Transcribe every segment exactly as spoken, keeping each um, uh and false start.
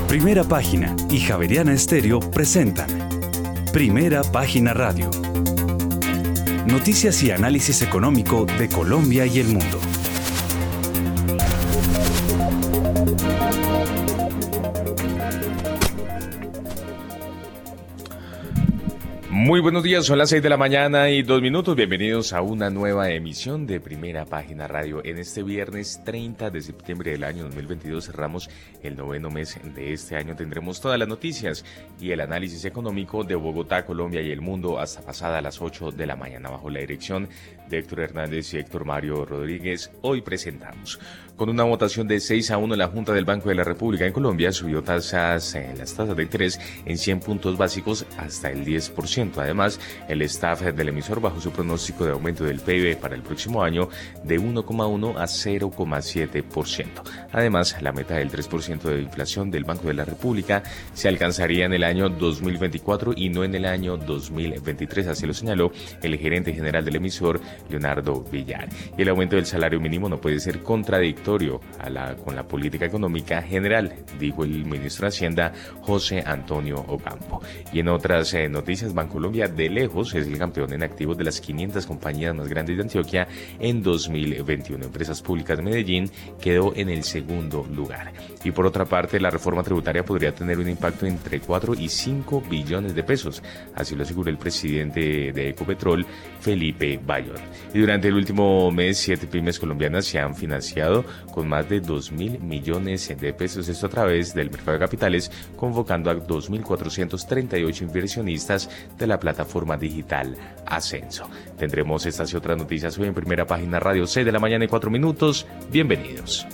Primera Página y Javeriana Estéreo presentan Primera Página Radio. Noticias y análisis económico de Colombia y el mundo. Muy buenos días, son las seis de la mañana y dos minutos. Bienvenidos a una nueva emisión de Primera Página Radio. En este viernes treinta de septiembre del año dos mil veintidós cerramos el noveno mes de este año. Tendremos todas las noticias y el análisis económico de Bogotá, Colombia y el mundo hasta pasada las ocho de la mañana bajo la dirección de Héctor Hernández y Héctor Mario Rodríguez. Hoy presentamos. Con una votación de seis a uno, la Junta del Banco de la República en Colombia subió tasas, eh, las tasas de interés en cien puntos básicos hasta el diez por ciento. Además, el staff del emisor bajó su pronóstico de aumento del P I B para el próximo año de uno coma uno a cero coma siete por ciento. Además, la meta del tres por ciento de inflación del Banco de la República se alcanzaría en el año dos mil veinticuatro y no en el año dos mil veintitrés, así lo señaló el gerente general del emisor, Leonardo Villar. Y el aumento del salario mínimo no puede ser contradictorio a la, con la política económica general, dijo el ministro de Hacienda, José Antonio Ocampo. Y en otras eh, noticias, Bancolombia de lejos es el campeón en activos de las quinientas compañías más grandes de Antioquia en dos mil veintiuno. Empresas Públicas de Medellín quedó en el segundo lugar. Y por otra parte, la reforma tributaria podría tener un impacto entre cuatro y cinco billones de pesos, así lo aseguró el presidente de Ecopetrol, Felipe Bayón. Y durante el último mes, siete pymes colombianas se han financiado con más de dos mil millones de pesos, esto a través del mercado de capitales, convocando a dos mil cuatrocientos treinta y ocho inversionistas de la plataforma digital Ascenso. Tendremos estas y otras noticias hoy en Primera Página Radio, seis de la mañana y cuatro minutos. Bienvenidos.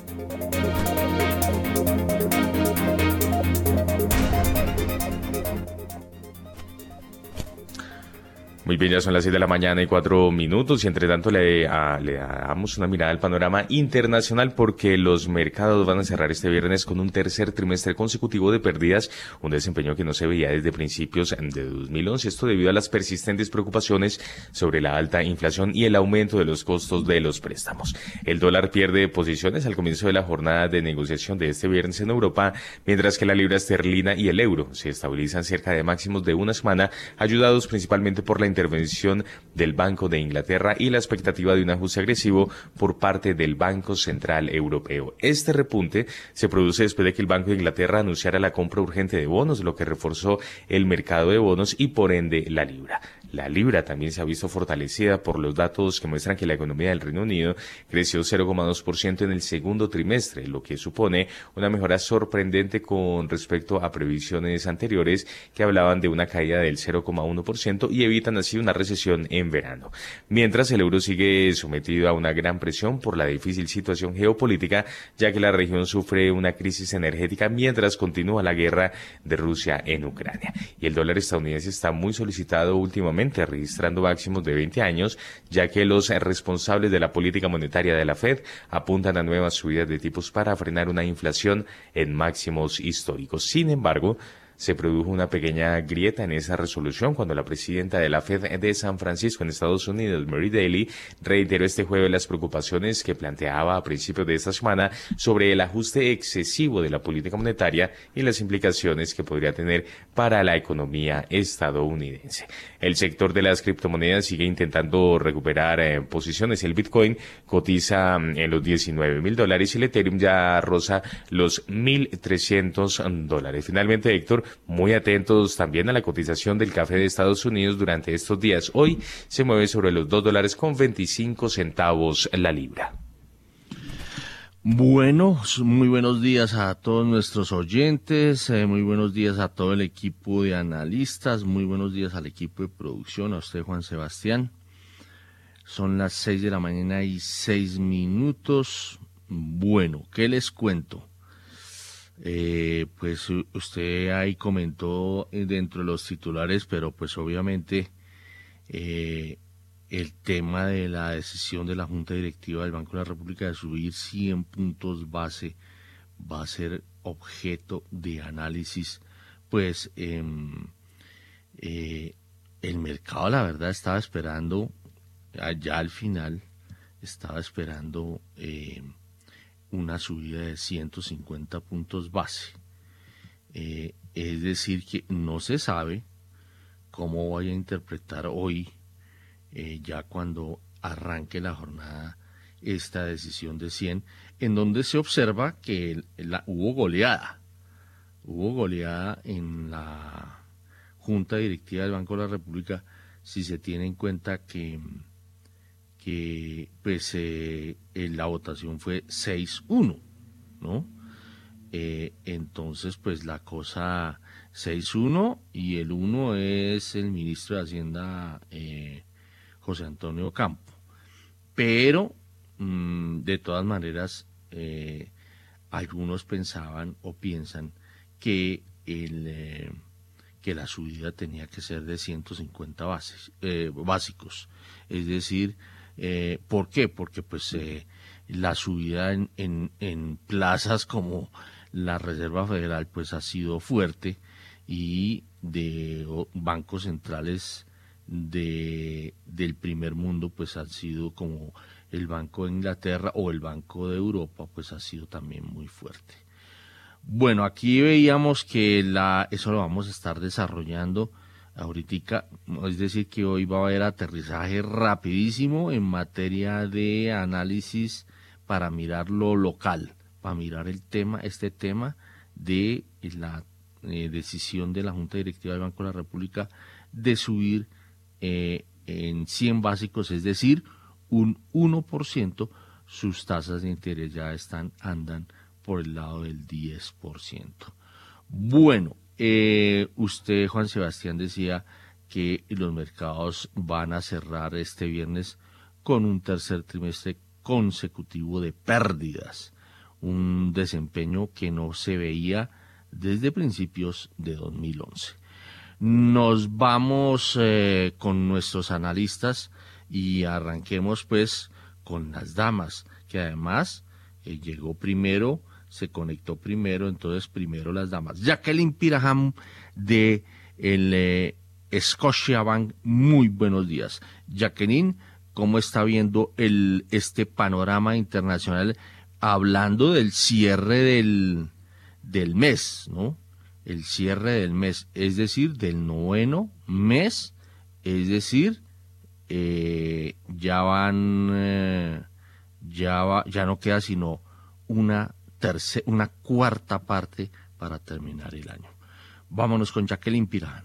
Muy bien, ya son las seis de la mañana y cuatro minutos y entre tanto le, a, le damos una mirada al panorama internacional porque los mercados van a cerrar este viernes con un tercer trimestre consecutivo de pérdidas, un desempeño que no se veía desde principios de dos mil once, esto debido a las persistentes preocupaciones sobre la alta inflación y el aumento de los costos de los préstamos. El dólar pierde posiciones al comienzo de la jornada de negociación de este viernes en Europa, mientras que la libra esterlina y el euro se estabilizan cerca de máximos de una semana, ayudados principalmente por la intervención del Banco de Inglaterra y la expectativa de un ajuste agresivo por parte del Banco Central Europeo. Este repunte se produce después de que el Banco de Inglaterra anunciara la compra urgente de bonos, lo que reforzó el mercado de bonos y por ende la libra. La libra también se ha visto fortalecida por los datos que muestran que la economía del Reino Unido creció cero coma dos por ciento en el segundo trimestre, lo que supone una mejora sorprendente con respecto a previsiones anteriores que hablaban de una caída del cero coma uno por ciento y evitan así una recesión en verano. Mientras el euro sigue sometido a una gran presión por la difícil situación geopolítica, ya que la región sufre una crisis energética mientras continúa la guerra de Rusia en Ucrania. Y el dólar estadounidense está muy solicitado últimamente, registrando máximos de veinte años, ya que los responsables de la política monetaria de la Fed apuntan a nuevas subidas de tipos para frenar una inflación en máximos históricos. Sin embargo, se produjo una pequeña grieta en esa resolución cuando la presidenta de la Fed de San Francisco en Estados Unidos, Mary Daly, reiteró este jueves las preocupaciones que planteaba a principios de esta semana sobre el ajuste excesivo de la política monetaria y las implicaciones que podría tener para la economía estadounidense. El sector de las criptomonedas sigue intentando recuperar eh, posiciones. El Bitcoin cotiza en los diecinueve mil dólares y el Ethereum ya roza los mil trescientos dólares. Finalmente, Héctor, muy atentos también a la cotización del café de Estados Unidos durante estos días. Hoy se mueve sobre los dos dólares con veinticinco centavos la libra. Bueno, muy buenos días a todos nuestros oyentes, eh, muy buenos días a todo el equipo de analistas, muy buenos días al equipo de producción, a usted Juan Sebastián. Son las seis de la mañana y seis minutos. Bueno, ¿qué les cuento? Eh, pues usted ahí comentó dentro de los titulares, pero pues obviamente eh, el tema de la decisión de la Junta Directiva del Banco de la República de subir cien puntos base va a ser objeto de análisis. Pues eh, eh, el mercado, la verdad, estaba esperando, allá al final, estaba esperando eh, una subida de ciento cincuenta puntos base. Eh, es decir, que no se sabe cómo vaya a interpretar hoy, eh, ya cuando arranque la jornada, esta decisión de cien, en donde se observa que la, hubo goleada, hubo goleada en la Junta Directiva del Banco de la República, si se tiene en cuenta que, que pues eh, la votación fue seis uno, ¿no? Eh, entonces, pues la cosa seis uno, y el uno es el ministro de Hacienda, eh, José Antonio Campo. Pero, mmm, de todas maneras, eh, algunos pensaban o piensan que, el, eh, que la subida tenía que ser de ciento cincuenta bases, eh, básicos. Es decir, eh, ¿por qué? Porque pues eh, la subida en, en, en plazas como la Reserva Federal pues ha sido fuerte, y de bancos centrales de del primer mundo pues han sido como el Banco de Inglaterra o el Banco de Europa, pues ha sido también muy fuerte. Bueno, aquí veíamos que la eso lo vamos a estar desarrollando ahorita, es decir, que hoy va a haber aterrizaje rapidísimo en materia de análisis para mirar lo local, para mirar el tema, este tema de la eh, decisión de la Junta Directiva del Banco de la República de subir eh, en cien básicos, es decir, un uno por ciento, sus tasas de interés ya están, andan por el lado del diez por ciento. Bueno, eh, usted, Juan Sebastián, decía que los mercados van a cerrar este viernes con un tercer trimestre consecutivo de pérdidas, un desempeño que no se veía desde principios de dos mil once. Nos vamos eh, con nuestros analistas y arranquemos pues con las damas, que además eh, llegó primero, se conectó primero, entonces primero las damas. Jacqueline Piraham de el eh, Scotiabank, muy buenos días. Jacqueline, ¿cómo está viendo el este panorama internacional, hablando del cierre del, del mes, ¿no? El cierre del mes, es decir, del noveno mes, es decir, eh, ya van, eh, ya va, ya no queda sino una tercera, una cuarta parte para terminar el año. Vámonos con Jacqueline Piraham.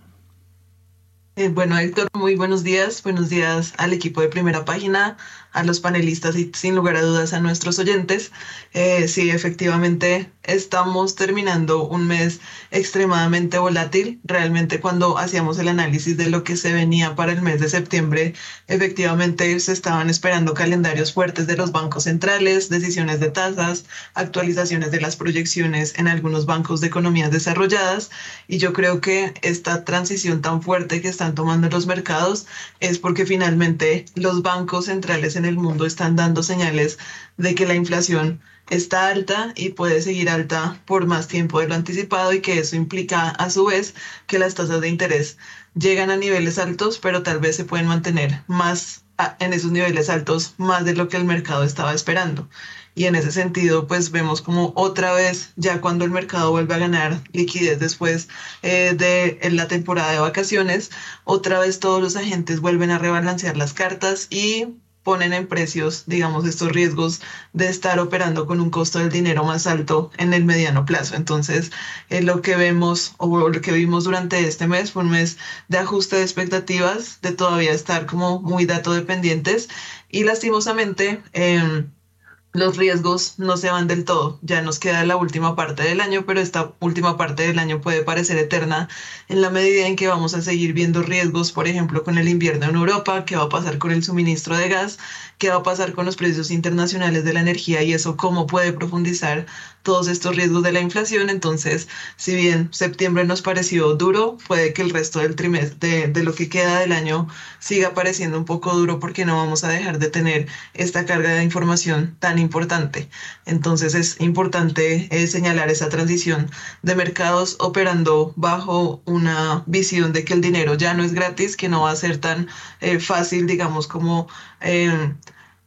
Eh, bueno, Héctor, muy buenos días. Buenos días al equipo de Primera Página, a los panelistas y sin lugar a dudas a nuestros oyentes. Eh, sí, efectivamente, estamos terminando un mes extremadamente volátil. Realmente, cuando hacíamos el análisis de lo que se venía para el mes de septiembre, efectivamente se estaban esperando calendarios fuertes de los bancos centrales, decisiones de tasas, actualizaciones de las proyecciones en algunos bancos de economías desarrolladas. Y yo creo que esta transición tan fuerte que están tomando los mercados es porque finalmente los bancos centrales en el mundo están dando señales de que la inflación está alta y puede seguir alta por más tiempo de lo anticipado, y que eso implica a su vez que las tasas de interés llegan a niveles altos, pero tal vez se pueden mantener más a, en esos niveles altos más de lo que el mercado estaba esperando. Y en ese sentido, pues vemos como otra vez, ya cuando el mercado vuelve a ganar liquidez después eh, de en la temporada de vacaciones, otra vez todos los agentes vuelven a rebalancear las cartas y ponen en precios, digamos, estos riesgos de estar operando con un costo del dinero más alto en el mediano plazo. Entonces, eh, lo que vemos o lo que vimos durante este mes fue un mes de ajuste de expectativas, de todavía estar como muy dato dependientes, y lastimosamente eh, los riesgos no se van del todo. Ya nos queda la última parte del año, pero esta última parte del año puede parecer eterna en la medida en que vamos a seguir viendo riesgos, por ejemplo, con el invierno en Europa, qué va a pasar con el suministro de gas, qué va a pasar con los precios internacionales de la energía, y eso cómo puede profundizar todos estos riesgos de la inflación. Entonces, si bien septiembre nos pareció duro, puede que el resto del trimestre, de, de lo que queda del año, siga pareciendo un poco duro, porque no vamos a dejar de tener esta carga de información tan importante. Entonces es importante eh, señalar esa transición de mercados operando bajo una visión de que el dinero ya no es gratis, que no va a ser tan eh, fácil, digamos, como Eh,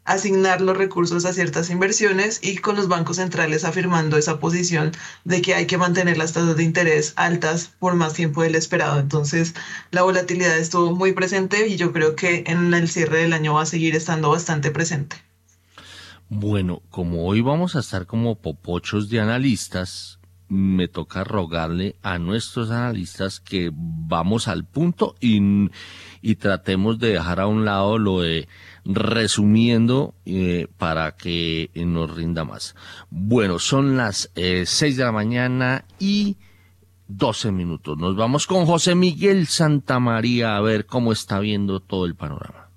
asignar los recursos a ciertas inversiones y con los bancos centrales afirmando esa posición de que hay que mantener las tasas de interés altas por más tiempo del esperado. Entonces, la volatilidad estuvo muy presente y yo creo que en el cierre del año va a seguir estando bastante presente. Bueno, como hoy vamos a estar como popochos de analistas, me toca rogarle a nuestros analistas que vamos al punto y, y tratemos de dejar a un lado lo de resumiendo eh, para que nos rinda más. Bueno, son las eh, seis de la mañana y doce minutos. Nos vamos con José Miguel Santamaría a ver cómo está viendo todo el panorama.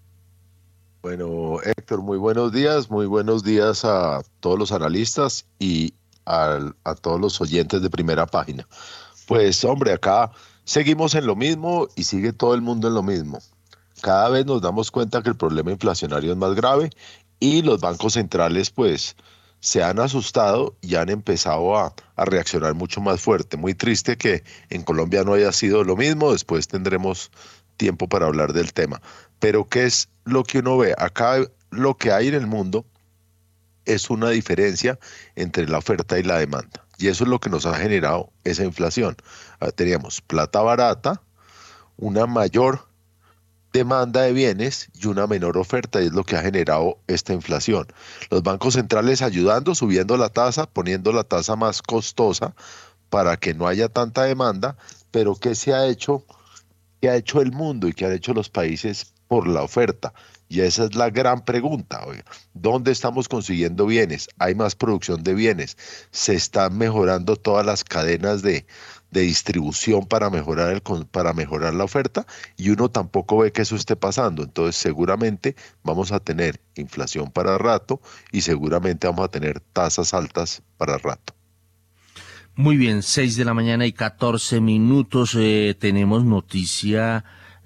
Bueno, Héctor, muy buenos días, muy buenos días a todos los analistas y A, a todos los oyentes de Primera Página. Pues hombre, acá seguimos en lo mismo y sigue todo el mundo en lo mismo. Cada vez nos damos cuenta que el problema inflacionario es más grave y los bancos centrales pues se han asustado y han empezado a, a reaccionar mucho más fuerte. Muy triste que en Colombia no haya sido lo mismo, después tendremos tiempo para hablar del tema. Pero ¿qué es lo que uno ve? Acá lo que hay en el mundo es una diferencia entre la oferta y la demanda. Y eso es lo que nos ha generado esa inflación. Ah, teníamos plata barata, una mayor demanda de bienes y una menor oferta, y es lo que ha generado esta inflación. Los bancos centrales ayudando, subiendo la tasa, poniendo la tasa más costosa para que no haya tanta demanda, pero ¿qué se ha hecho? ¿Qué ha hecho el mundo y qué han hecho los países por la oferta? Y esa es la gran pregunta, oiga. ¿Dónde estamos consiguiendo bienes? ¿Hay más producción de bienes? ¿Se están mejorando todas las cadenas de, de distribución para mejorar, el, para mejorar la oferta? Y uno tampoco ve que eso esté pasando. Entonces seguramente vamos a tener inflación para rato y seguramente vamos a tener tasas altas para rato. Muy bien, seis de la mañana y catorce minutos. Eh, tenemos noticia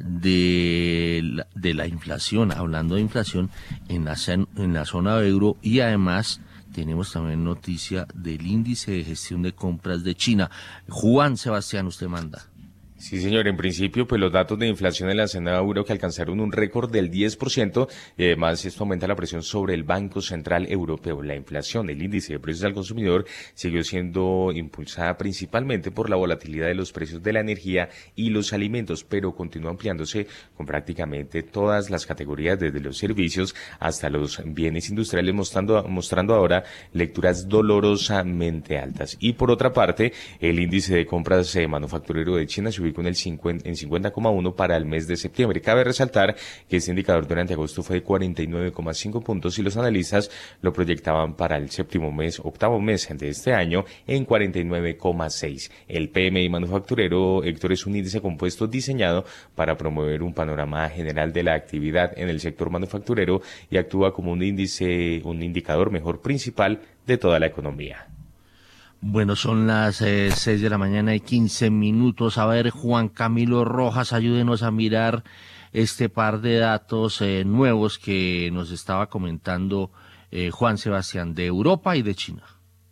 de la, de la inflación, hablando de inflación en la, en la zona euro, y además tenemos también noticia del índice de gestión de compras de China. Juan Sebastián, usted manda. Sí, señor. En principio, pues los datos de inflación en la zona euro que alcanzaron un récord del diez por ciento y además esto aumenta la presión sobre el Banco Central Europeo. La inflación, el índice de precios al consumidor, siguió siendo impulsada principalmente por la volatilidad de los precios de la energía y los alimentos, pero continúa ampliándose con prácticamente todas las categorías, desde los servicios hasta los bienes industriales, mostrando, mostrando ahora lecturas dolorosamente altas. Y por otra parte, el índice de compras eh, manufacturero de China se con el cincuenta, en cincuenta coma uno para el mes de septiembre. Cabe resaltar que este indicador durante agosto fue de cuarenta y nueve coma cinco puntos y los analistas lo proyectaban para el séptimo mes, octavo mes de este año en cuarenta y nueve coma seis. El P M I manufacturero, Héctor, es un índice compuesto diseñado para promover un panorama general de la actividad en el sector manufacturero y actúa como un índice, un indicador mejor principal de toda la economía. Bueno, son las eh, seis de la mañana y quince minutos. A ver, Juan Camilo Rojas, ayúdenos a mirar este par de datos eh, nuevos que nos estaba comentando eh, Juan Sebastián, de Europa y de China.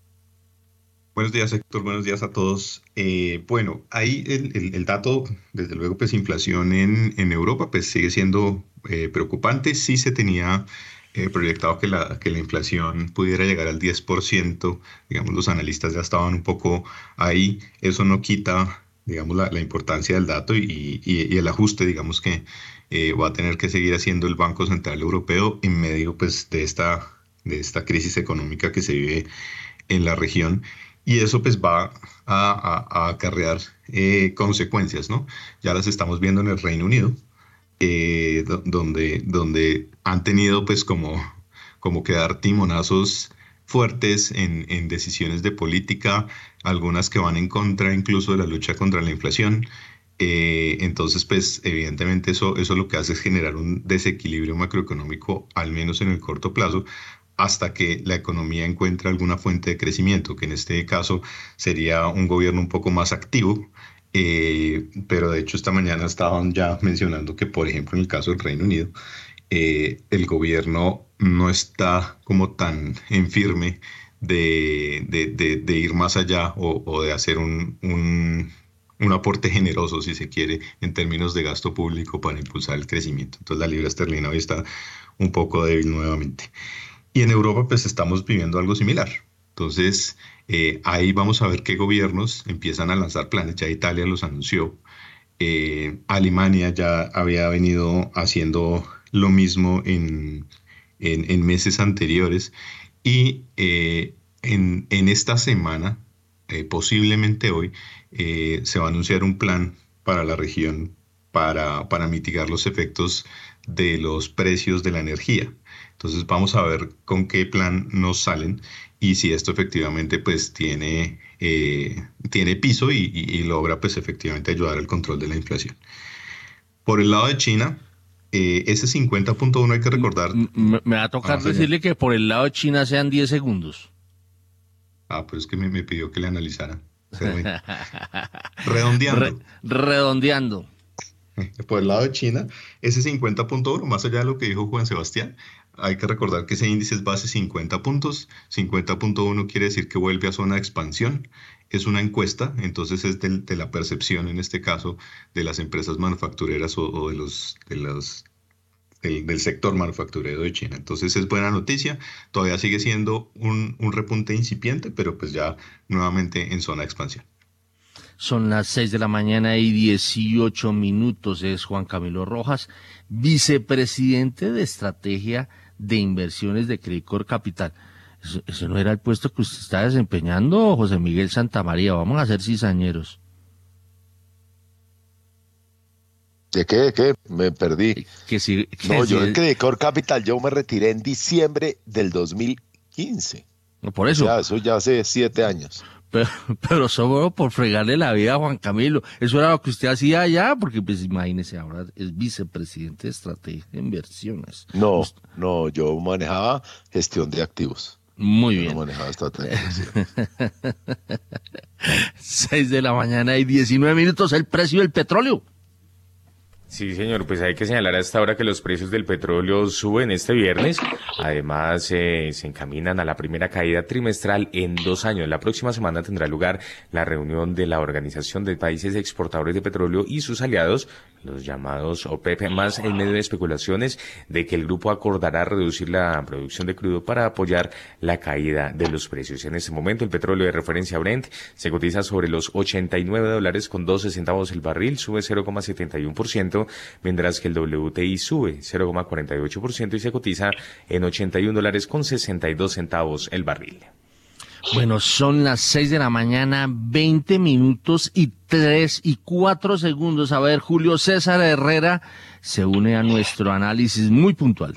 Buenos días, Héctor. Buenos días a todos. Eh, bueno, ahí el, el, el dato, desde luego, pues inflación en, en Europa, pues sigue siendo eh, preocupante. Sí se tenía Eh, proyectado que la, que la inflación pudiera llegar al diez por ciento, digamos, los analistas ya estaban un poco ahí. Eso no quita, digamos, la, la importancia del dato y, y, y el ajuste, digamos, que eh, va a tener que seguir haciendo el Banco Central Europeo en medio, pues, de esta, de esta crisis económica que se vive en la región. Y eso, pues, va a, a, a acarrear eh, consecuencias, ¿no? Ya las estamos viendo en el Reino Unido. Eh, donde, donde han tenido pues como, como que dar timonazos fuertes en, en decisiones de política, algunas que van en contra incluso de la lucha contra la inflación. Eh, entonces pues evidentemente eso, eso lo que hace es generar un desequilibrio macroeconómico, al menos en el corto plazo, hasta que la economía encuentre alguna fuente de crecimiento, que en este caso sería un gobierno un poco más activo. Eh, pero de hecho esta mañana estaban ya mencionando que, por ejemplo, en el caso del Reino Unido, eh, el gobierno no está como tan en firme de, de, de, de ir más allá o, o de hacer un, un, un aporte generoso, si se quiere, en términos de gasto público para impulsar el crecimiento. Entonces la libra esterlina hoy está un poco débil nuevamente. Y en Europa pues estamos viviendo algo similar. Entonces eh, ahí vamos a ver qué gobiernos empiezan a lanzar planes. Ya Italia los anunció. Eh, Alemania ya había venido haciendo lo mismo en, en, en meses anteriores. Y eh, en, en esta semana, eh, posiblemente hoy, eh, se va a anunciar un plan para la región para, para mitigar los efectos de los precios de la energía. Entonces vamos a ver con qué plan nos salen y si esto efectivamente pues tiene, eh, tiene piso y, y, y logra pues efectivamente ayudar al control de la inflación. Por el lado de China, eh, ese cincuenta punto uno hay que recordar... Me, me va a tocar ah, decirle que por el lado de China sean diez segundos. Ah, pero es que me, me pidió que le analizara. Redondeando. Re, redondeando. Por el lado de China, ese cincuenta punto uno, más allá de lo que dijo Juan Sebastián, hay que recordar que ese índice es base cincuenta puntos. cincuenta punto uno quiere decir que vuelve a zona de expansión. Es una encuesta, entonces es de, de la percepción, en este caso, de las empresas manufactureras o, o de los, de los, del, del sector manufacturero de China. Entonces es buena noticia. Todavía sigue siendo un, un repunte incipiente, pero pues ya nuevamente en zona de expansión. Son las seis de la mañana y dieciocho minutos. Es Juan Camilo Rojas, vicepresidente de Estrategia de Inversiones de Credicor Capital. ¿Ese, ese no era el puesto que usted está desempeñando, José Miguel Santamaría? Vamos a ser cizañeros. ¿De qué? ¿De qué? Me perdí. Que si, que no, si yo es... en Credicor Capital, yo me retiré en diciembre del dos mil quince. Por eso. O sea, eso ya hace siete años. Pero, pero solo por fregarle la vida a Juan Camilo. Eso era lo que usted hacía allá, porque pues imagínese, ahora es vicepresidente de Estrategia de Inversiones. No, usted... no, yo manejaba gestión de activos. Muy yo bien. No manejaba estrategia de Seis de la mañana y diecinueve minutos, el precio del petróleo. Sí, señor, pues hay que señalar a esta hora que los precios del petróleo suben este viernes. Además, eh, se encaminan a la primera caída trimestral en dos años. La próxima semana tendrá lugar la reunión de la Organización de Países Exportadores de Petróleo y sus aliados, los llamados OPEP, más en medio de especulaciones de que el grupo acordará reducir la producción de crudo para apoyar la caída de los precios. En este momento, el petróleo de referencia Brent se cotiza sobre los ochenta y nueve dólares con doce centavos el barril, sube cero coma setenta y uno por ciento, mientras que el W T I sube cero coma cuarenta y ocho por ciento y se cotiza en ochenta y un dólares con sesenta y dos centavos el barril. Bueno, son las seis de la mañana, veinte minutos y tres y cuatro segundos. A ver, Julio César Herrera se une a nuestro análisis muy puntual.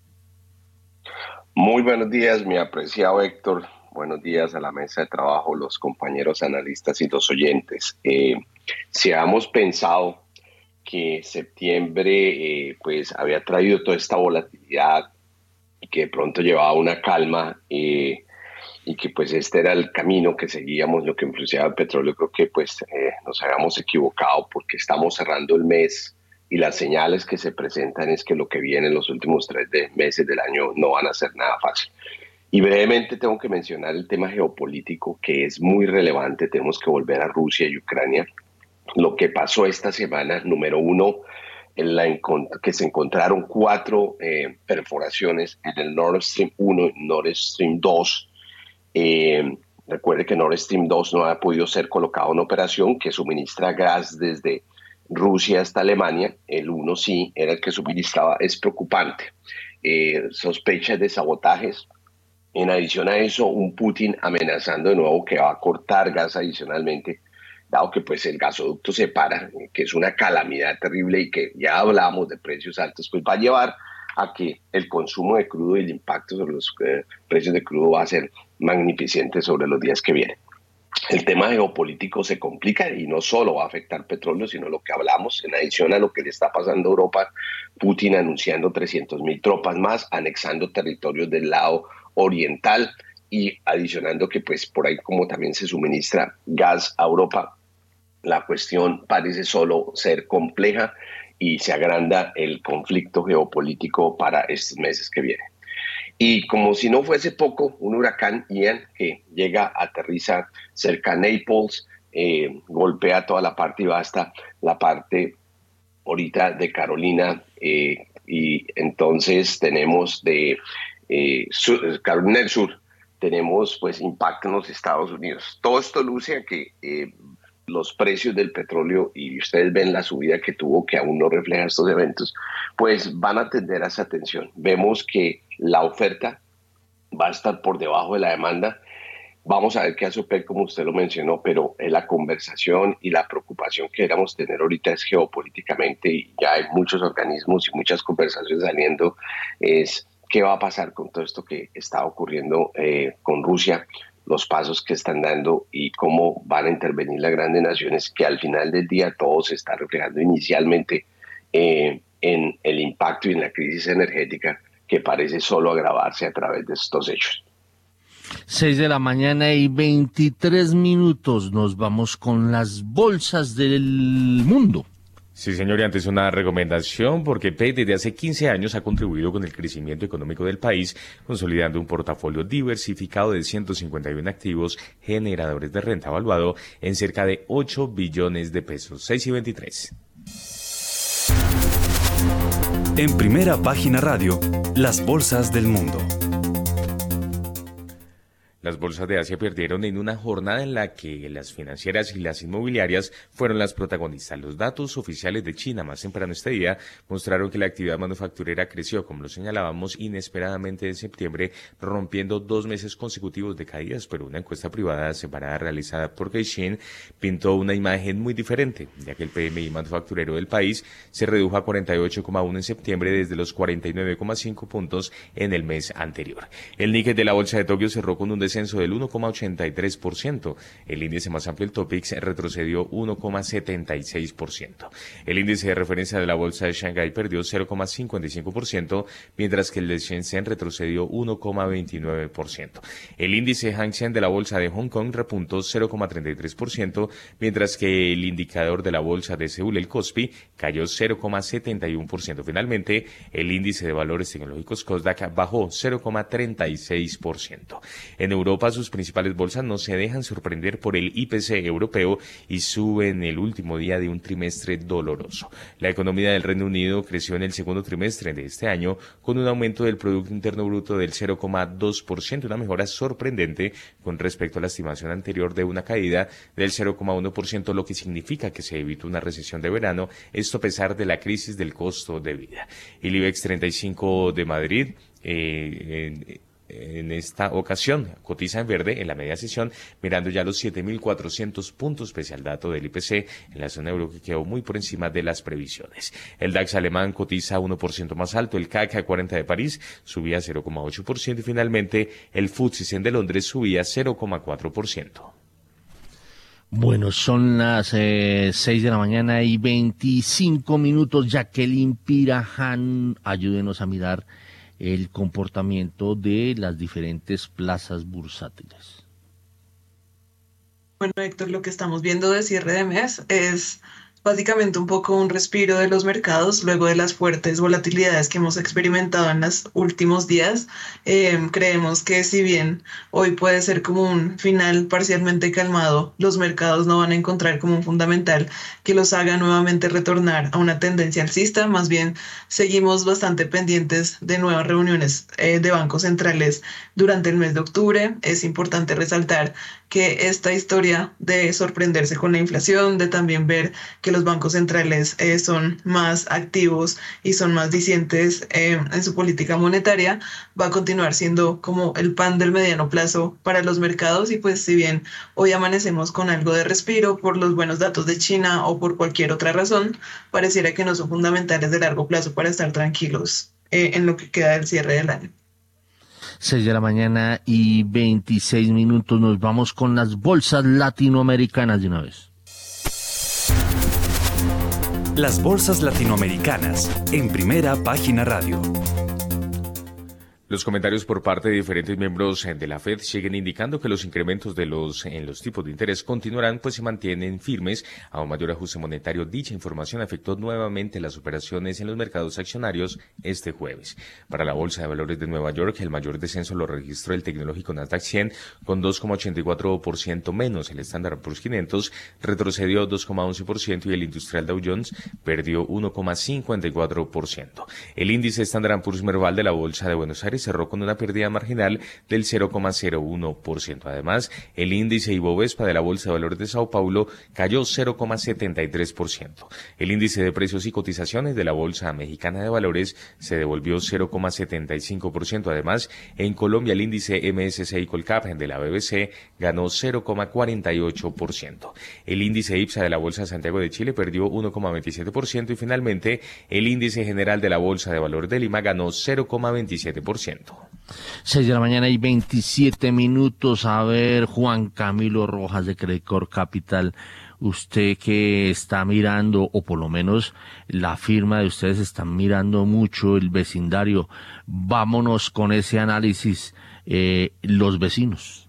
Muy buenos días, mi apreciado Héctor. Buenos días a la mesa de trabajo, los compañeros analistas y los oyentes. Eh, si habíamos pensado que septiembre eh, pues había traído toda esta volatilidad y que de pronto llevaba una calma eh, y que pues este era el camino que seguíamos, lo que influenciaba el petróleo, creo que pues eh, nos habíamos equivocado porque estamos cerrando el mes y las señales que se presentan es que lo que viene en los últimos tres de meses del año no van a ser nada fácil. Y brevemente tengo que mencionar el tema geopolítico que es muy relevante, tenemos que volver a Rusia y Ucrania. Lo que pasó esta semana, número uno, en la que se encontraron cuatro eh, perforaciones en el Nord Stream uno y Nord Stream dos. Eh, recuerde que Nord Stream dos no ha podido ser colocado en operación, que suministra gas desde Rusia hasta Alemania. El uno sí era el que suministraba. Es preocupante. Eh, sospechas de sabotajes. En adición a eso, un Putin amenazando de nuevo que va a cortar gas adicionalmente, dado que pues el gasoducto se para, que es una calamidad terrible y que ya hablamos de precios altos, pues va a llevar a que el consumo de crudo y el impacto sobre los eh, precios de crudo va a ser magnificente sobre los días que vienen. El tema geopolítico se complica y no solo va a afectar petróleo, sino lo que hablamos, en adición a lo que le está pasando a Europa, Putin anunciando trescientas mil tropas más, anexando territorios del lado oriental y adicionando que pues por ahí como también se suministra gas a Europa, la cuestión parece solo ser compleja y se agranda el conflicto geopolítico para estos meses que vienen. Y como si no fuese poco, un huracán Ian que llega, aterriza cerca de Naples, eh, golpea toda la parte y basta la parte ahorita de Carolina, eh, y entonces tenemos de eh, sur, Carolina del Sur, tenemos pues impacto en los Estados Unidos. Todo esto luce a que eh, los precios del petróleo, y ustedes ven la subida que tuvo, que aún no refleja estos eventos, pues van a tender a esa tensión. Vemos que la oferta va a estar por debajo de la demanda. Vamos a ver qué hace OPEC, como usted lo mencionó, pero la conversación y la preocupación que queramos tener ahorita es geopolíticamente, y ya hay muchos organismos y muchas conversaciones saliendo, es qué va a pasar con todo esto que está ocurriendo eh, con Rusia, los pasos que están dando y cómo van a intervenir las grandes naciones, que al final del día todo se está reflejando inicialmente eh, en el impacto y en la crisis energética, que parece solo agravarse a través de estos hechos. Seis de la mañana y veintitrés minutos. Nos vamos con las bolsas del mundo. Sí, señor, y antes una recomendación, porque P E I desde hace quince años ha contribuido con el crecimiento económico del país, consolidando un portafolio diversificado de ciento cincuenta y uno activos generadores de renta, evaluado en cerca de ocho billones de pesos. seis y veintitrés. En Primera Página Radio, las bolsas del mundo. Las bolsas de Asia perdieron en una jornada en la que las financieras y las inmobiliarias fueron las protagonistas. Los datos oficiales de China más temprano este día mostraron que la actividad manufacturera creció, como lo señalábamos, inesperadamente en septiembre, rompiendo dos meses consecutivos de caídas, pero una encuesta privada separada realizada por Caixin pintó una imagen muy diferente, ya que el P M I manufacturero del país se redujo a cuarenta y ocho coma uno en septiembre desde los cuarenta y nueve coma cinco puntos en el mes anterior. El Nikkei de la bolsa de Tokio cerró con un descenso del uno coma ochenta y tres por ciento. El índice más amplio, el Topix, retrocedió uno coma setenta y seis por ciento. El índice de referencia de la bolsa de Shanghái perdió cero coma cincuenta y cinco por ciento, mientras que el de Shenzhen retrocedió uno coma veintinueve por ciento. El índice Hang Seng de la bolsa de Hong Kong repuntó cero coma treinta y tres por ciento, mientras que el indicador de la bolsa de Seúl, el Kospi, cayó cero coma setenta y uno por ciento. Finalmente, el índice de valores tecnológicos Kosdaq bajó cero coma treinta y seis por ciento. En Europa, Europa, sus principales bolsas no se dejan sorprender por el I P C europeo y suben el último día de un trimestre doloroso. La economía del Reino Unido creció en el segundo trimestre de este año con un aumento del Producto Interno Bruto del cero coma dos por ciento, una mejora sorprendente con respecto a la estimación anterior de una caída del cero coma uno por ciento, lo que significa que se evitó una recesión de verano, esto a pesar de la crisis del costo de vida. El IBEX treinta y cinco de Madrid eh, eh, en esta ocasión cotiza en verde en la media sesión, mirando ya los siete mil cuatrocientos puntos, pese al dato del I P C en la zona euro que quedó muy por encima de las previsiones. El DAX alemán cotiza uno por ciento más alto, el C A C cuarenta de París subía cero coma ocho por ciento y finalmente el F T S E cien de Londres subía cero coma cuatro por ciento. Bueno, son las eh, seis de la mañana y veinticinco minutos. Jacqueline Pirajan, ayúdenos a mirar el comportamiento de las diferentes plazas bursátiles. Bueno, Héctor, lo que estamos viendo de cierre de mes es básicamente un poco un respiro de los mercados luego de las fuertes volatilidades que hemos experimentado en los últimos días. Eh, creemos que si bien hoy puede ser como un final parcialmente calmado, los mercados no van a encontrar como un fundamental que los haga nuevamente retornar a una tendencia alcista. Más bien seguimos bastante pendientes de nuevas reuniones eh, de bancos centrales durante el mes de octubre. Es importante resaltar que esta historia de sorprenderse con la inflación, de también ver que los bancos centrales eh, son más activos y son más disidentes eh, en su política monetaria, va a continuar siendo como el pan del mediano plazo para los mercados. Y pues si bien hoy amanecemos con algo de respiro por los buenos datos de China o por cualquier otra razón, pareciera que no son fundamentales de largo plazo para estar tranquilos eh, en lo que queda del cierre del año. seis de la mañana y veintiséis minutos. Nos vamos con las bolsas latinoamericanas de una vez. Las bolsas latinoamericanas en Primera Página Radio. Los comentarios por parte de diferentes miembros de la Fed siguen indicando que los incrementos de los en los tipos de interés continuarán, pues se mantienen firmes a un mayor ajuste monetario. Dicha información afectó nuevamente las operaciones en los mercados accionarios este jueves. Para la Bolsa de Valores de Nueva York, el mayor descenso lo registró el tecnológico Nasdaq cien con dos coma ochenta y cuatro por ciento menos. El Standard and Poor's quinientos retrocedió dos coma once por ciento y el industrial Dow Jones perdió uno coma cincuenta y cuatro por ciento. El índice Standard and Poor's Merval de la Bolsa de Buenos Aires cerró con una pérdida marginal del cero coma cero uno por ciento. Además, el índice Ibovespa de la Bolsa de Valores de Sao Paulo cayó cero coma setenta y tres por ciento. El índice de precios y cotizaciones de la Bolsa Mexicana de Valores se devolvió cero coma setenta y cinco por ciento. Además, en Colombia el índice M S C I Colcap de la B B C ganó cero coma cuarenta y ocho por ciento. El índice I P S A de la Bolsa de Santiago de Chile perdió uno coma veintisiete por ciento y finalmente el índice general de la Bolsa de Valores de Lima ganó cero coma veintisiete por ciento. seis de la mañana y veintisiete minutos. A ver, Juan Camilo Rojas de Credicor Capital, usted que está mirando, o por lo menos la firma de ustedes están mirando mucho el vecindario, vámonos con ese análisis, eh, los vecinos.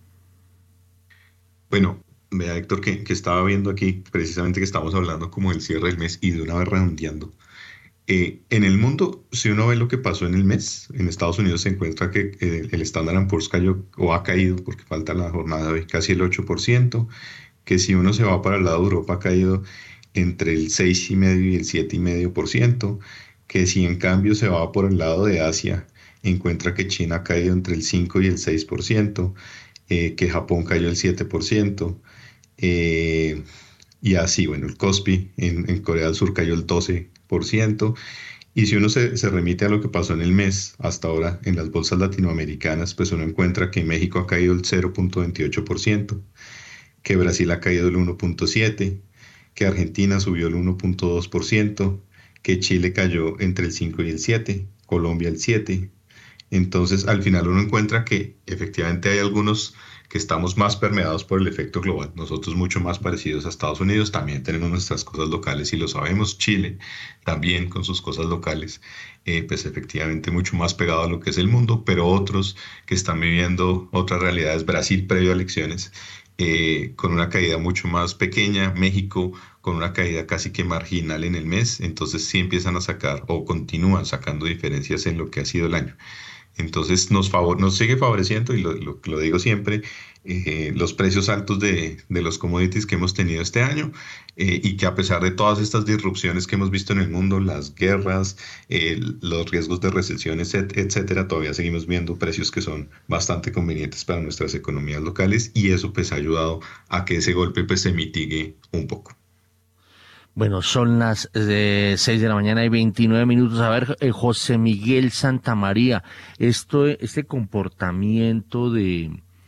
Bueno, vea Héctor que, que estaba viendo aquí precisamente que estamos hablando como del cierre del mes y de una vez redondeando. Eh, en el mundo, si uno ve lo que pasó en el mes, en Estados Unidos se encuentra que eh, el Standard and Poor's cayó o ha caído, porque falta la jornada de hoy, casi el ocho por ciento, que si uno se va para el lado de Europa ha caído entre el seis coma cinco y el siete coma cinco por ciento, que si en cambio se va por el lado de Asia, encuentra que China ha caído entre el cinco y el seis por ciento, eh, que Japón cayó el siete por ciento, eh, y así, bueno, el Kospi en, en Corea del Sur cayó el doce por ciento. Y si uno se, se remite a lo que pasó en el mes hasta ahora en las bolsas latinoamericanas, pues uno encuentra que México ha caído el cero coma veintiocho por ciento, que Brasil ha caído el uno coma siete por ciento, que Argentina subió el uno coma dos por ciento, que Chile cayó entre el cinco y el siete por ciento, Colombia el siete por ciento. Entonces, al final uno encuentra que efectivamente hay algunos que estamos más permeados por el efecto global. Nosotros mucho más parecidos a Estados Unidos, también tenemos nuestras cosas locales y lo sabemos. Chile también con sus cosas locales, eh, pues efectivamente mucho más pegado a lo que es el mundo, pero otros que están viviendo otras realidades. Brasil previo a elecciones, eh, con una caída mucho más pequeña, México con una caída casi que marginal en el mes, entonces sí empiezan a sacar o continúan sacando diferencias en lo que ha sido el año. Entonces nos, favor, nos sigue favoreciendo, y lo, lo, lo digo siempre, eh, los precios altos de, de los commodities que hemos tenido este año, eh, y que a pesar de todas estas disrupciones que hemos visto en el mundo, las guerras, eh, los riesgos de recesiones, et, etcétera, todavía seguimos viendo precios que son bastante convenientes para nuestras economías locales, y eso pues ha ayudado a que ese golpe pues se mitigue un poco. Bueno, son las eh, seis de la mañana y veintinueve minutos. A ver, eh, José Miguel Santamaría, esto, este comportamiento de,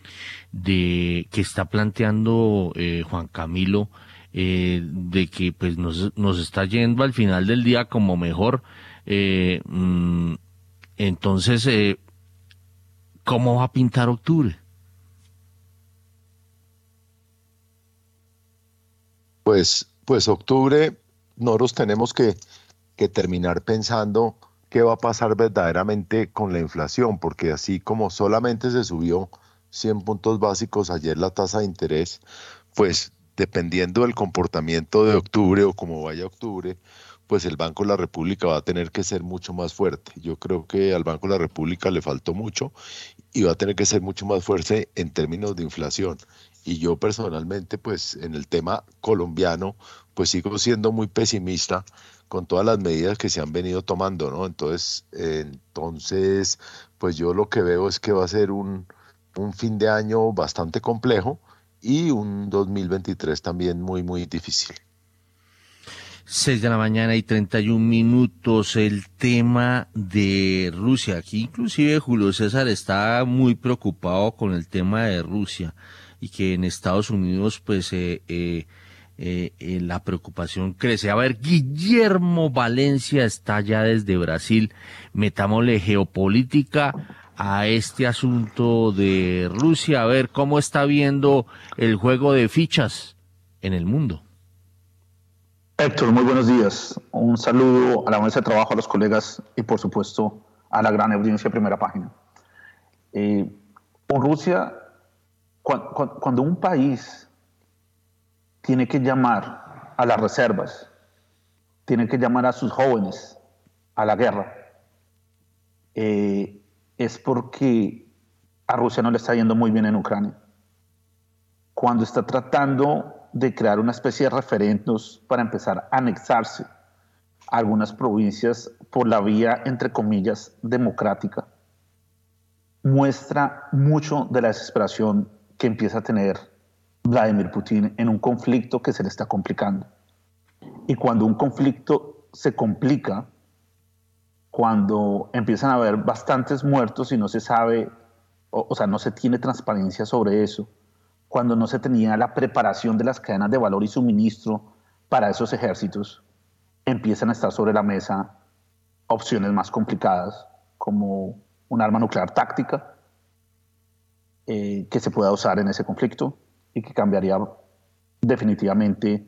de que está planteando eh, Juan Camilo, eh, de que pues nos, nos está yendo al final del día como mejor, eh, mm, entonces, eh, ¿cómo va a pintar octubre? Pues Pues octubre, nosotros tenemos que, que terminar pensando qué va a pasar verdaderamente con la inflación, porque así como solamente se subió cien puntos básicos ayer la tasa de interés, pues dependiendo del comportamiento de octubre o cómo vaya octubre, pues el Banco de la República va a tener que ser mucho más fuerte. Yo creo que al Banco de la República le faltó mucho y va a tener que ser mucho más fuerte en términos de inflación. Y yo personalmente, pues en el tema colombiano, pues sigo siendo muy pesimista con todas las medidas que se han venido tomando, ¿no? Entonces, eh, entonces pues yo lo que veo es que va a ser un, un fin de año bastante complejo y un dos mil veintitrés también muy, muy difícil. Seis de la mañana y treinta y un minutos, el tema de Rusia. Aquí inclusive Julio César está muy preocupado con el tema de Rusia y que en Estados Unidos pues eh, eh, eh, eh, la preocupación crece. A ver, Guillermo Valencia está ya desde Brasil. Metámosle geopolítica a este asunto de Rusia. A ver, ¿cómo está viendo el juego de fichas en el mundo? Héctor, muy buenos días. Un saludo a la mesa de trabajo, a los colegas y por supuesto a la gran audiencia de Primera Página. Eh, con Rusia, cu- cu- cuando un país tiene que llamar a las reservas, tiene que llamar a sus jóvenes a la guerra, eh, es porque a Rusia no le está yendo muy bien en Ucrania. Cuando está tratando de crear una especie de referendos para empezar a anexarse a algunas provincias por la vía, entre comillas, democrática, muestra mucho de la desesperación que empieza a tener Vladimir Putin en un conflicto que se le está complicando. Y cuando un conflicto se complica, cuando empiezan a haber bastantes muertos y no se sabe, o, o sea, no se tiene transparencia sobre eso, cuando no se tenía la preparación de las cadenas de valor y suministro para esos ejércitos, empiezan a estar sobre la mesa opciones más complicadas, como un arma nuclear táctica eh, que se pueda usar en ese conflicto y que cambiaría definitivamente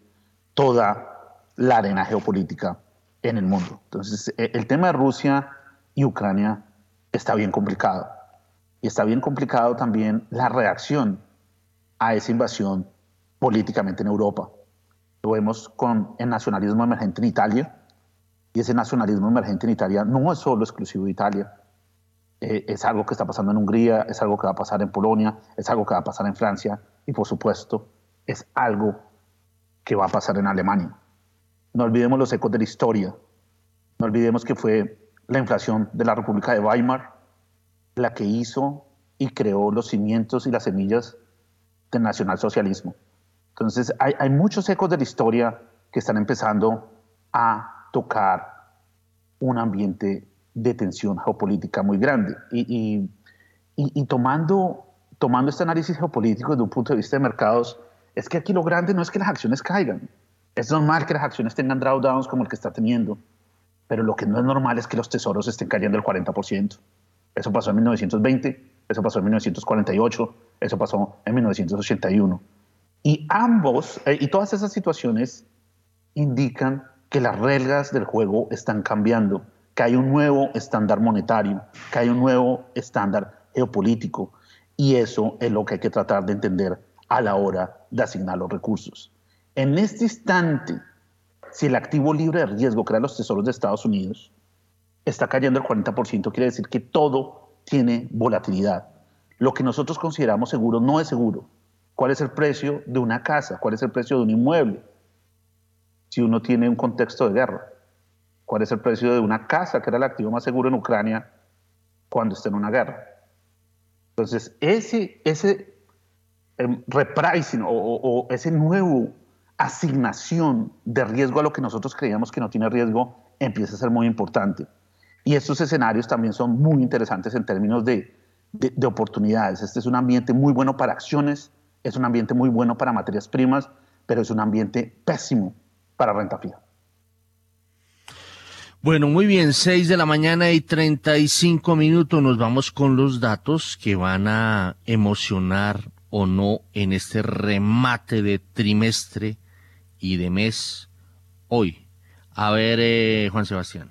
toda la arena geopolítica en el mundo. Entonces, el tema de Rusia y Ucrania está bien complicado. Y está bien complicado también la reacción a esa invasión políticamente en Europa. Lo vemos con el nacionalismo emergente en Italia, y ese nacionalismo emergente en Italia no es solo exclusivo de Italia, eh, es algo que está pasando en Hungría, es algo que va a pasar en Polonia, es algo que va a pasar en Francia, y por supuesto es algo que va a pasar en Alemania. No olvidemos los ecos de la historia, no olvidemos que fue la inflación de la República de Weimar la que hizo y creó los cimientos y las semillas del nacionalsocialismo. Entonces hay, hay muchos ecos de la historia que están empezando a tocar un ambiente de tensión geopolítica muy grande. Y, y, y, y tomando, tomando este análisis geopolítico desde un punto de vista de mercados, es que aquí lo grande no es que las acciones caigan. Es normal que las acciones tengan drawdowns como el que está teniendo, pero lo que no es normal es que los tesoros estén cayendo el cuarenta por ciento. Eso pasó en mil novecientos veinte, eso pasó en mil novecientos cuarenta y ocho, eso pasó en mil novecientos ochenta y uno. Y ambos, eh, y todas esas situaciones indican que las reglas del juego están cambiando, que hay un nuevo estándar monetario, que hay un nuevo estándar geopolítico, y eso es lo que hay que tratar de entender a la hora de asignar los recursos. En este instante, si el activo libre de riesgo, que eran los tesoros de Estados Unidos, está cayendo el cuarenta por ciento, quiere decir que todo tiene volatilidad. Lo que nosotros consideramos seguro no es seguro. ¿Cuál es el precio de una casa? ¿Cuál es el precio de un inmueble? Si uno tiene un contexto de guerra. ¿Cuál es el precio de una casa, que era el activo más seguro en Ucrania, cuando está en una guerra? Entonces, ese, ese eh, repricing o, o, o ese nuevo asignación de riesgo a lo que nosotros creíamos que no tiene riesgo empieza a ser muy importante. Y estos escenarios también son muy interesantes en términos de, de, de oportunidades. Este es un ambiente muy bueno para acciones, es un ambiente muy bueno para materias primas, pero es un ambiente pésimo para renta fija. Bueno, muy bien, seis de la mañana y treinta y cinco minutos. Nos vamos con los datos que van a emocionar o no en este remate de trimestre y de mes hoy. A ver, eh, Juan Sebastián.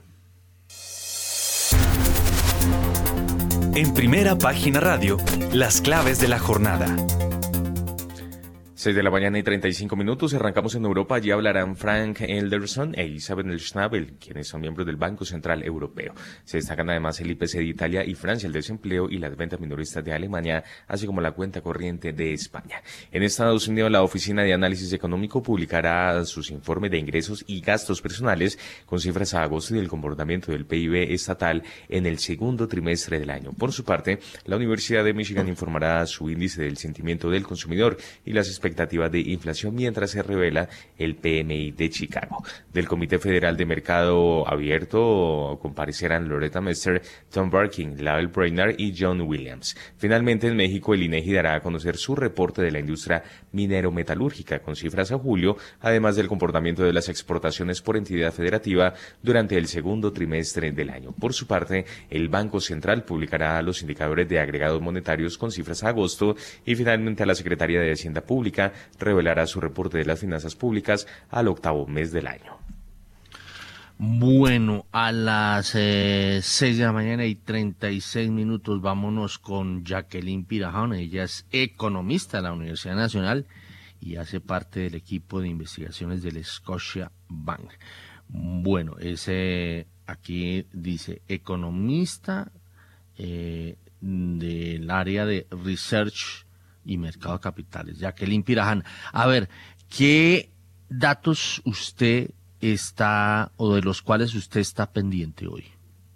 En Primera Página Radio, las claves de la jornada. seis de la mañana y treinta y cinco minutos, arrancamos en Europa. Allí hablarán Frank Elderson e Isabel Schnabel, quienes son miembros del Banco Central Europeo. Se destacan además el I P C de Italia y Francia, el desempleo y las ventas minoristas de Alemania, así como la cuenta corriente de España. En Estados Unidos, la Oficina de Análisis Económico publicará sus informes de ingresos y gastos personales con cifras a agosto y el comportamiento del P I B estatal en el segundo trimestre del año. Por su parte, la Universidad de Michigan informará su índice del sentimiento del consumidor y las expectativas de inflación, mientras se revela el P M I de Chicago. Del Comité Federal de Mercado Abierto comparecerán Loretta Mester, Tom Barkin, Lyle Brainard y John Williams. Finalmente, en México, el INEGI dará a conocer su reporte de la industria minero-metalúrgica con cifras a julio, además del comportamiento de las exportaciones por entidad federativa durante el segundo trimestre del año. Por su parte, el Banco Central publicará los indicadores de agregados monetarios con cifras a agosto y finalmente a la Secretaría de Hacienda Pública revelará su reporte de las finanzas públicas al octavo mes del año. Bueno, a las eh, seis de la mañana y treinta y seis minutos vámonos con Jacqueline Pirajón. Ella es economista de la Universidad Nacional y hace parte del equipo de investigaciones del Scotia Bank. Bueno, ese aquí dice economista eh, del área de Research y Mercado de Capitales. Jacqueline Pirajón. A ver, ¿qué datos usted está o de los cuales usted está pendiente hoy?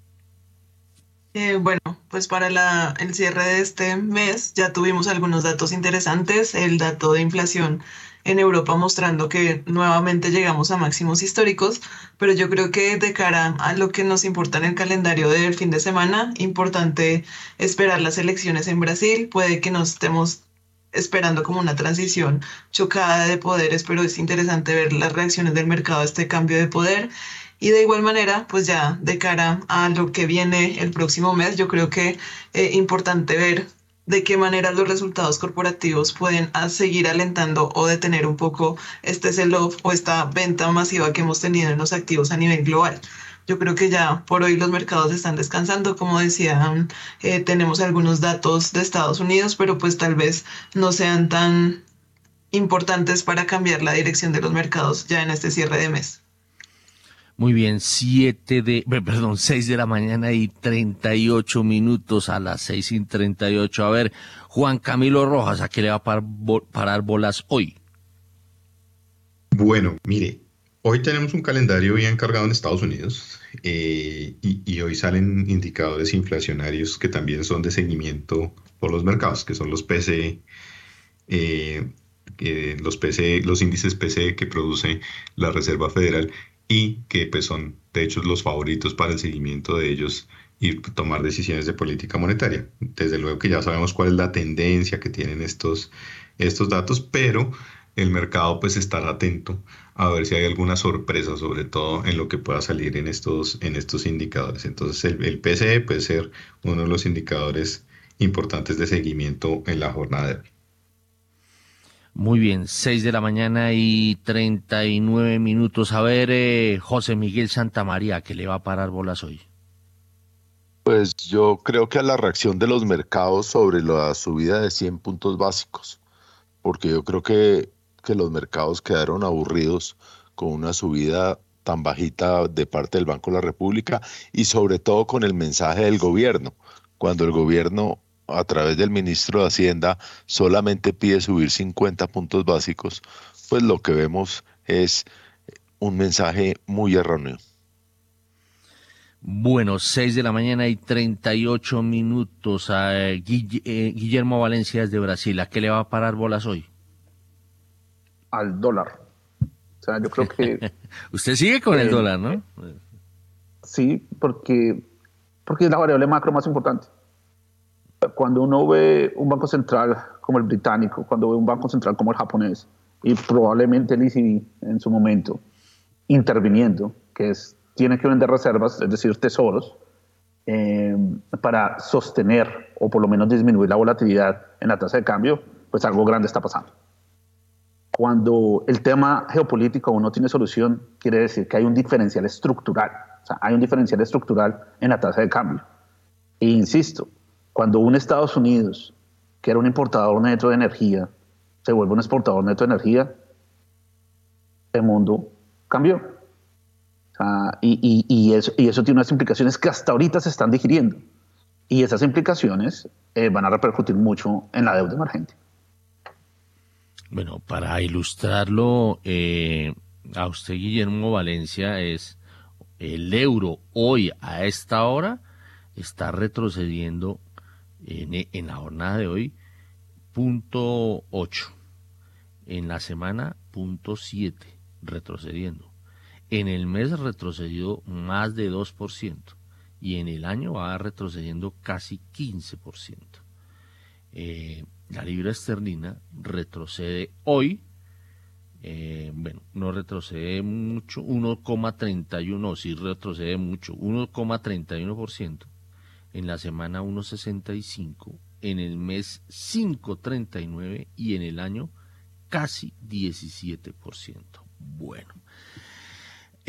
Eh, bueno, pues para la, el cierre de este mes ya tuvimos algunos datos interesantes. El dato de inflación en Europa mostrando que nuevamente llegamos a máximos históricos, pero yo creo que de cara a lo que nos importa en el calendario del fin de semana, importante esperar las elecciones en Brasil. Puede que nos estemos esperando como una transición chocada de poderes, pero es interesante ver las reacciones del mercado a este cambio de poder. Y de igual manera, pues ya de cara a lo que viene el próximo mes, yo creo que es eh, importante ver de qué manera los resultados corporativos pueden a seguir alentando o detener un poco este sell-off o esta venta masiva que hemos tenido en los activos a nivel global. Yo creo que ya por hoy los mercados están descansando, como decía, eh, tenemos algunos datos de Estados Unidos, pero pues tal vez no sean tan importantes para cambiar la dirección de los mercados ya en este cierre de mes. Muy bien, siete de, perdón, seis de la mañana y treinta y ocho minutos, a las seis y treinta y ocho. A ver, Juan Camilo Rojas, ¿a qué le va a par, bo, parar bolas hoy? Bueno, mire, hoy tenemos un calendario bien cargado en Estados Unidos eh, y, y hoy salen indicadores inflacionarios que también son de seguimiento por los mercados, que son los P C E, eh, eh, los P C E, los índices P C E que produce la Reserva Federal y que pues son de hecho los favoritos para el seguimiento de ellos y tomar decisiones de política monetaria. Desde luego que ya sabemos cuál es la tendencia que tienen estos, estos datos, pero el mercado pues estará atento a ver si hay alguna sorpresa, sobre todo en lo que pueda salir en estos, en estos indicadores. Entonces el, el P C E puede ser uno de los indicadores importantes de seguimiento en la jornada de hoy. Muy bien, seis de la mañana y treinta y nueve minutos. A ver, eh, José Miguel Santamaría, ¿qué le va a parar bolas hoy? Pues yo creo que a la reacción de los mercados sobre la subida de cien puntos básicos, porque yo creo que, que los mercados quedaron aburridos con una subida tan bajita de parte del Banco de la República y sobre todo con el mensaje del gobierno, cuando el gobierno a través del ministro de Hacienda solamente pide subir cincuenta puntos básicos, pues lo que vemos es un mensaje muy erróneo. Bueno, seis de la mañana y treinta y ocho minutos. A eh, Guill- eh, Guillermo Valencia desde Brasil, ¿a qué le va a parar bolas hoy? Al dólar. O sea, yo creo que Usted sigue con eh, el dólar, ¿no? sí, porque, porque es la variable macro más importante. Cuando uno ve un banco central como el británico, cuando ve un banco central como el japonés, y probablemente el E C B en su momento, interviniendo, que es, tiene que vender reservas, es decir, tesoros, eh, para sostener o por lo menos disminuir la volatilidad en la tasa de cambio, pues algo grande está pasando. Cuando el tema geopolítico aún no tiene solución, quiere decir que hay un diferencial estructural, o sea, hay un diferencial estructural en la tasa de cambio. E insisto, cuando un Estados Unidos, que era un importador neto de energía, se vuelve un exportador neto de energía, el mundo cambió. O sea, y, y, y, eso, y eso tiene unas implicaciones que hasta ahorita se están digiriendo. Y esas implicaciones eh, van a repercutir mucho en la deuda emergente. Bueno, para ilustrarlo, eh, a usted, Guillermo Valencia, es el euro hoy a esta hora está retrocediendo en, en la jornada de hoy punto ocho, en la semana punto siete, retrocediendo. En el mes retrocedió más de dos por ciento y en el año va retrocediendo casi quince por ciento. Eh, la libra esterlina retrocede hoy, eh, bueno, no retrocede mucho, uno coma treinta y uno, sí retrocede mucho, uno coma treinta y uno por ciento, en la semana uno coma sesenta y cinco, en el mes cinco coma treinta y nueve y en el año casi diecisiete por ciento. Bueno,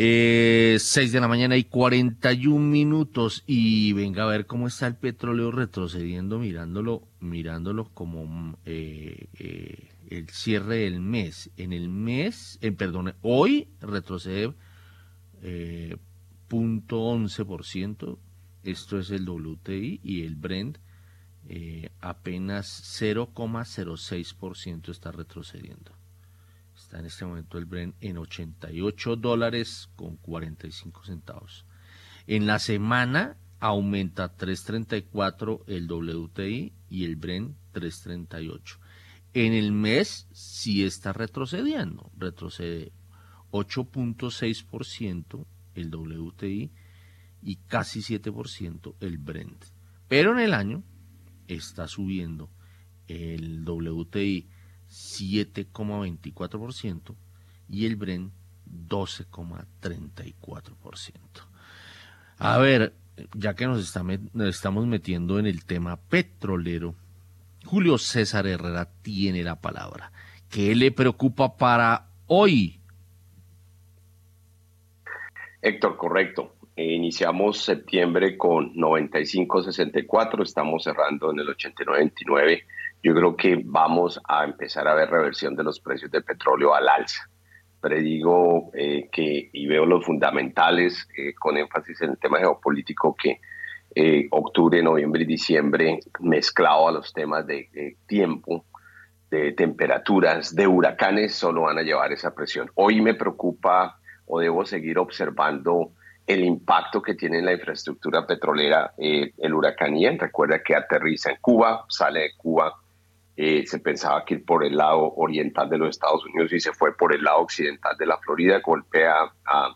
Eh, seis de la mañana y cuarenta y un minutos. Y venga a ver cómo está el petróleo retrocediendo, mirándolo, mirándolo como eh, eh, el cierre del mes. En el mes, eh, perdón, hoy retrocede eh, cero punto once por ciento. Esto es el W T I, y el Brent eh, apenas cero coma cero seis por ciento está retrocediendo. Está en este momento el Brent en ochenta y ocho dólares con cuarenta y cinco centavos. En la semana aumenta tres treinta y cuatro el W T I y el Brent tres treinta y ocho. En el mes sí está retrocediendo, retrocede ocho punto seis por ciento el W T I y casi siete por ciento el Brent. Pero en el año está subiendo el W T I siete coma veinticuatro por ciento y el Brent doce coma treinta y cuatro por ciento. A ver, ya que nos, está met- nos estamos metiendo en el tema petrolero, Julio César Herrera tiene la palabra. ¿Qué le preocupa para hoy? Héctor, correcto. Eh, iniciamos septiembre con noventa y cinco sesenta y cuatro, estamos cerrando en el ochenta y nueve veintinueve. Yo creo que vamos a empezar a ver reversión de los precios del petróleo al alza. Predigo eh, que, y veo los fundamentales, eh, con énfasis en el tema geopolítico, que eh, octubre, noviembre y diciembre, mezclado a los temas de, de tiempo, de temperaturas, de huracanes, solo van a llevar esa presión. Hoy me preocupa, o debo seguir observando, el impacto que tiene en la infraestructura petrolera eh, el huracán Ian. Recuerda que aterriza en Cuba, sale de Cuba, eh, se pensaba que ir por el lado oriental de los Estados Unidos y se fue por el lado occidental de la Florida, golpea a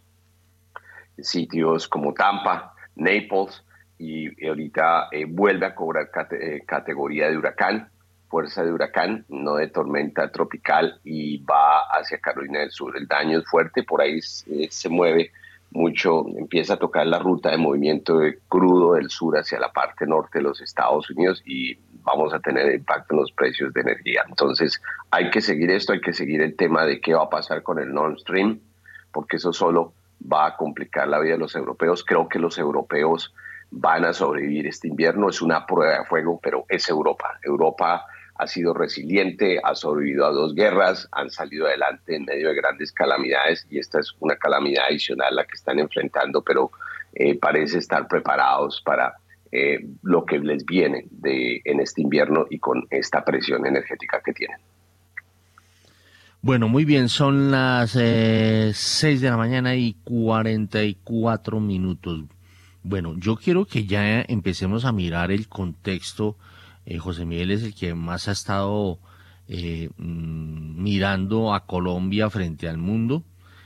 sitios como Tampa, Naples, y, y ahorita eh, vuelve a cobrar cate- eh, categoría de huracán, fuerza de huracán, no de tormenta tropical, y va hacia Carolina del Sur. El daño es fuerte, por ahí eh, se mueve mucho, empieza a tocar la ruta de movimiento de crudo del sur hacia la parte norte de los Estados Unidos, y vamos a tener impacto en los precios de energía. Entonces hay que seguir esto, hay que seguir el tema de qué va a pasar con el Nord Stream, porque eso solo va a complicar la vida de los europeos. Creo que los europeos van a sobrevivir este invierno, es una prueba de fuego, pero es Europa. Europa ha sido resiliente, ha sobrevivido a dos guerras, han salido adelante en medio de grandes calamidades, y esta es una calamidad adicional la que están enfrentando, pero eh, parece estar preparados para eh, lo que les viene de, en este invierno y con esta presión energética que tienen. Bueno, muy bien, son las eh, seis de la mañana y cuarenta y cuatro minutos. Bueno, yo quiero que ya empecemos a mirar el contexto. Eh, José Miguel es el que más ha estado eh, mmm, mirando a Colombia frente al mundo,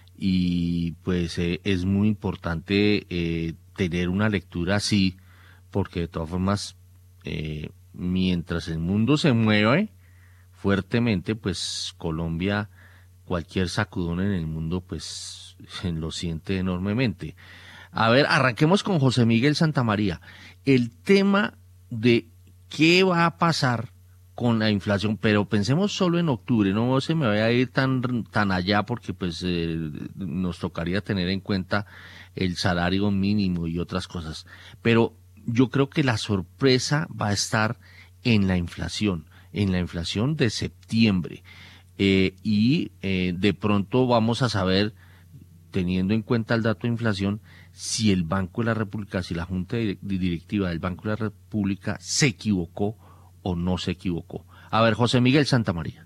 y pues eh, es muy importante eh, tener una lectura así, porque de todas formas, eh, mientras el mundo se mueve fuertemente, pues Colombia, cualquier sacudón en el mundo, pues lo siente enormemente. A ver, arranquemos con José Miguel Santamaría. El tema de qué va a pasar con la inflación, pero pensemos solo en octubre, no se me vaya a ir tan, tan allá, porque pues eh, nos tocaría tener en cuenta el salario mínimo y otras cosas. Pero yo creo que la sorpresa va a estar en la inflación, en la inflación de septiembre. Eh, y eh, de pronto vamos a saber, teniendo en cuenta el dato de inflación, si el Banco de la República, si la Junta Directiva del Banco de la República se equivocó o no se equivocó. A ver, José Miguel Santamaría.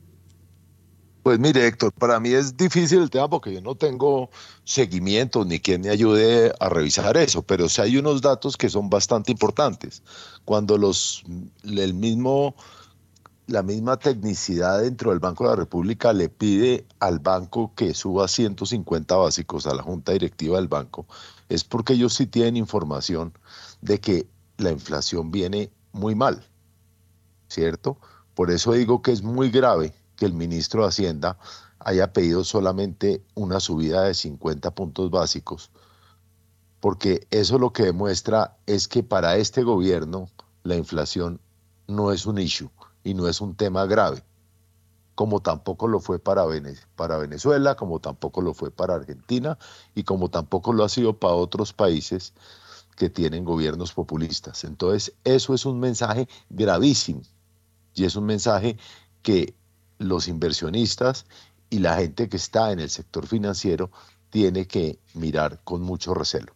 Pues mire, Héctor, para mí es difícil el tema porque yo no tengo seguimiento ni quien me ayude a revisar eso, pero sí hay unos datos que son bastante importantes. Cuando los el mismo la misma tecnicidad dentro del Banco de la República le pide al banco que suba ciento cincuenta básicos a la Junta Directiva del banco, es porque ellos sí tienen información de que la inflación viene muy mal, ¿cierto? Por eso digo que es muy grave que el ministro de Hacienda haya pedido solamente una subida de cincuenta puntos básicos, porque eso lo que demuestra es que para este gobierno la inflación no es un issue y no es un tema grave, como tampoco lo fue para, Vene- para Venezuela, como tampoco lo fue para Argentina y como tampoco lo ha sido para otros países que tienen gobiernos populistas. Entonces, eso es un mensaje gravísimo y es un mensaje que los inversionistas y la gente que está en el sector financiero tiene que mirar con mucho recelo.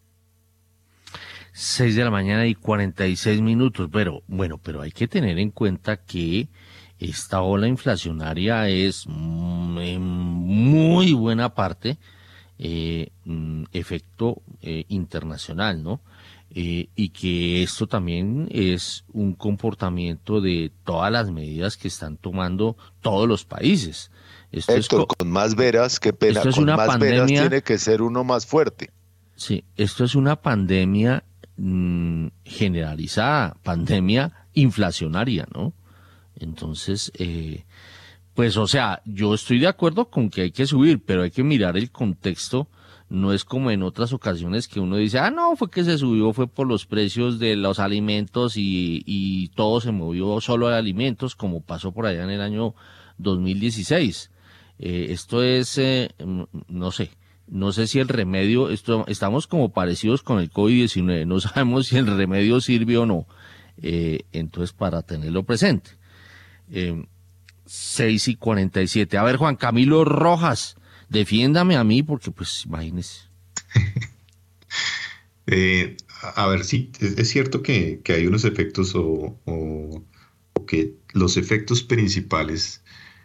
Seis de la mañana y cuarenta y seis minutos, pero bueno, pero hay que tener en cuenta que esta ola inflacionaria es mm, en muy buena parte eh, mm, efecto eh, internacional, ¿no? Eh, y que esto también es un comportamiento de todas las medidas que están tomando todos los países. Esto Héctor, es co- con más veras, qué pena, esto es con una más veras pandemia. tiene que ser uno más fuerte. Sí, esto es una pandemia mm, generalizada, pandemia inflacionaria, ¿no? Entonces, eh, pues, o sea, yo estoy de acuerdo con que hay que subir, pero hay que mirar el contexto. No es como en otras ocasiones que uno dice, ah, no, fue que se subió, fue por los precios de los alimentos y, y todo se movió solo a alimentos, como pasó por allá en el año dos mil dieciséis. Eh, esto es, eh, mm, no sé, no sé si el remedio, esto, estamos como parecidos con el COVID diecinueve, no sabemos si el remedio sirve o no. Eh, entonces, para tenerlo presente. Eh, seis y cuarenta y siete. A ver, Juan Camilo Rojas, defiéndame a mí porque, pues, imagínese. Eh, a a ver, sí, es, es cierto que, que hay unos efectos o, o- o que los efectos principales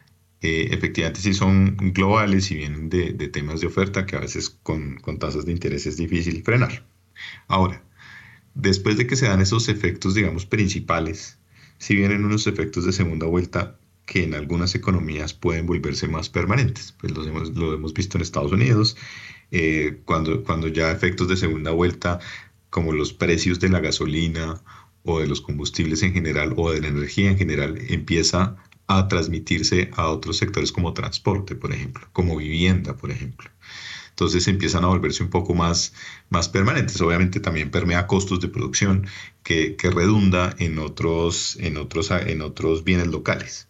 eh, efectivamente sí son globales y vienen de, de temas de oferta que a veces con, con tasas de interés es difícil frenar. Ahora, después de que se dan esos efectos, digamos, principales, si vienen unos efectos de segunda vuelta que en algunas economías pueden volverse más permanentes. Pues los hemos- lo hemos visto en Estados Unidos, eh, cuando, cuando ya efectos de segunda vuelta, como los precios de la gasolina o de los combustibles en general o de la energía en general, empieza a transmitirse a otros sectores como transporte, por ejemplo, como vivienda, por ejemplo. Entonces empiezan a volverse un poco más, más permanentes. Obviamente también permea costos de producción que, que redunda en otros, en otros, en otros bienes locales.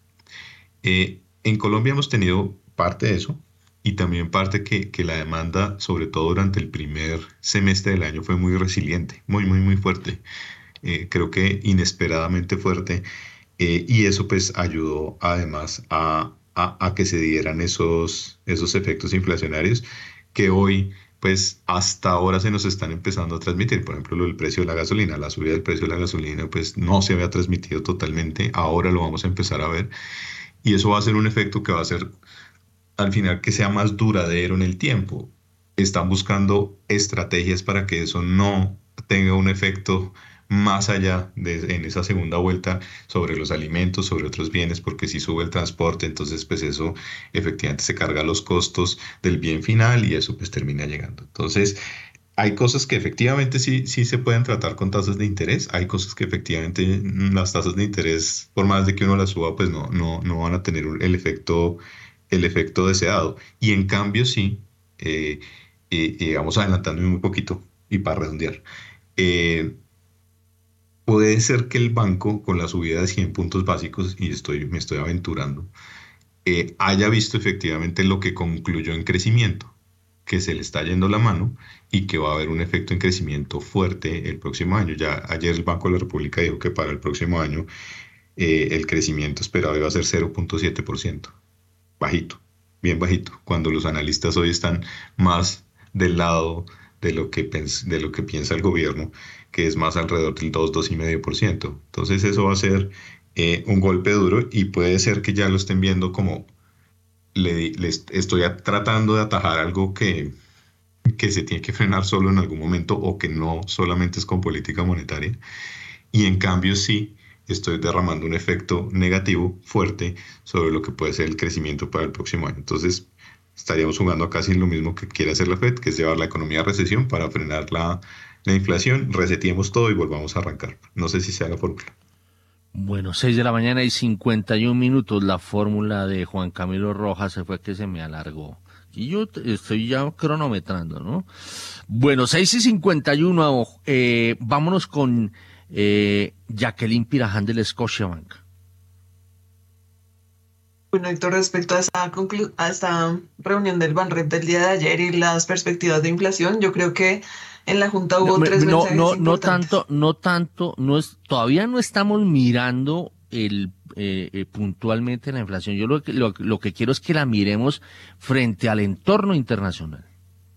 Eh, en Colombia hemos tenido parte de eso y también parte que, que la demanda, sobre todo durante el primer semestre del año, fue muy resiliente, muy, muy, muy fuerte. Eh, creo que inesperadamente fuerte, eh, y eso pues ayudó además a, a- a que se dieran esos, esos efectos inflacionarios que hoy pues hasta ahora se nos están empezando a transmitir. Por ejemplo, lo del precio de la gasolina, la subida del precio de la gasolina pues no se había transmitido totalmente, ahora lo vamos a empezar a ver y eso va a ser un efecto que va a ser al final que sea más duradero en el tiempo. Están buscando estrategias para que eso no tenga un efecto más allá de en esa segunda vuelta sobre los alimentos, sobre otros bienes, porque si sube el transporte, entonces pues eso efectivamente se carga los costos del bien final y eso pues termina llegando. Entonces, hay cosas que efectivamente sí, sí se pueden tratar con tasas de interés, hay cosas que efectivamente mm, las tasas de interés, por más de que uno las suba, pues no, no, no van a tener un- el efecto, el efecto deseado. Y en cambio sí, eh, eh, eh, vamos adelantándome un poquito y para redondear. eh, Puede ser que el banco, con la subida de cien puntos básicos, y estoy, me estoy aventurando, eh, haya visto efectivamente lo que concluyó en crecimiento, que se le está yendo la mano y que va a haber un efecto en crecimiento fuerte el próximo año. Ya ayer el Banco de la República dijo que para el próximo año eh, el crecimiento esperado iba a ser cero punto siete por ciento, bajito, bien bajito, cuando los analistas hoy están más del lado de lo que, pens- de lo que piensa el gobierno, que es más alrededor del dos, dos coma cinco por ciento. Entonces eso va a ser eh, un golpe duro y puede ser que ya lo estén viendo como le, di- le est- estoy a- tratando de atajar algo que, que se tiene que frenar solo en algún momento o que no solamente es con política monetaria. Y en cambio sí estoy derramando un efecto negativo fuerte sobre lo que puede ser el crecimiento para el próximo año. Entonces estaríamos jugando a casi lo mismo que quiere hacer la Fed, que es llevar la economía a recesión para frenar la, la inflación, reseteemos todo y volvamos a arrancar. No sé si sea la fórmula. Bueno, seis de la mañana y cincuenta y un minutos. La fórmula de Juan Camilo Rojas se fue que se me alargó. Y yo te- estoy ya cronometrando, ¿no? Bueno, seis y cincuenta y uno. Eh, vámonos con eh, Jacqueline Piraján del Scotiabank. Bueno, Héctor, respecto a esta, conclu- a esta reunión del Banrep del día de ayer y las perspectivas de inflación, yo creo que en la Junta No, hubo me- tres no, mensajes no, no importantes. tanto, no tanto, no es, todavía no estamos mirando el eh, eh, puntualmente la inflación. Yo lo que, lo, lo que quiero es que la miremos frente al entorno internacional.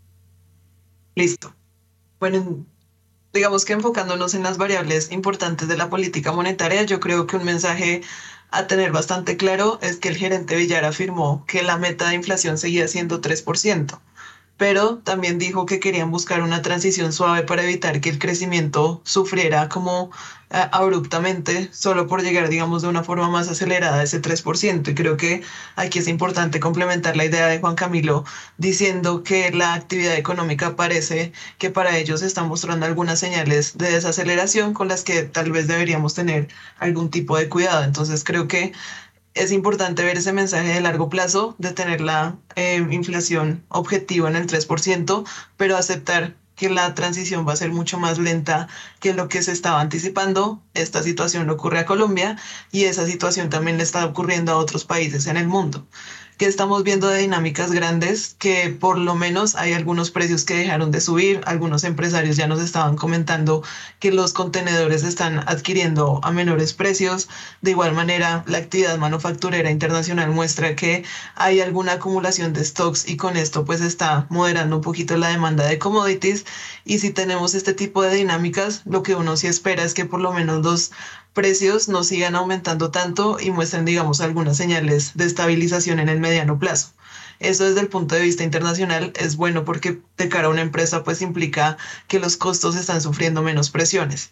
Listo. Bueno, digamos que enfocándonos en las variables importantes de la política monetaria, yo creo que un mensaje a tener bastante claro es que el gerente Villar afirmó que la meta de inflación seguía siendo tres por ciento, pero también dijo que querían buscar una transición suave para evitar que el crecimiento sufriera como eh, abruptamente, solo por llegar, digamos, de una forma más acelerada a ese tres por ciento. Y creo que aquí es importante complementar la idea de Juan Camilo diciendo que la actividad económica parece que para ellos están mostrando algunas señales de desaceleración con las que tal vez deberíamos tener algún tipo de cuidado. Entonces creo que es importante ver ese mensaje de largo plazo, de tener la eh, inflación objetiva en el tres por ciento, pero aceptar que la transición va a ser mucho más lenta que lo que se estaba anticipando. Esta situación le ocurre a Colombia y esa situación también le está ocurriendo a otros países en el mundo. Que estamos viendo de dinámicas grandes, que por lo menos hay algunos precios que dejaron de subir. Algunos empresarios ya nos estaban comentando que los contenedores están adquiriendo a menores precios. De igual manera, la actividad manufacturera internacional muestra que hay alguna acumulación de stocks y con esto pues está moderando un poquito la demanda de commodities. Y si tenemos este tipo de dinámicas, lo que uno sí espera es que por lo menos los precios no sigan aumentando tanto y muestren, digamos, algunas señales de estabilización en el mediano plazo. Eso desde el punto de vista internacional es bueno porque de cara a una empresa pues implica que los costos están sufriendo menos presiones.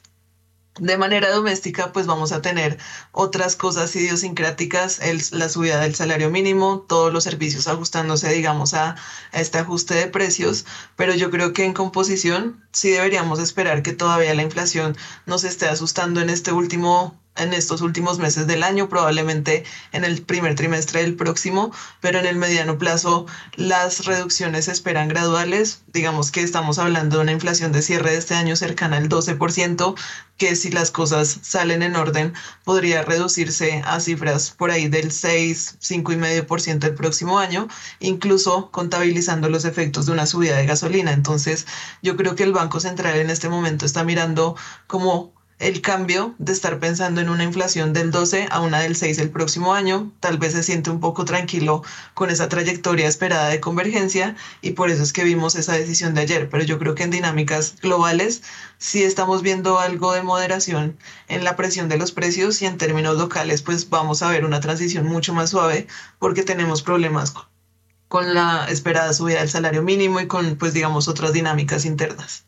De manera doméstica, pues vamos a tener otras cosas idiosincráticas, el- la subida del salario mínimo, todos los servicios ajustándose, digamos, a, a este ajuste de precios, pero yo creo que en composición sí deberíamos esperar que todavía la inflación nos esté asustando en este último, en estos últimos meses del año, probablemente en el primer trimestre del próximo, pero en el mediano plazo las reducciones se esperan graduales. Digamos que estamos hablando de una inflación de cierre de este año cercana al doce por ciento, que si las cosas salen en orden podría reducirse a cifras por ahí del seis, cinco y medio por ciento el próximo año, incluso contabilizando los efectos de una subida de gasolina. Entonces, yo creo que el Banco Central en este momento está mirando como el cambio de estar pensando en una inflación del doce a una del seis el próximo año. Tal vez se siente un poco tranquilo con esa trayectoria esperada de convergencia y por eso es que vimos esa decisión de ayer. Pero yo creo que en dinámicas globales sí estamos viendo algo de moderación en la presión de los precios y en términos locales pues vamos a ver una transición mucho más suave porque tenemos problemas con con la esperada subida del salario mínimo y con pues digamos otras dinámicas internas.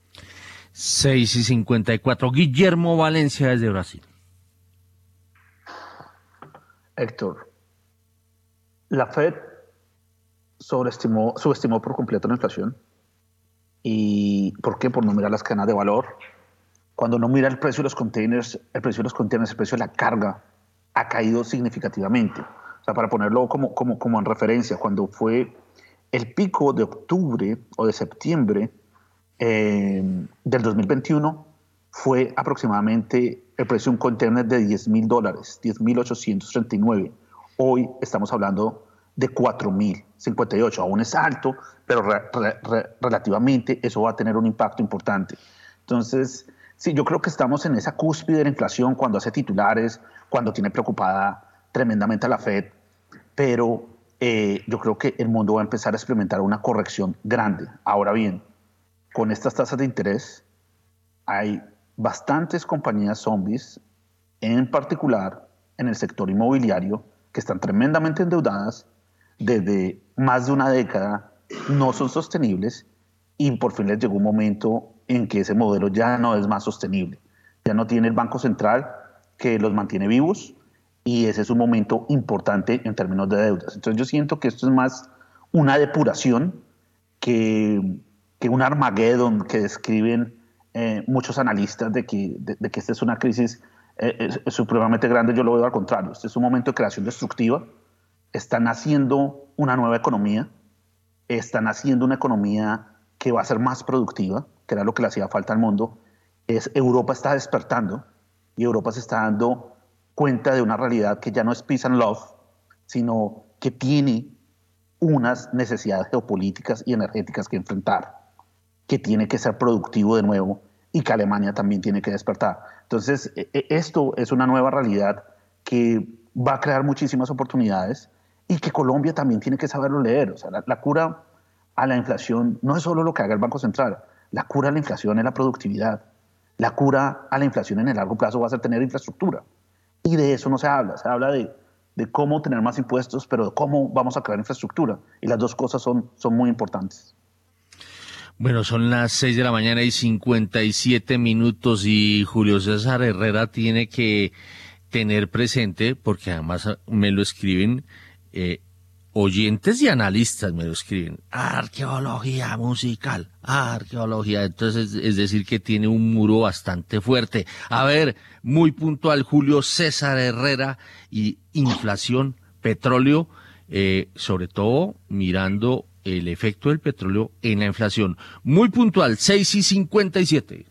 seis y cincuenta y cuatro. Guillermo Valencia desde Brasil. Héctor, la Fed sobreestimó, subestimó por completo la inflación. ¿Y por qué? Por no mirar las cadenas de valor. Cuando no mira el precio de los containers, el precio de los containers, el precio de la carga ha caído significativamente. O sea, para ponerlo como, como, como en referencia, cuando fue el pico de octubre o de septiembre eh, del dos mil veintiuno, fue aproximadamente el precio de un container de diez mil dólares, diez mil ochocientos treinta y nueve. Hoy estamos hablando de cuatro mil cincuenta y ocho. Aún es alto, pero re, re, re, relativamente eso va a tener un impacto importante. Entonces, sí, yo creo que estamos en esa cúspide de la inflación cuando hace titulares, cuando tiene preocupada tremendamente a la Fed, pero eh, yo creo que el mundo va a empezar a experimentar una corrección grande. Ahora bien, con estas tasas de interés, hay bastantes compañías zombies, en particular en el sector inmobiliario, que están tremendamente endeudadas desde más de una década, no son sostenibles y por fin les llegó un momento en que ese modelo ya no es más sostenible. Ya no tiene el Banco Central que los mantiene vivos y ese es un momento importante en términos de deudas. Entonces yo siento que esto es más una depuración que, que un Armageddon que describen eh, muchos analistas de que, de, de que esta es una crisis eh, es, es supremamente grande. Yo lo veo al contrario. Este es un momento de creación destructiva. Están haciendo una nueva economía, están haciendo una economía que va a ser más productiva, que era lo que le hacía falta al mundo. Es, Europa está despertando y Europa se está dando cuenta de una realidad que ya no es peace and love, sino que tiene unas necesidades geopolíticas y energéticas que enfrentar, que tiene que ser productivo de nuevo y que Alemania también tiene que despertar. Entonces, esto es una nueva realidad que va a crear muchísimas oportunidades y que Colombia también tiene que saberlo leer. O sea, la, la cura a la inflación no es solo lo que haga el Banco Central. La cura a la inflación es la productividad. La cura a la inflación en el largo plazo va a ser tener infraestructura. Y de eso no se habla. Se habla de, de cómo tener más impuestos, pero de cómo vamos a crear infraestructura. Y las dos cosas son, son muy importantes. Bueno, son las seis de la mañana y cincuenta y siete minutos y Julio César Herrera tiene que tener presente, porque además me lo escriben eh, oyentes y analistas, me lo escriben, arqueología musical, arqueología, entonces es decir que tiene un muro bastante fuerte. A ver, muy puntual, Julio César Herrera, y inflación, petróleo, eh, sobre todo mirando el efecto del petróleo en la inflación. Muy puntual, seis y cincuenta y siete.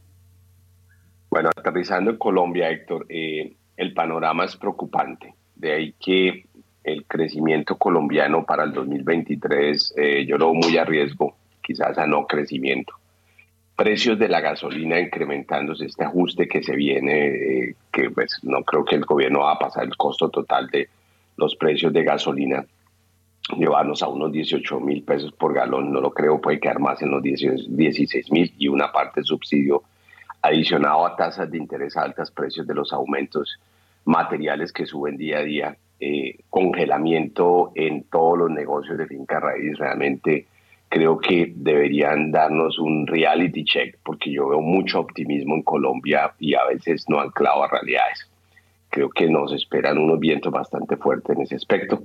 Bueno, aterrizando en Colombia, Héctor, eh, el panorama es preocupante. De ahí que el crecimiento colombiano para el dos mil veintitrés eh, yo lo veo muy a riesgo, quizás a no crecimiento. Precios de la gasolina incrementándose, este ajuste que se viene, eh, que pues no creo que el gobierno va a pasar el costo total de los precios de gasolina, llevarnos a unos dieciocho mil pesos por galón, no lo creo, puede quedar más en los dieciséis mil, y una parte de subsidio adicionado a tasas de interés altas, precios de los aumentos materiales que suben día a día, eh, congelamiento en todos los negocios de finca raíz. Realmente creo que deberían darnos un reality check, porque yo veo mucho optimismo en Colombia y a veces no anclado a realidades. Creo que nos esperan unos vientos bastante fuertes en ese aspecto.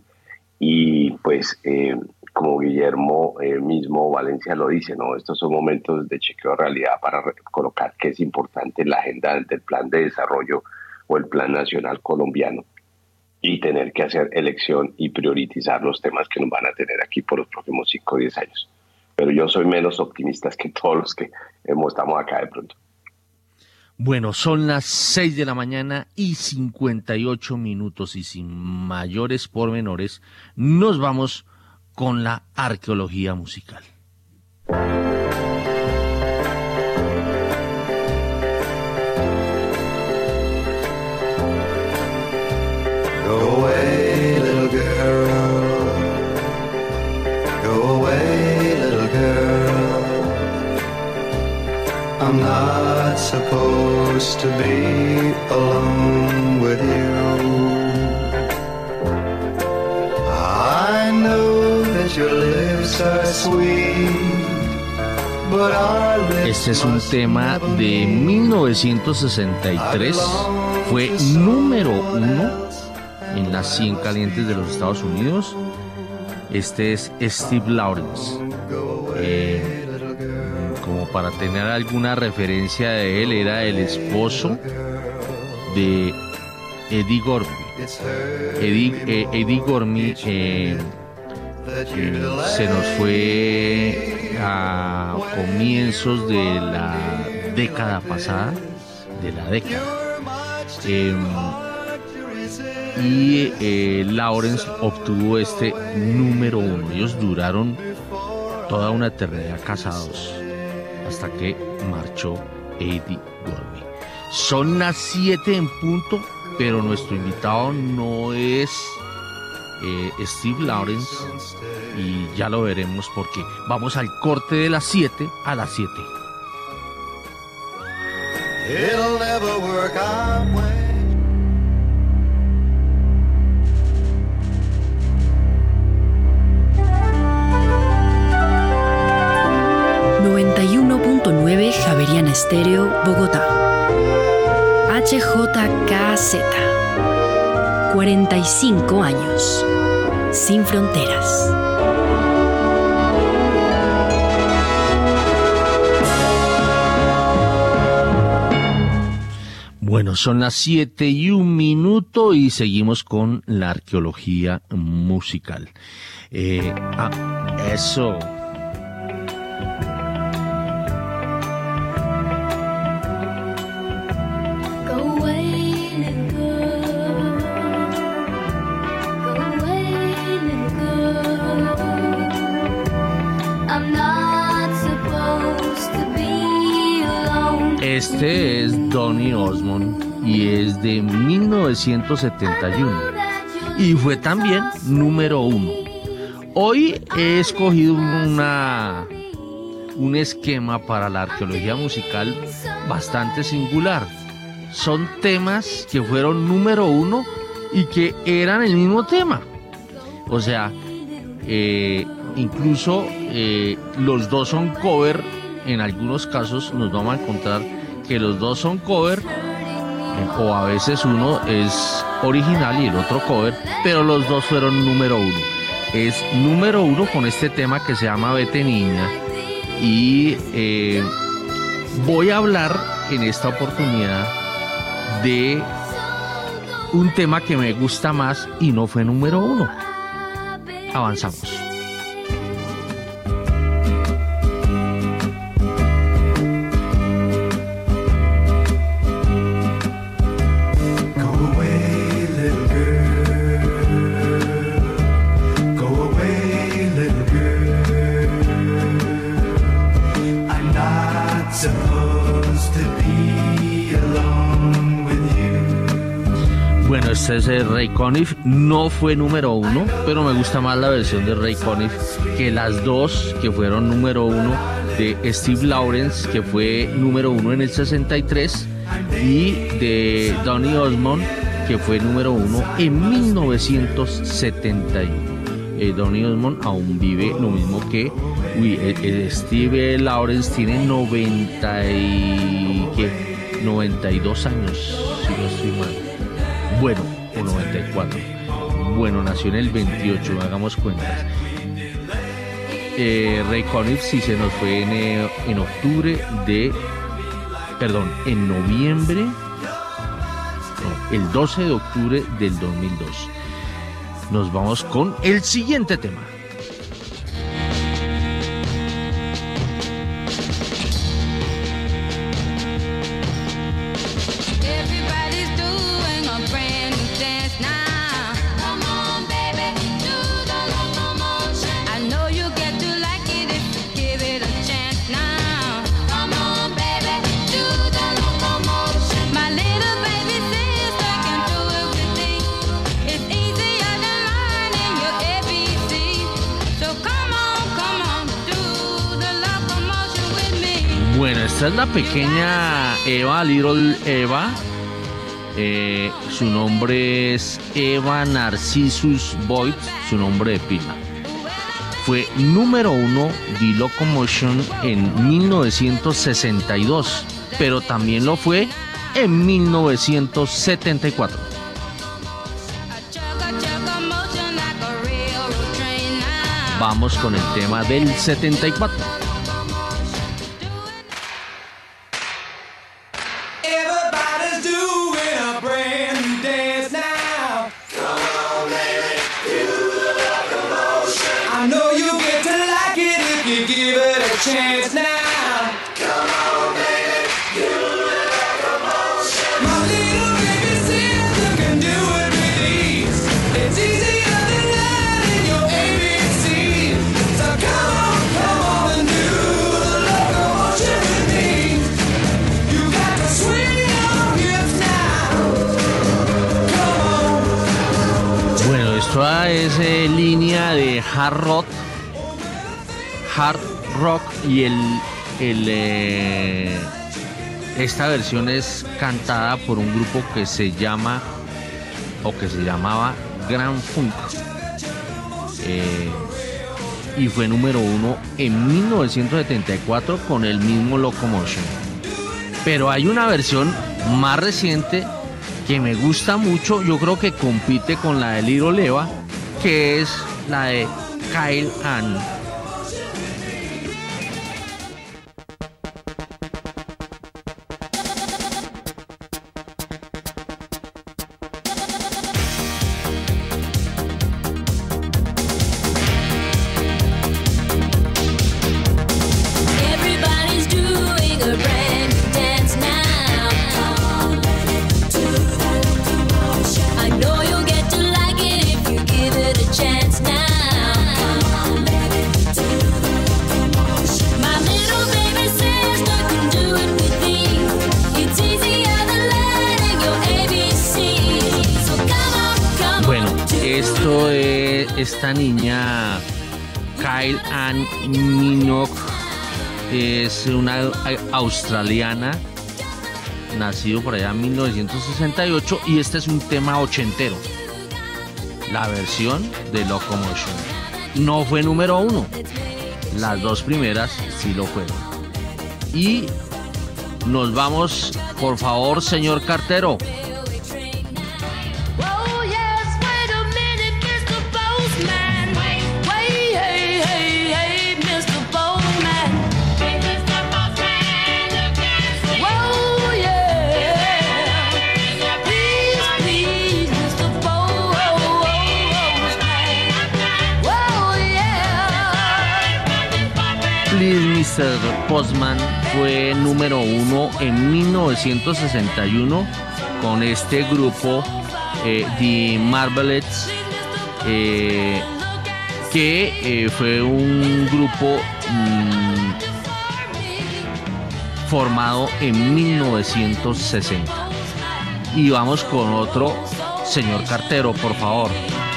Y pues, eh, como Guillermo eh, mismo Valencia lo dice, ¿no? Estos son momentos de chequeo de realidad para colocar qué es importante en la agenda del plan de desarrollo o el plan nacional colombiano, y tener que hacer elección y priorizar los temas que nos van a tener aquí por los próximos cinco o diez años. Pero yo soy menos optimista que todos los que hemos, estamos acá de pronto. Bueno, son las seis de la mañana y cincuenta y ocho minutos, y sin mayores pormenores nos vamos con la arqueología musical. Go away, little girl. Go away, little girl. I'm not supposed to be alone with you. I know that your lips are sweet, but our lips. Este es un tema de mil novecientos sesenta y tres, fue número uno en las cien calientes de los Estados Unidos. Este es Steve Lawrence. Eh, como para tener alguna referencia de él, era el esposo de Eddie Gormy. Eddie, eh, Eddie Gormy eh, eh, se nos fue a comienzos de la década pasada, de la década. Eh, y eh, Lawrence obtuvo este número uno. Ellos duraron toda una eternidad casados hasta que marchó Eddie Gormy. Son las siete en punto, pero nuestro invitado no es eh, Steve Lawrence, y ya lo veremos porque vamos al corte de las siete a las siete. It'll never work our way. noventa y uno punto nueve Javeriana Estéreo, Bogotá. H J K Z. cuarenta y cinco años. Sin fronteras. Bueno, son las siete y un minuto y seguimos con la arqueología musical. Eh, ah, eso. Go away, little girl. Go away, Este es Donny Osmond y es de mil novecientos setenta y uno y fue también número uno. Hoy he escogido una, un esquema para la arqueología musical bastante singular. Son temas que fueron número uno y que eran el mismo tema. O sea, eh, incluso eh, los dos son cover. En algunos casos nos vamos a encontrar que los dos son cover, eh, o a veces uno es original y el otro cover, pero los dos fueron número uno. Es número uno con este tema que se llama Vete Niña, y eh, voy a hablar en esta oportunidad de un tema que me gusta más y no fue número uno. Avanzamos. Bueno, este es el Ray Conniff, no fue número uno, pero me gusta más la versión de Ray Conniff que las dos que fueron número uno de Steve Lawrence, que fue número uno en el sesenta y tres, y de Donny Osmond, que fue número uno en mil novecientos setenta y uno. Eh, Donny Osmond aún vive, lo mismo que uy, eh, eh, Steve Lawrence tiene noventa y, ¿qué? noventa y dos años, si no estoy mal. Bueno, o noventa y cuatro. Bueno, nació en el veintiocho, hagamos cuentas. Eh, Ray Conniff sí se nos fue en, eh, en octubre de... Perdón, en noviembre... No, el doce de octubre del dos mil dos. Nos vamos con el siguiente tema. Bueno, esta es la pequeña Eva, Little Eva. Eh, su nombre es Eva Narcissus Boyd, su nombre de pila. Fue número uno de Locomotion en mil novecientos sesenta y dos, pero también lo fue en mil novecientos setenta y cuatro. Vamos con el tema del setenta y cuatro. Chance now. Come on, baby, do the locomotion. My little baby says you can do it with ease. It's easier than learning your A B C. So come on, come on and do the locomotion with me. You got to swing your hips now. Come on. Bueno, esto es eh, línea de hard rock. Hard rock y el, el eh, esta versión es cantada por un grupo que se llama o que se llamaba Grand Funk, eh, y fue número uno en mil novecientos setenta y cuatro con el mismo Locomotion. Pero hay una versión más reciente que me gusta mucho, yo creo que compite con la de Little Eva, que es la de Kyle Ann. Chance now. Come on, baby. esta niña, Kyle Ann Minogue, es una australiana, nacido por allá en mil novecientos sesenta y ocho, y este es un tema ochentero, la versión de Locomotion. No fue número uno, las dos primeras sí lo fueron. Y nos vamos, por favor, señor cartero. mister Postman fue número uno en mil novecientos sesenta y uno con este grupo eh, The Marvelettes, eh, que eh, fue un grupo mmm, formado en mil novecientos sesenta. Y vamos con otro, señor cartero, por favor.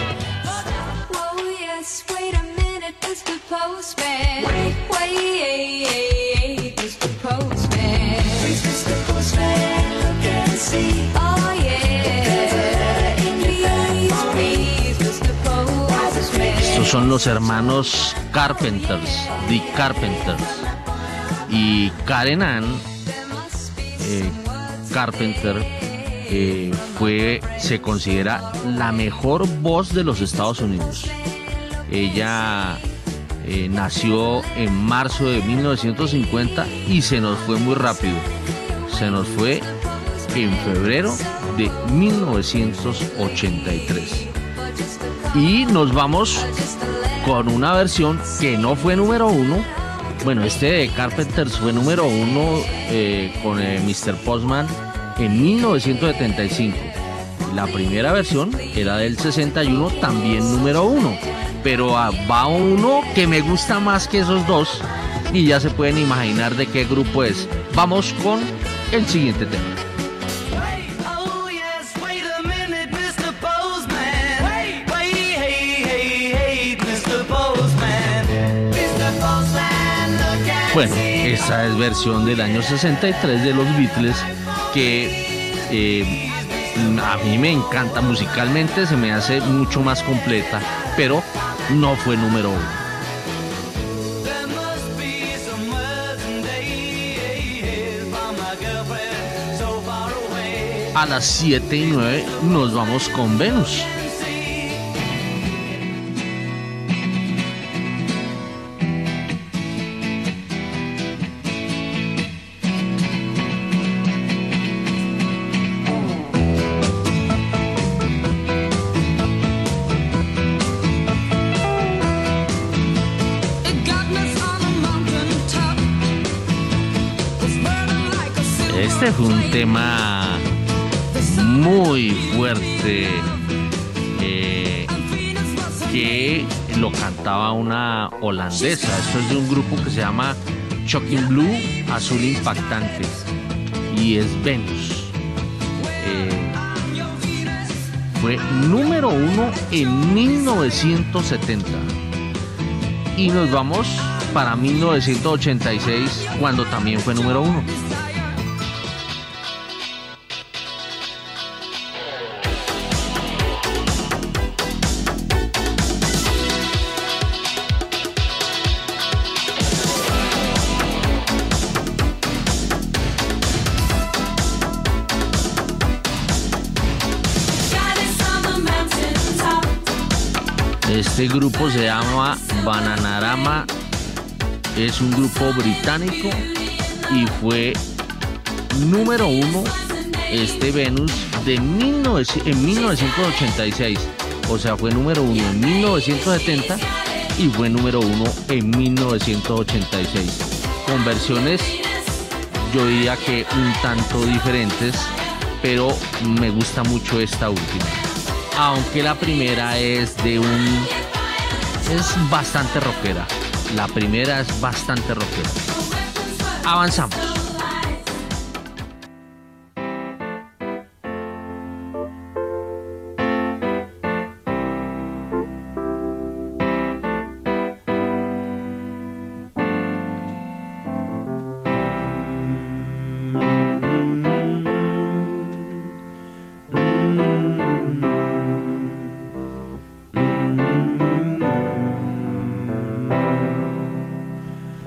Estos son los hermanos Carpenters, The Carpenters, y Karen Ann eh, Carpenter eh, fue, se considera la mejor voz de los Estados Unidos. Ella eh, nació en marzo de mil novecientos cincuenta y se nos fue muy rápido. Se nos fue en febrero de mil novecientos ochenta y tres. Y nos vamos con una versión que no fue número uno. Bueno, este de Carpenters fue número uno eh, con eh, mister Postman en mil novecientos setenta y cinco. La primera versión era del sesenta y uno, también número uno. Pero ah, va uno que me gusta más que esos dos y ya se pueden imaginar de qué grupo es. Vamos con el siguiente tema. Bueno, esta es versión del año sesenta y tres de los Beatles, que eh, a mí me encanta musicalmente, se me hace mucho más completa, pero no fue número uno. A las siete y nueve nos vamos con Venus. Este fue un tema muy fuerte eh, que lo cantaba una holandesa. Esto es de un grupo que se llama Shocking Blue, Azul Impactante, y es Venus. Eh, fue número uno en mil novecientos setenta y nos vamos para mil novecientos ochenta y seis, cuando también fue número uno. Este grupo se llama Bananarama, es un grupo británico y fue número uno este Venus de mil novecientos, en mil novecientos ochenta y seis, o sea fue número uno en mil novecientos setenta y fue número uno en mil novecientos ochenta y seis, con versiones yo diría que un tanto diferentes, pero me gusta mucho esta última. Aunque la primera es de un... es bastante rockera. La primera es bastante rockera. Avanzamos.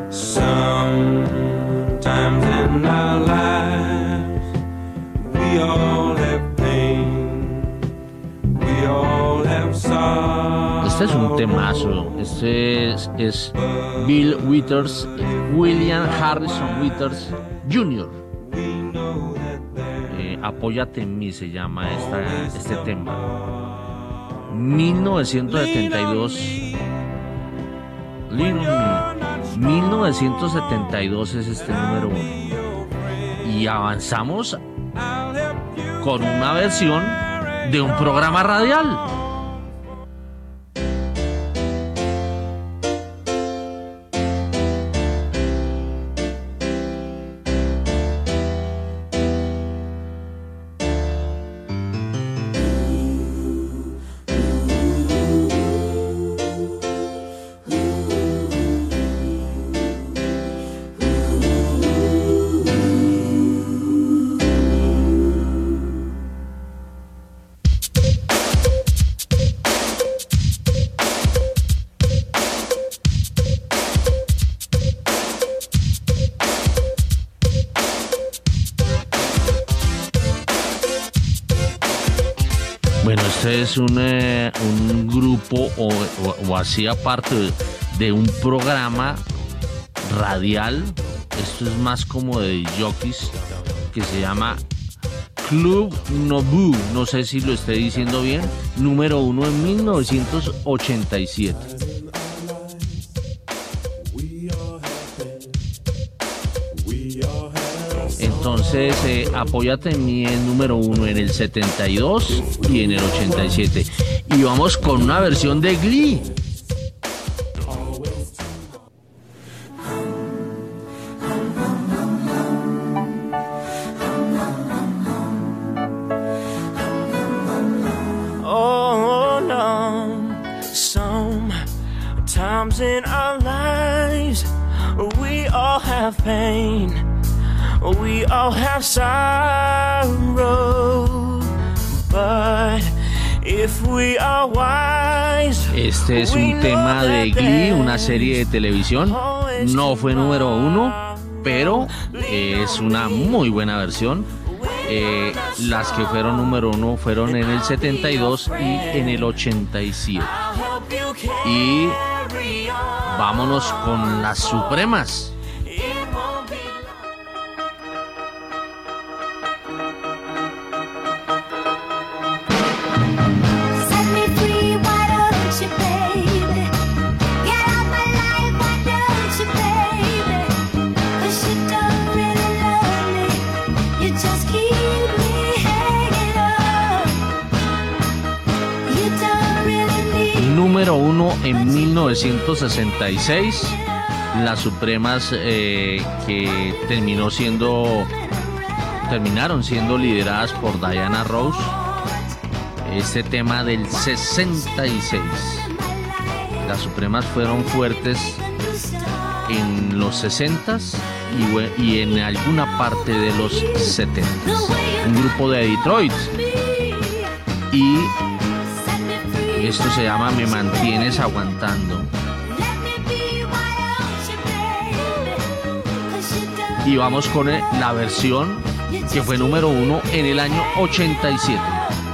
Sometimes in our lives we all have pain, we all have sorrow. Este es un temazo. Este es, es Bill Withers, William Harrison Withers junior Eh, Apóyate en mí se llama esta, este tema. mil novecientos setenta y dos. mil novecientos setenta y dos es este número uno. Y avanzamos con una versión de un programa radial. Bueno, este es un, eh, un grupo o, o, o hacía parte de, de un programa radial. Esto es más como de jockeys, que se llama Club Nobu. No sé si lo estoy diciendo bien. Número uno en mil novecientos ochenta y siete. Entonces, eh, Apóyate en mí es número uno en el setenta y dos y en el ochenta y siete. Y vamos con una versión de Glee. Oh no, sometimes in our lives we all have pain. We all have sorrow, but if we are wise. Este es un tema de Glee, una serie de televisión. No fue número uno, pero es una muy buena versión. Eh, las que fueron número uno fueron en el setenta y dos y en el ochenta y siete. Y vámonos con las Supremas. Número uno en mil novecientos sesenta y seis, las Supremas, eh, que terminó siendo terminaron siendo lideradas por Diana Ross. Este tema del sesenta y seis. Las Supremas fueron fuertes en los sesentas y, y en alguna parte de los setentas. Un grupo de Detroit. Y esto se llama Me Mantienes Aguantando. Y vamos con la versión que fue número uno en el año ochenta y siete.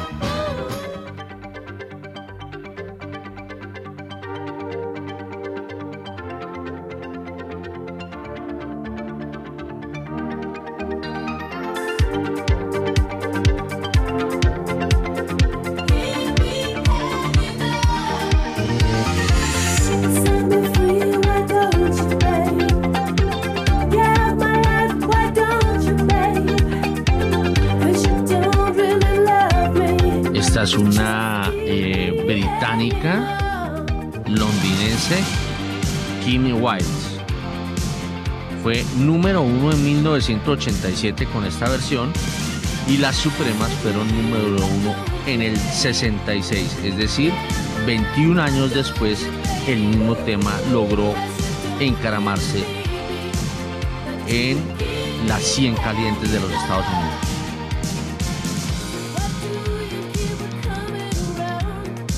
Esta es una eh, británica londinense, Kimmy Wilde. Fue número uno en mil novecientos ochenta y siete con esta versión, y las Supremas fueron número uno en el sesenta y seis, es decir, veintiún años después el mismo tema logró encaramarse en las cien calientes de los Estados Unidos.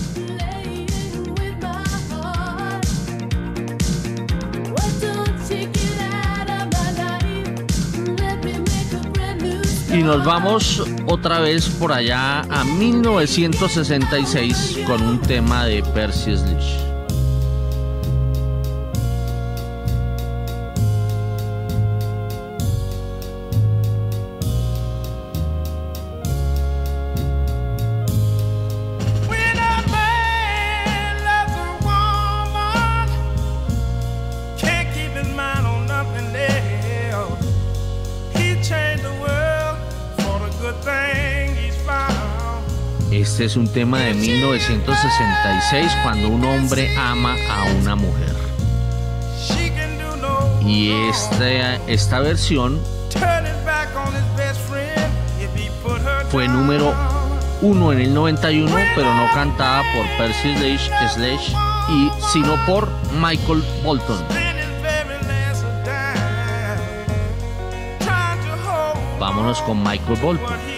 Take Y nos vamos otra vez por allá a mil novecientos sesenta y seis con un tema de Percy Sledge. Este es un tema de mil novecientos sesenta y seis, cuando un hombre ama a una mujer. Y esta, esta versión fue número uno en el noventa y uno, pero no cantada por Percy Sledge, y, sino por Michael Bolton. Vámonos con Michael Bolton.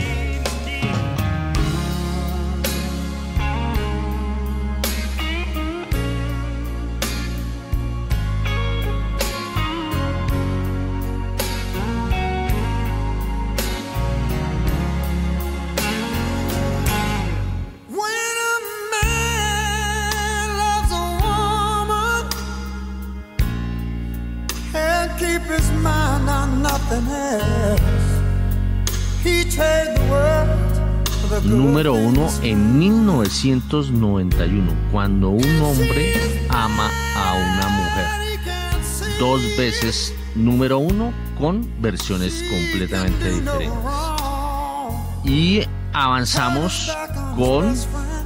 Número uno en mil novecientos noventa y uno, cuando un hombre ama a una mujer. Dos veces número uno con versiones completamente diferentes. Y avanzamos con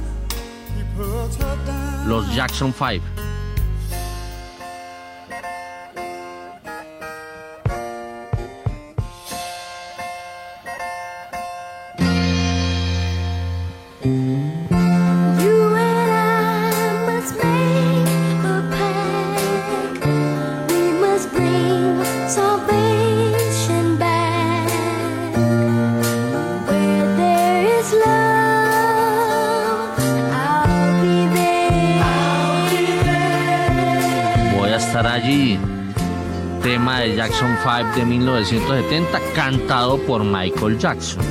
los Jackson Five. Allí, tema de Jackson Five de mil novecientos setenta, cantado por Michael Jackson.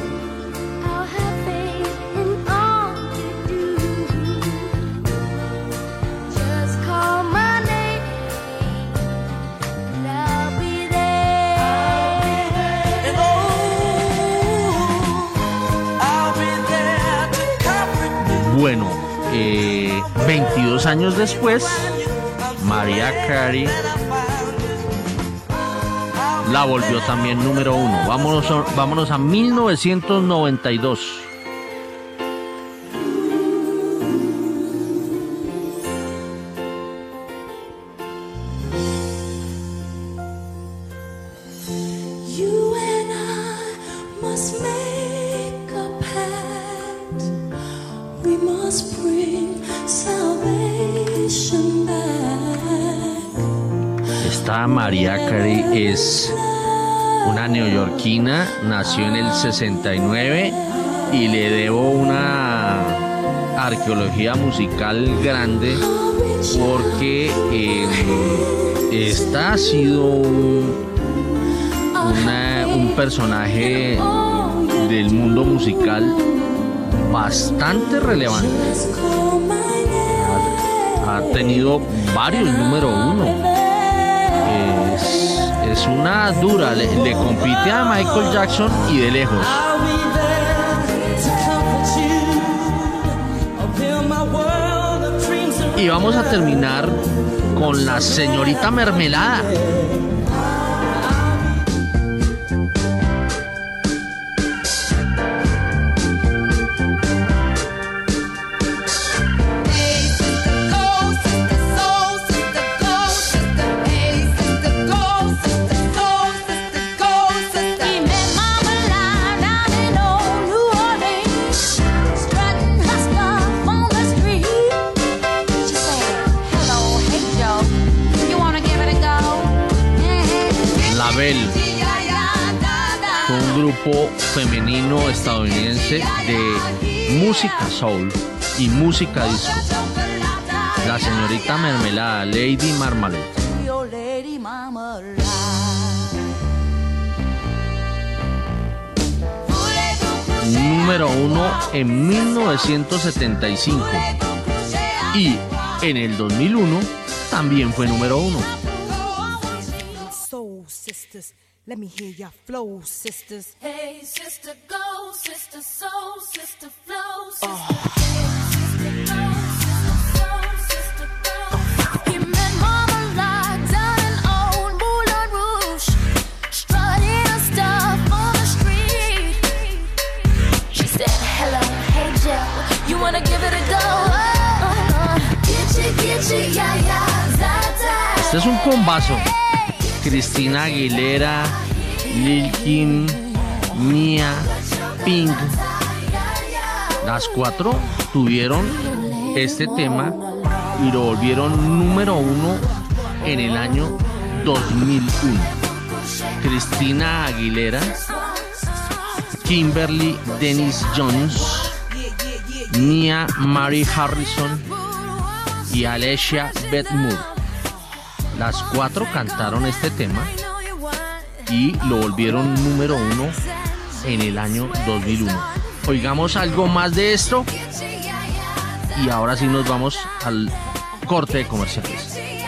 Bueno, eh, veintidós años después, Mariah Carey la volvió también número uno. Vámonos, vámonos a mil novecientos noventa y dos. Mariah Carey es una neoyorquina, nació en el sesenta y nueve y le debo una arqueología musical grande porque eh, esta ha sido un, una, un personaje del mundo musical bastante relevante. Ha, ha tenido varios número uno. Es una dura, le, le compite a Michael Jackson y de lejos. Y vamos a terminar con la señorita Mermelada. Fue un grupo femenino estadounidense de música soul y música disco. La señorita Mermelada, Lady Marmalade. número uno en mil novecientos setenta y cinco y en el dos mil uno también fue número uno. Soul sisters, let me hear your flow, sisters. Hey, sister, go, sister, soul, sister, flow, sister. Oh. Este es un combazo. Cristina Aguilera, Lil Kim, Mia, Pink. Las cuatro tuvieron este tema y lo volvieron número uno en el año dos mil uno. Cristina Aguilera, Kimberly Dennis Jones, Mia Mary Harrison y Alicia Beth Moore. Las cuatro cantaron este tema y lo volvieron número uno en el año dos mil uno. Oigamos algo más de esto y ahora sí nos vamos al corte de comerciales.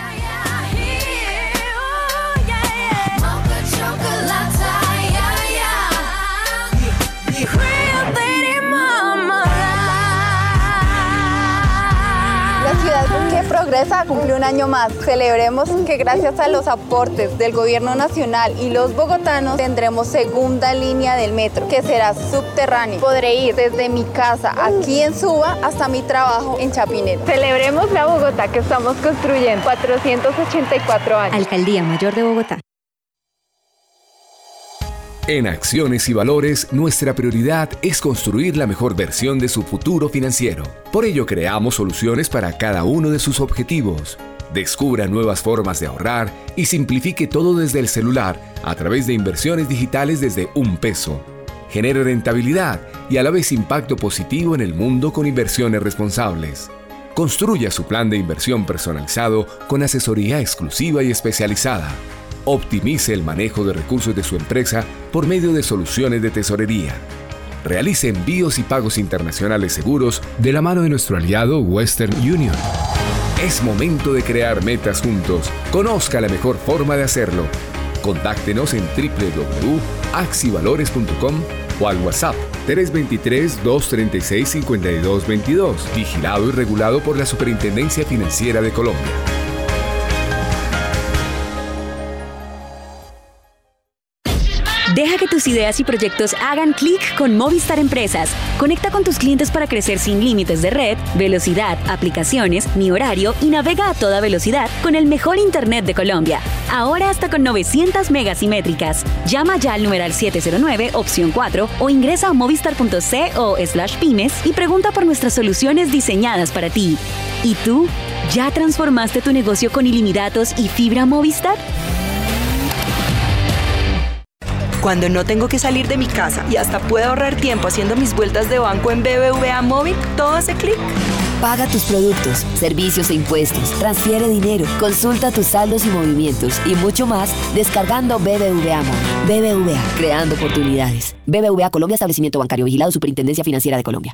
Que progresa cumple un año más. Celebremos que gracias a los aportes del gobierno nacional y los bogotanos tendremos segunda línea del metro, que será subterráneo. Podré ir desde mi casa aquí en Suba hasta mi trabajo en Chapinero. Celebremos la Bogotá que estamos construyendo. cuatrocientos ochenta y cuatro años. Alcaldía Mayor de Bogotá. En Acciones y Valores, nuestra prioridad es construir la mejor versión de su futuro financiero. Por ello, creamos soluciones para cada uno de sus objetivos. Descubra nuevas formas de ahorrar y simplifique todo desde el celular a través de inversiones digitales desde un peso. Genere rentabilidad y a la vez impacto positivo en el mundo con inversiones responsables. Construya su plan de inversión personalizado con asesoría exclusiva y especializada. Optimice el manejo de recursos de su empresa por medio de soluciones de tesorería. Realice envíos y pagos internacionales seguros de la mano de nuestro aliado Western Union. Es momento de crear metas juntos. Conozca la mejor forma de hacerlo. Contáctenos en doble u doble u doble u punto axivalores punto com o al WhatsApp tres dos tres, dos tres seis, cinco dos dos dos, vigilado y regulado por la Superintendencia Financiera de Colombia. Deja que tus ideas y proyectos hagan clic con Movistar Empresas. Conecta con tus clientes para crecer sin límites de red, velocidad, aplicaciones, ni horario y navega a toda velocidad con el mejor internet de Colombia. Ahora hasta con novecientas megas simétricas. Llama ya al numeral siete cero nueve, opción cuatro o ingresa a movistar punto co slash pymes y pregunta por nuestras soluciones diseñadas para ti. ¿Y tú? ¿Ya transformaste tu negocio con ilimitados y fibra Movistar? Cuando no tengo que salir de mi casa y hasta puedo ahorrar tiempo haciendo mis vueltas de banco en B B V A Móvil, todo hace clic. Paga tus productos, servicios e impuestos, transfiere dinero, consulta tus saldos y movimientos y mucho más descargando B B V A Móvil. B B V A, creando oportunidades. B B V A Colombia, establecimiento bancario vigilado, Superintendencia Financiera de Colombia.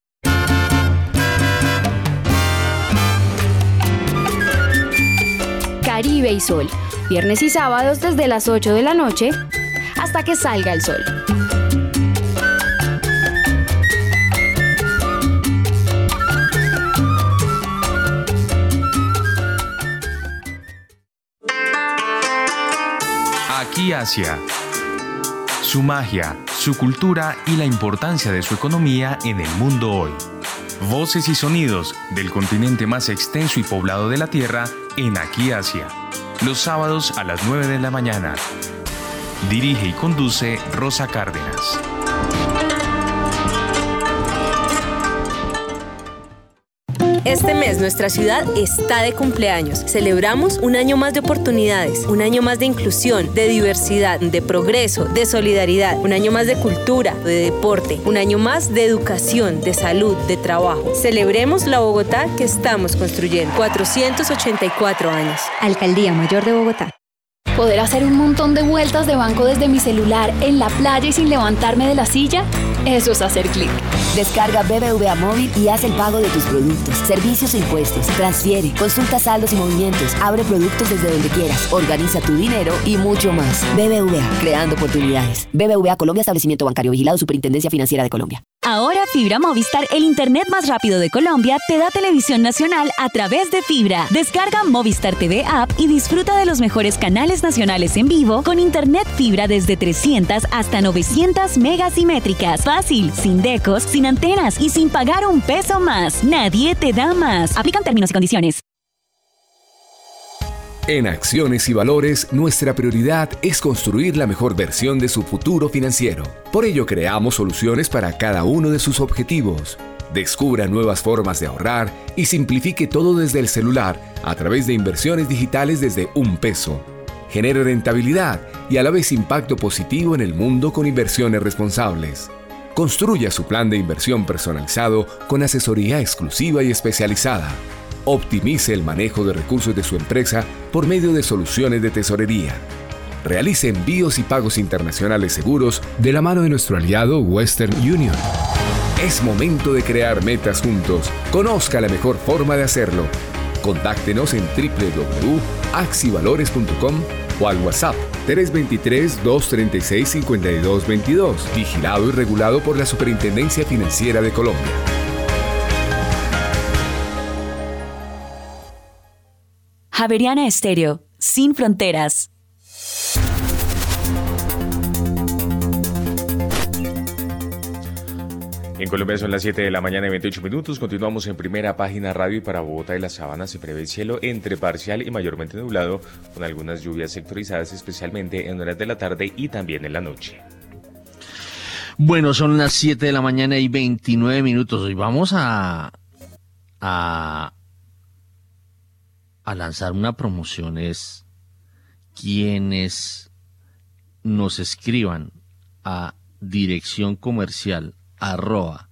Caribe y Sol, viernes y sábados desde las ocho de la noche hasta que salga el sol. Aquí Asia. Su magia, su cultura y la importancia de su economía en el mundo hoy. Voces y sonidos del continente más extenso y poblado de la Tierra en Aquí Asia. Los sábados a las nueve de la mañana. Dirige y conduce Rosa Cárdenas. Este mes nuestra ciudad está de cumpleaños. Celebramos un año más de oportunidades, un año más de inclusión, de diversidad, de progreso, de solidaridad, un año más de cultura, de deporte, un año más de educación, de salud, de trabajo. Celebremos la Bogotá que estamos construyendo. cuatrocientos ochenta y cuatro años. Alcaldía Mayor de Bogotá. ¿Poder hacer un montón de vueltas de banco desde mi celular en la playa y sin levantarme de la silla? Eso es hacer clic. Descarga B B V A Móvil y haz el pago de tus productos, servicios e impuestos. Transfiere, consulta saldos y movimientos, abre productos desde donde quieras, organiza tu dinero y mucho más. B B V A, creando oportunidades. B B V A Colombia, establecimiento bancario vigilado, Superintendencia Financiera de Colombia. Ahora Fibra Movistar, el internet más rápido de Colombia, te da televisión nacional a través de fibra. Descarga Movistar T V App y disfruta de los mejores canales nacionales en vivo con internet fibra desde trescientas hasta novecientas megas y métricas. Fácil, sin decos, sin antenas y sin pagar un peso más. Nadie te da más. Aplican términos y condiciones. En Acciones y Valores, nuestra prioridad es construir la mejor versión de su futuro financiero. Por ello, creamos soluciones para cada uno de sus objetivos. Descubra nuevas formas de ahorrar y simplifique todo desde el celular a través de inversiones digitales desde un peso. Genere rentabilidad y a la vez impacto positivo en el mundo con inversiones responsables. Construya su plan de inversión personalizado con asesoría exclusiva y especializada. Optimice el manejo de recursos de su empresa por medio de soluciones de tesorería. Realice envíos y pagos internacionales seguros de la mano de nuestro aliado Western Union. Es momento de crear metas juntos. Conozca la mejor forma de hacerlo. Contáctenos en doble u doble u doble u punto axivalores punto com o al WhatsApp tres dos tres, dos tres seis, cinco dos dos dos, vigilado y regulado por la Superintendencia Financiera de Colombia. Javeriana Estéreo, sin fronteras. En Colombia son las siete de la mañana y veintiocho minutos. Continuamos en Primera Página Radio y para Bogotá y la Sabana se prevé cielo entre parcial y mayormente nublado, con algunas lluvias sectorizadas, especialmente en horas de la tarde y también en la noche. Bueno, son las siete de la mañana y veintinueve minutos. Hoy vamos a, a, a lanzar una promoción. Es quienes nos escriban a dirección comercial arroba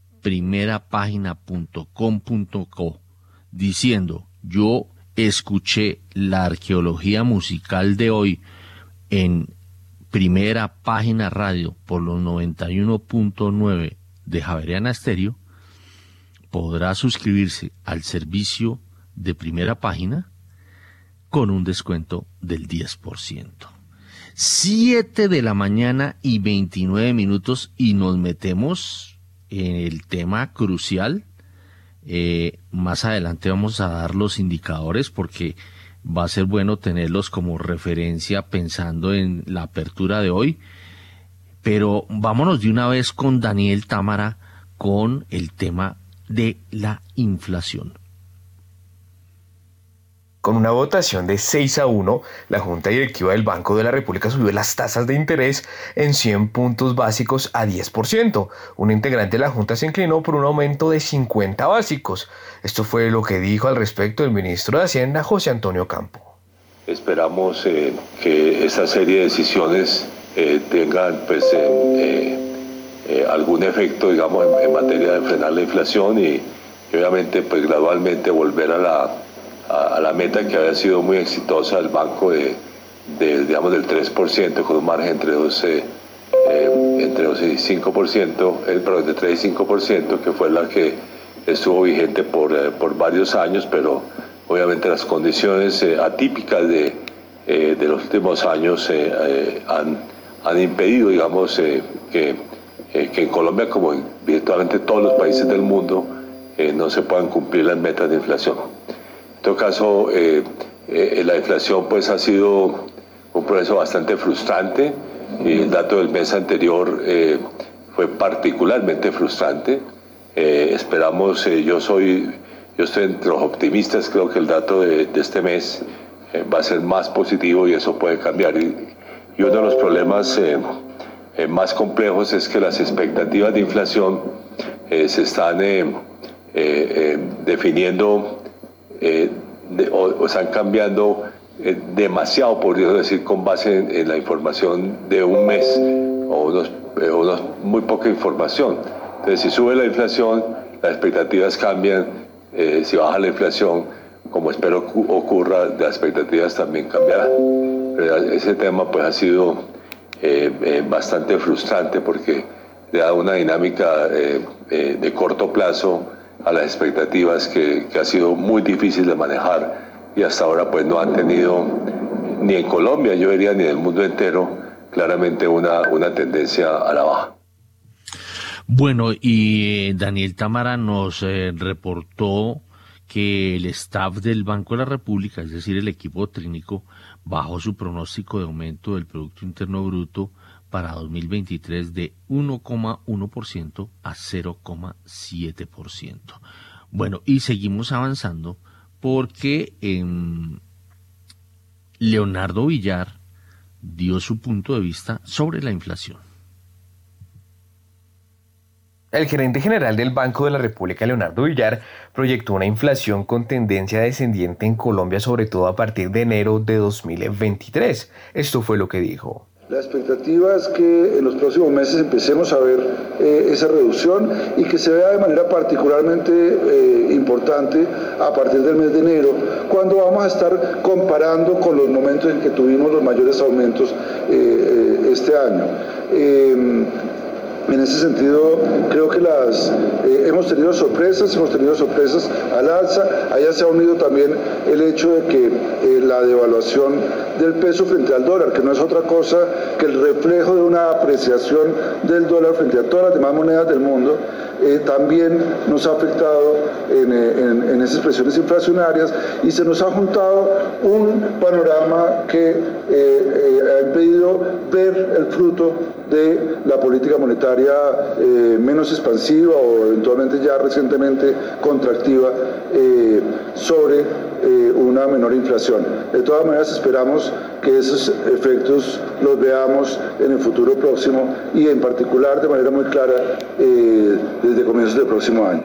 primerapagina.com.co diciendo: yo escuché la arqueología musical de hoy en Primera Página Radio por los noventa y uno punto nueve de Javeriana Estéreo, podrá suscribirse al servicio de Primera Página con un descuento del diez por ciento. siete de la mañana y veintinueve minutos y nos metemos en el tema crucial. Eh, más adelante vamos a dar los indicadores porque va a ser bueno tenerlos como referencia pensando en la apertura de hoy. Pero vámonos de una vez con Daniel Támara con el tema de la inflación. Con una votación de seis a uno, la Junta Directiva del Banco de la República subió las tasas de interés en cien puntos básicos a diez por ciento. Un integrante de la Junta se inclinó por un aumento de cincuenta básicos. Esto fue lo que dijo al respecto el ministro de Hacienda, José Antonio Campo. Esperamos eh, que esta serie de decisiones eh, tengan pues, eh, eh, algún efecto, digamos, en, en materia de frenar la inflación y, y obviamente pues, gradualmente volver a la a la meta que había sido muy exitosa del banco de, de digamos del tres por ciento con un margen entre doce eh, entre doce y cinco por ciento, eh, perdón, de tres y cinco por ciento, que fue la que estuvo vigente por, eh, por varios años, pero obviamente las condiciones eh, atípicas de, eh, de los últimos años eh, eh, han, han impedido, digamos, eh, que, eh, que en Colombia, como en virtualmente todos los países del mundo, eh, no se puedan cumplir las metas de inflación. En todo caso, eh, eh, la inflación pues ha sido un proceso bastante frustrante y el dato del mes anterior eh, fue particularmente frustrante. Eh, esperamos, eh, yo soy, yo estoy entre los optimistas, creo que el dato de, de este mes eh, va a ser más positivo y eso puede cambiar. Y, y uno de los problemas eh, eh, más complejos es que las expectativas de inflación eh, se están eh, eh, eh, definiendo Eh, de, o, o están cambiando eh, demasiado, podría decir, con base en, en la información de un mes o unos, eh, unos, muy poca información. Entonces, si sube la inflación, las expectativas cambian. Eh, si baja la inflación, como espero ocurra, las expectativas también cambiarán. pero ese tema pues ha sido eh, eh, bastante frustrante porque le da una dinámica eh, eh, de corto plazo a las expectativas que, que ha sido muy difícil de manejar y hasta ahora pues no han tenido ni en Colombia, yo diría ni en el mundo entero, claramente una, una tendencia a la baja. Bueno, y Daniel Támara nos eh, reportó que el staff del Banco de la República, es decir, el equipo técnico, bajó su pronóstico de aumento del Producto Interno Bruto para dos mil veintitrés de uno coma uno por ciento a cero coma siete por ciento. Bueno, y seguimos avanzando porque eh, Leonardo Villar dio su punto de vista sobre la inflación. El gerente general del Banco de la República, Leonardo Villar, proyectó una inflación con tendencia descendiente en Colombia, sobre todo a partir de enero de dos mil veintitrés. Esto fue lo que dijo. La expectativa es que en los próximos meses empecemos a ver eh, esa reducción y que se vea de manera particularmente eh, importante a partir del mes de enero, cuando vamos a estar comparando con los momentos en que tuvimos los mayores aumentos eh, eh, este año. Eh, En ese sentido, creo que las eh, hemos tenido sorpresas, hemos tenido sorpresas al alza. Allá se ha unido también el hecho de que eh, la devaluación del peso frente al dólar, que no es otra cosa que el reflejo de una apreciación del dólar frente a todas las demás monedas del mundo, eh, también nos ha afectado en, en, en esas presiones inflacionarias y se nos ha juntado un panorama que eh, eh, ha impedido ver el fruto de la política monetaria eh, menos expansiva o eventualmente ya recientemente contractiva eh, sobre eh, una menor inflación. De todas maneras esperamos que esos efectos los veamos en el futuro próximo y en particular de manera muy clara eh, desde comienzos del próximo año.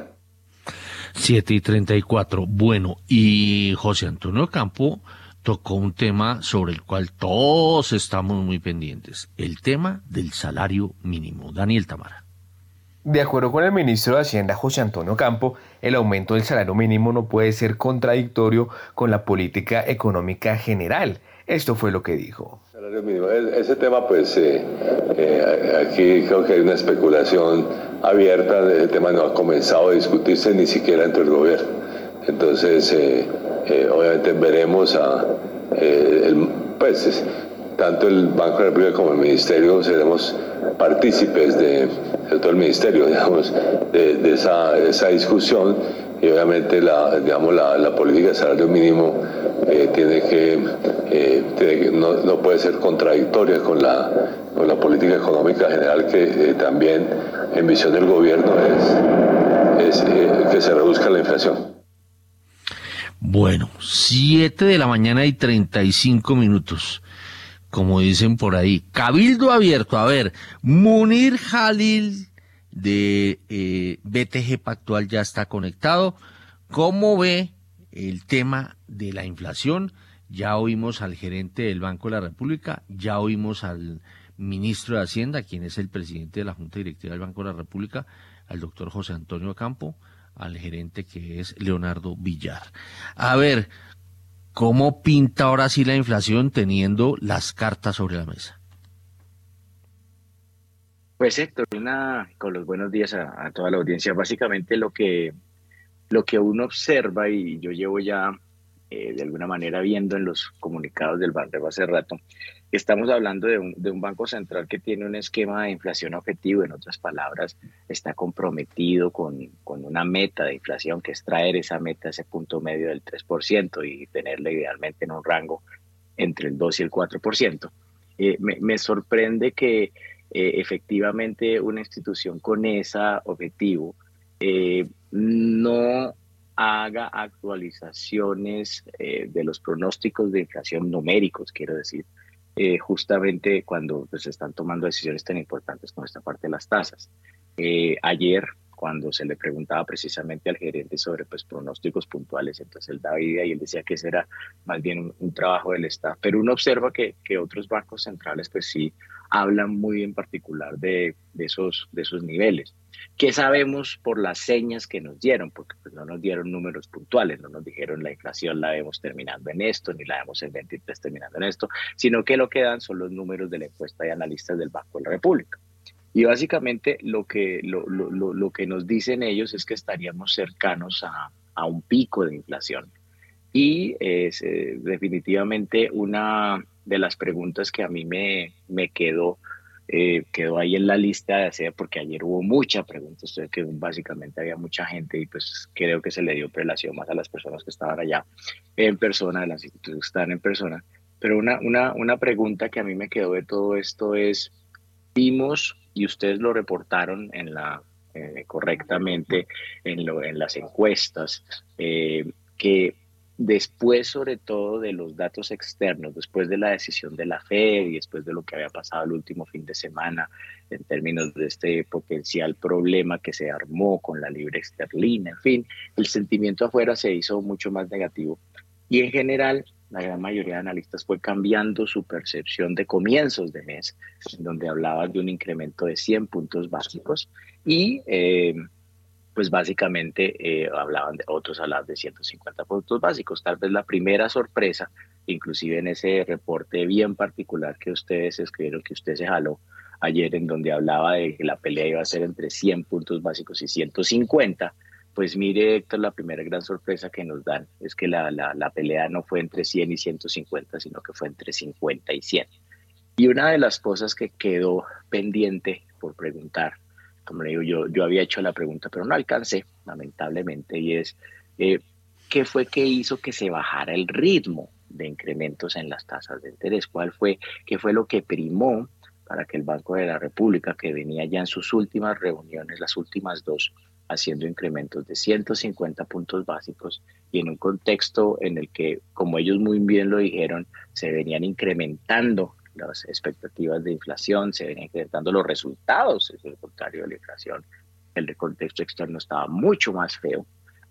siete y treinta y cuatro. Bueno, y José Antonio Campo tocó un tema sobre el cual todos estamos muy pendientes, el tema del salario mínimo. Daniel Támara. De acuerdo con el ministro de Hacienda, José Antonio Campo, el aumento del salario mínimo no puede ser contradictorio con la política económica general. Esto fue lo que dijo. Salario mínimo. Ese tema, pues, eh, eh, aquí creo que hay una especulación abierta. El tema no ha comenzado a discutirse ni siquiera entre el gobierno. Entonces, eh, eh, obviamente veremos a, eh, el, pues, es, tanto el Banco de la República como el Ministerio seremos partícipes de, de todo el Ministerio, digamos, de, de esa, esa discusión y obviamente la, digamos, la, la política de salario mínimo eh, tiene que, eh, tiene que no, no puede ser contradictoria con la, con la política económica general que eh, también en visión del gobierno es, es eh, que se reduzca la inflación. Bueno, siete de la mañana y treinta y cinco minutos, como dicen por ahí. Cabildo abierto. A ver, Munir Jalil de eh, B T G Pactual ya está conectado. ¿Cómo ve el tema de la inflación? Ya oímos al gerente del Banco de la República, ya oímos al ministro de Hacienda, quien es el presidente de la Junta Directiva del Banco de la República, al doctor José Antonio Campo, al gerente que es Leonardo Villar. A ver, ¿cómo pinta ahora sí la inflación teniendo las cartas sobre la mesa? Pues Héctor, una, con los buenos días a, a toda la audiencia. Básicamente lo que, lo que uno observa, y yo llevo ya eh, de alguna manera viendo en los comunicados del Banco hace rato, que estamos hablando de un, de un Banco Central que tiene un esquema de inflación objetivo. En otras palabras, está comprometido con, con una meta de inflación, que es traer esa meta, ese punto medio del tres por ciento y tenerla idealmente en un rango entre el dos y el cuatro por ciento. Eh, me, me sorprende que Eh, efectivamente una institución con ese objetivo eh, no haga actualizaciones eh, de los pronósticos de inflación numéricos, quiero decir, eh, justamente cuando pues, se están tomando decisiones tan importantes como esta parte de las tasas. Eh, ayer, cuando se le preguntaba precisamente al gerente sobre pues, pronósticos puntuales, entonces él daba idea y él decía que ese era más bien un, un trabajo del staff. Pero uno observa que, que otros bancos centrales pues sí hablan muy en particular de, de, esos, de esos niveles. ¿Qué sabemos por las señas que nos dieron? Porque pues, no nos dieron números puntuales, no nos dijeron la inflación la vemos terminando en esto, ni la vemos en veintitrés terminando en esto, sino que lo que dan son los números de la encuesta de analistas del Banco de la República. Y básicamente lo que, lo, lo, lo, lo que nos dicen ellos es que estaríamos cercanos a, a un pico de inflación. Y es eh, definitivamente una de las preguntas que a mí me, me quedó, eh, quedó ahí en la lista de hacer, porque ayer hubo mucha pregunta, estoy que básicamente había mucha gente y pues creo que se le dio prelación más a las personas que estaban allá en persona, a las instituciones que estaban en persona. Pero una, una, una pregunta que a mí me quedó de todo esto es, vimos, y ustedes lo reportaron en la, eh, correctamente en, lo, en las encuestas, eh, que después, sobre todo, de los datos externos, después de la decisión de la Fed y después de lo que había pasado el último fin de semana en términos de este potencial problema que se armó con la libra esterlina, en fin, el sentimiento afuera se hizo mucho más negativo. Y en general, la gran mayoría de analistas fue cambiando su percepción de comienzos de mes, en donde hablaban de un incremento de cien puntos básicos y eh, pues básicamente eh, hablaban de otros hablaban de ciento cincuenta puntos básicos. Tal vez la primera sorpresa, inclusive en ese reporte bien particular que ustedes escribieron, que usted se jaló ayer, en donde hablaba de que la pelea iba a ser entre cien puntos básicos y ciento cincuenta, pues mire, Héctor, la primera gran sorpresa que nos dan es que la, la, la pelea no fue entre cien y ciento cincuenta, sino que fue entre cincuenta y cien. Y una de las cosas que quedó pendiente por preguntar, como le digo, yo, yo había hecho la pregunta, pero no alcancé, lamentablemente, y es, eh, ¿qué fue que hizo que se bajara el ritmo de incrementos en las tasas de interés? ¿Cuál fue, qué fue lo que primó para que el Banco de la República, que venía ya en sus últimas reuniones, las últimas dos, haciendo incrementos de ciento cincuenta puntos básicos y en un contexto en el que, como ellos muy bien lo dijeron, se venían incrementando las expectativas de inflación, se venían incrementando los resultados, es el contrario de la inflación, el contexto externo estaba mucho más feo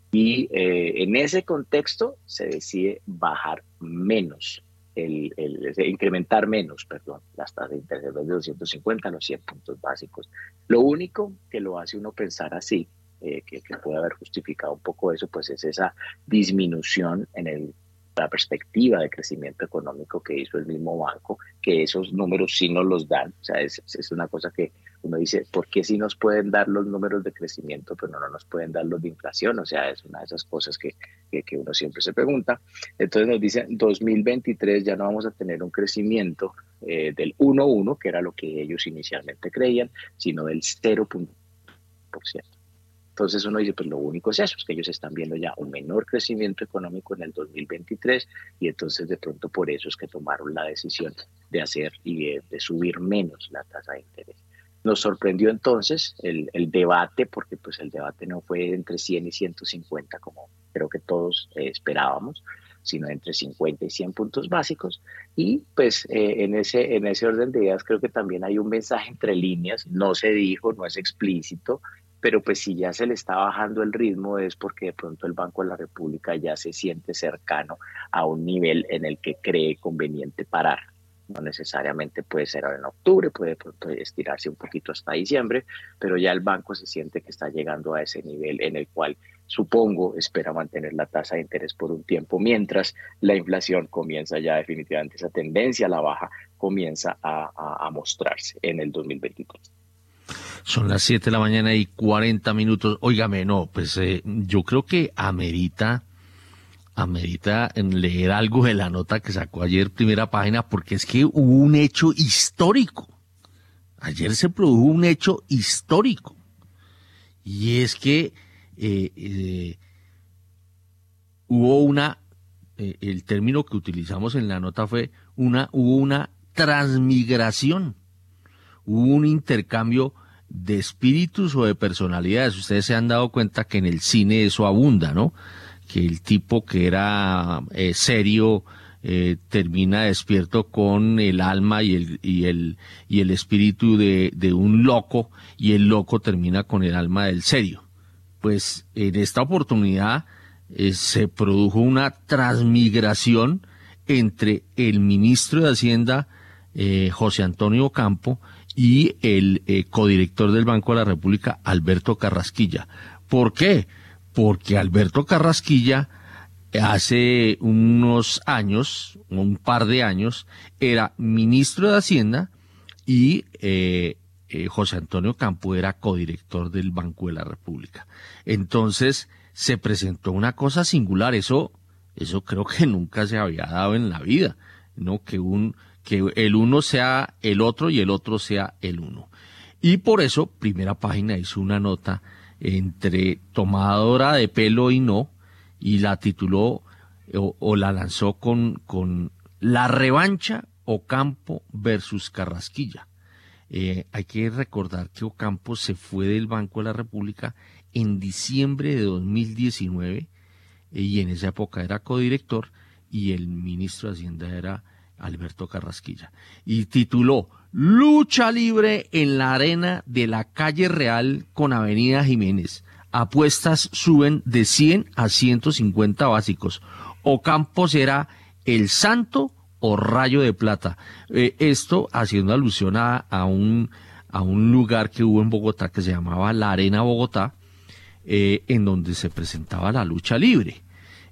y eh, en ese contexto se decide bajar menos, el, el, el incrementar menos, perdón, las tasas de interés de doscientos cincuenta a los cien puntos básicos. Lo único que lo hace uno pensar así, Eh, que, que puede haber justificado un poco eso, pues es esa disminución en el, la perspectiva de crecimiento económico que hizo el mismo banco, que esos números sí nos los dan. O sea, es, es una cosa que uno dice, ¿por qué sí nos pueden dar los números de crecimiento, pero no, no nos pueden dar los de inflación? O sea, es una de esas cosas que, que, que uno siempre se pregunta. Entonces nos dicen, dos mil veintitrés ya no vamos a tener un crecimiento eh, del uno punto uno, que era lo que ellos inicialmente creían, sino del cero punto uno por ciento. Entonces uno dice, pues lo único es eso, es que ellos están viendo ya un menor crecimiento económico en el dos mil veintitrés y entonces de pronto por eso es que tomaron la decisión de hacer y de, de subir menos la tasa de interés. Nos sorprendió entonces el, el debate, porque pues el debate no fue entre cien y ciento cincuenta como creo que todos eh, esperábamos, sino entre cincuenta y cien puntos básicos. Y pues eh, en, ese, en ese orden de ideas creo que también hay un mensaje entre líneas, no se dijo, no es explícito, pero pues si ya se le está bajando el ritmo es porque de pronto el Banco de la República ya se siente cercano a un nivel en el que cree conveniente parar. No necesariamente puede ser ahora en octubre, puede de pronto estirarse un poquito hasta diciembre, pero ya el banco se siente que está llegando a ese nivel en el cual supongo espera mantener la tasa de interés por un tiempo, mientras la inflación comienza ya definitivamente, esa tendencia a la baja comienza a, a, a mostrarse en el dos mil veintitrés. Son las siete de la mañana y cuarenta minutos. Óigame, no, pues eh, yo creo que amerita, amerita leer algo de la nota que sacó ayer Primera Página, porque es que hubo un hecho histórico. Ayer se produjo un hecho histórico. Y es que eh, eh, hubo una, eh, el término que utilizamos en la nota fue una, hubo una transmigración. Hubo un intercambio de espíritus o de personalidades. Ustedes se han dado cuenta que en el cine eso abunda, ¿no? Que el tipo que era eh, serio eh, termina despierto con el alma y el, y el, y el espíritu de, de un loco, y el loco termina con el alma del serio. Pues en esta oportunidad eh, se produjo una transmigración entre el ministro de Hacienda, eh, José Antonio Ocampo, y el eh, codirector del Banco de la República, Alberto Carrasquilla. ¿Por qué? Porque Alberto Carrasquilla hace unos años, un par de años, era ministro de Hacienda y eh, eh, José Antonio Ocampo era codirector del Banco de la República. Entonces se presentó una cosa singular, eso, eso creo que nunca se había dado en la vida, ¿no? Que un, que el uno sea el otro y el otro sea el uno. Y por eso, Primera Página hizo una nota entre tomadora de pelo y no, y la tituló o, o la lanzó con, con La revancha Ocampo versus Carrasquilla. Eh, hay que recordar que Ocampo se fue del Banco de la República en diciembre de dos mil diecinueve eh, y en esa época era codirector y el ministro de Hacienda era Alberto Carrasquilla. Y tituló Lucha libre en la arena de la calle Real con Avenida Jiménez. Apuestas suben de cien a ciento cincuenta básicos. Ocampo será el santo o rayo de plata. Eh, esto haciendo alusión a, a, un, a un lugar que hubo en Bogotá que se llamaba la Arena Bogotá, eh, en donde se presentaba la lucha libre.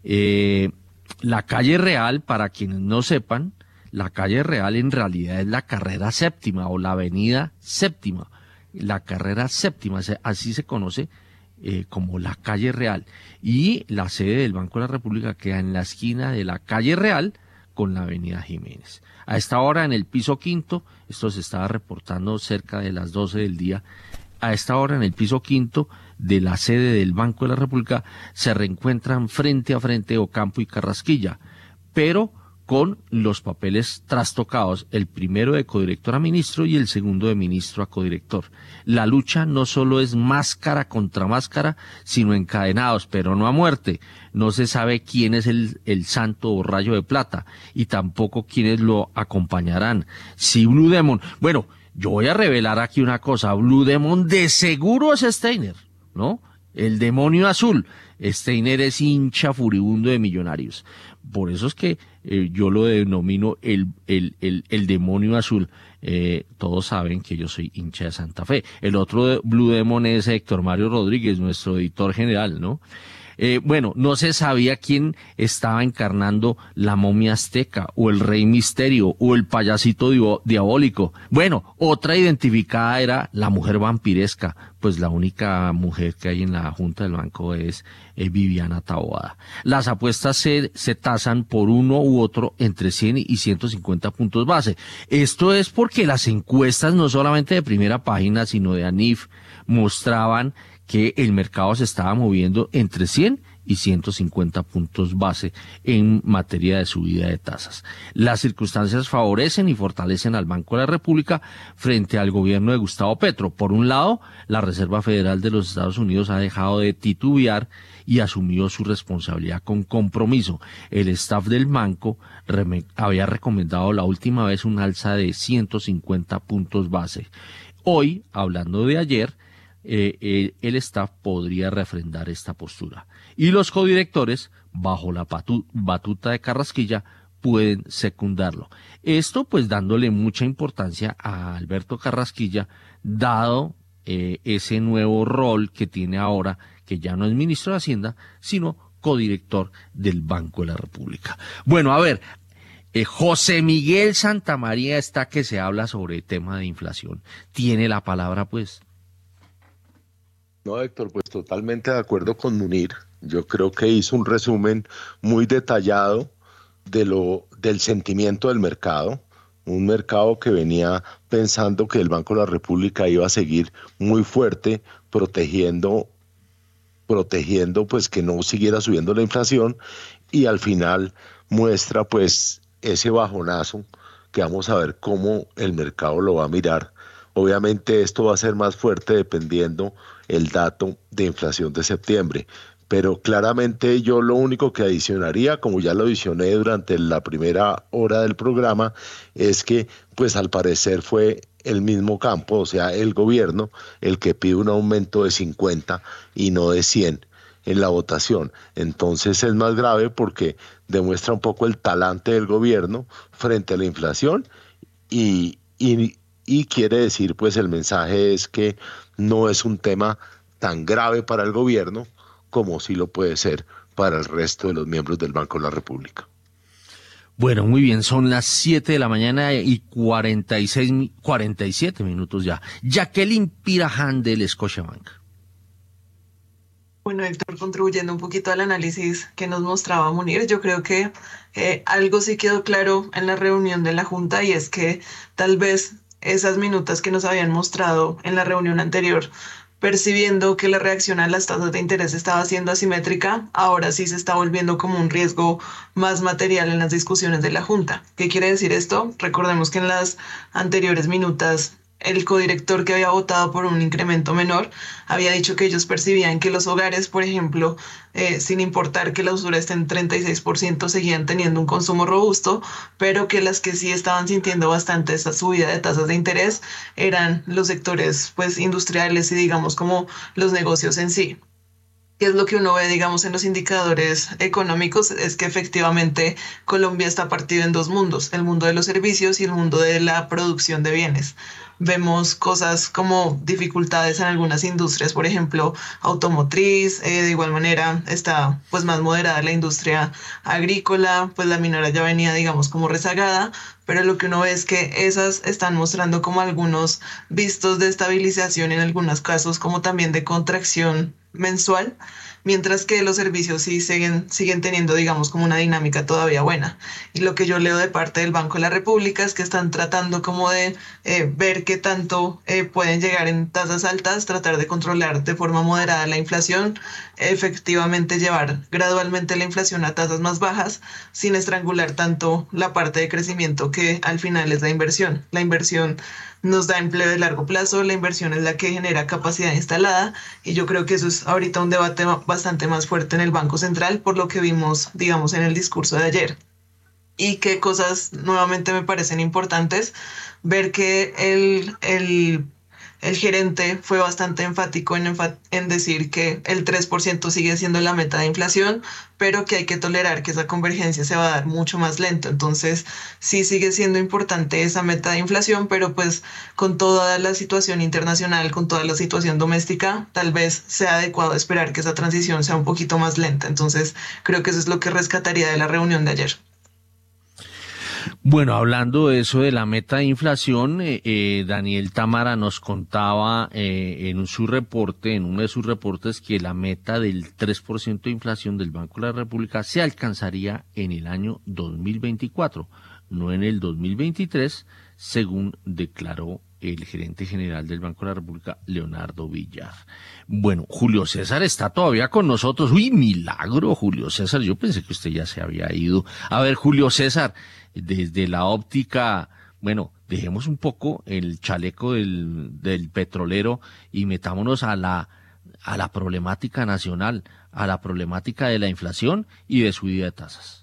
Eh, la calle Real, para quienes no sepan, la calle Real en realidad es la carrera séptima o la avenida séptima. La carrera séptima, así se conoce eh, como la calle Real. Y la sede del Banco de la República queda en la esquina de la calle Real con la avenida Jiménez. A esta hora en el piso quinto, esto se estaba reportando cerca de las doce del día, a esta hora en el piso quinto de la sede del Banco de la República se reencuentran frente a frente Ocampo y Carrasquilla, pero con los papeles trastocados, el primero de codirector a ministro y el segundo de ministro a codirector. La lucha no solo es máscara contra máscara, sino encadenados, pero no a muerte. No se sabe quién es el, el santo o rayo de plata, y tampoco quiénes lo acompañarán. Si Blue Demon, bueno, yo voy a revelar aquí una cosa, Blue Demon de seguro es Steiner, ¿no? El demonio azul. Steiner es hincha furibundo de Millonarios. Por eso es que eh, yo lo denomino el, el, el, el demonio azul. Eh, todos saben que yo soy hincha de Santa Fe. El otro de Blue Demon es Héctor Mario Rodríguez, nuestro editor general, ¿no? Eh, bueno, no se sabía quién estaba encarnando la momia azteca, o el rey misterio, o el payasito diabólico. Bueno, otra identificada era la mujer vampiresca, pues la única mujer que hay en la Junta del Banco es eh, Viviana Taboada. Las apuestas se, se tasan por uno u otro entre cien y ciento cincuenta puntos base. Esto es porque las encuestas, no solamente de Primera Página, sino de ANIF, mostraban que el mercado se estaba moviendo entre cien y ciento cincuenta puntos base en materia de subida de tasas. Las circunstancias favorecen y fortalecen al Banco de la República frente al gobierno de Gustavo Petro. Por un lado, la Reserva Federal de los Estados Unidos ha dejado de titubear y asumió su responsabilidad con compromiso. El staff del banco rem- había recomendado la última vez un alza de ciento cincuenta puntos base. Hoy, hablando de ayer, Eh, eh, el staff podría refrendar esta postura. Y los codirectores, bajo la patu- batuta de Carrasquilla, pueden secundarlo. Esto pues dándole mucha importancia a Alberto Carrasquilla, dado eh, ese nuevo rol que tiene ahora, que ya no es ministro de Hacienda, sino codirector del Banco de la República. Bueno, a ver, eh, José Miguel Santamaría está que se habla sobre el tema de inflación. Tiene la palabra, pues. No, Héctor, pues totalmente de acuerdo con Munir. Yo creo que hizo un resumen muy detallado de lo del sentimiento del mercado, un mercado que venía pensando que el Banco de la República iba a seguir muy fuerte, protegiendo, protegiendo pues que no siguiera subiendo la inflación, y al final muestra pues ese bajonazo que vamos a ver cómo el mercado lo va a mirar. Obviamente esto va a ser más fuerte dependiendo el dato de inflación de septiembre, pero claramente yo lo único que adicionaría, como ya lo adicioné durante la primera hora del programa, es que pues al parecer fue el mismo campo, o sea, el gobierno, el que pide un aumento de cincuenta y no de cien en la votación. Entonces es más grave porque demuestra un poco el talante del gobierno frente a la inflación y, y, y quiere decir, pues el mensaje es que no es un tema tan grave para el gobierno como sí lo puede ser para el resto de los miembros del Banco de la República. Bueno, muy bien, son las siete de la mañana y cuarenta y seis, cuarenta y siete minutos ya. Jacqueline Piraján del Scotiabank. Bueno, Héctor, contribuyendo un poquito al análisis que nos mostraba Munir, yo creo que eh, algo sí quedó claro en la reunión de la Junta y es que tal vez esas minutas que nos habían mostrado en la reunión anterior, percibiendo que la reacción a las tasas de interés estaba siendo asimétrica, ahora sí se está volviendo como un riesgo más material en las discusiones de la Junta. ¿Qué quiere decir esto? Recordemos que en las anteriores minutas el codirector que había votado por un incremento menor había dicho que ellos percibían que los hogares, por ejemplo, eh, sin importar que la usura esté en treinta y seis por ciento, seguían teniendo un consumo robusto, pero que las que sí estaban sintiendo bastante esa subida de tasas de interés eran los sectores pues industriales y digamos como los negocios en sí. ¿Qué es lo que uno ve, digamos, en los indicadores económicos? Es que efectivamente Colombia está partido en dos mundos, el mundo de los servicios y el mundo de la producción de bienes. Vemos cosas como dificultades en algunas industrias, por ejemplo, automotriz, eh, de igual manera está pues más moderada la industria agrícola, pues la minera ya venía, digamos, como rezagada, pero lo que uno ve es que esas están mostrando como algunos vistos de estabilización en algunos casos, como también de contracción mensual, mientras que los servicios sí siguen, siguen teniendo, digamos, como una dinámica todavía buena. Y lo que yo leo de parte del Banco de la República es que están tratando como de eh, ver qué tanto eh, pueden llegar en tasas altas, tratar de controlar de forma moderada la inflación, efectivamente llevar gradualmente la inflación a tasas más bajas, sin estrangular tanto la parte de crecimiento que al final es la inversión. La inversión nos da empleo de largo plazo, la inversión es la que genera capacidad instalada y yo creo que eso es ahorita un debate bastante más fuerte en el Banco Central por lo que vimos, digamos, en el discurso de ayer. Y qué cosas nuevamente me parecen importantes, ver que el, el, el gerente fue bastante enfático en, en decir que el tres por ciento sigue siendo la meta de inflación, pero que hay que tolerar que esa convergencia se va a dar mucho más lento. Entonces, sí sigue siendo importante esa meta de inflación, pero pues con toda la situación internacional, con toda la situación doméstica, tal vez sea adecuado esperar que esa transición sea un poquito más lenta. Entonces, creo que eso es lo que rescataría de la reunión de ayer. Bueno, hablando de eso de la meta de inflación, eh, eh, Daniel Támara nos contaba eh, en su reporte, en uno de sus reportes, que la meta del tres por ciento de inflación del Banco de la República se alcanzaría en el año dos mil veinticuatro, no en el dos mil veintitrés, según declaró el gerente general del Banco de la República, Leonardo Villar. Bueno, Julio César está todavía con nosotros. ¡Uy, milagro, Julio César! Yo pensé que usted ya se había ido. A ver, Julio César, desde la óptica, bueno, dejemos un poco el chaleco del, del petrolero y metámonos a la, a la problemática nacional, a la problemática de la inflación y de subida de tasas.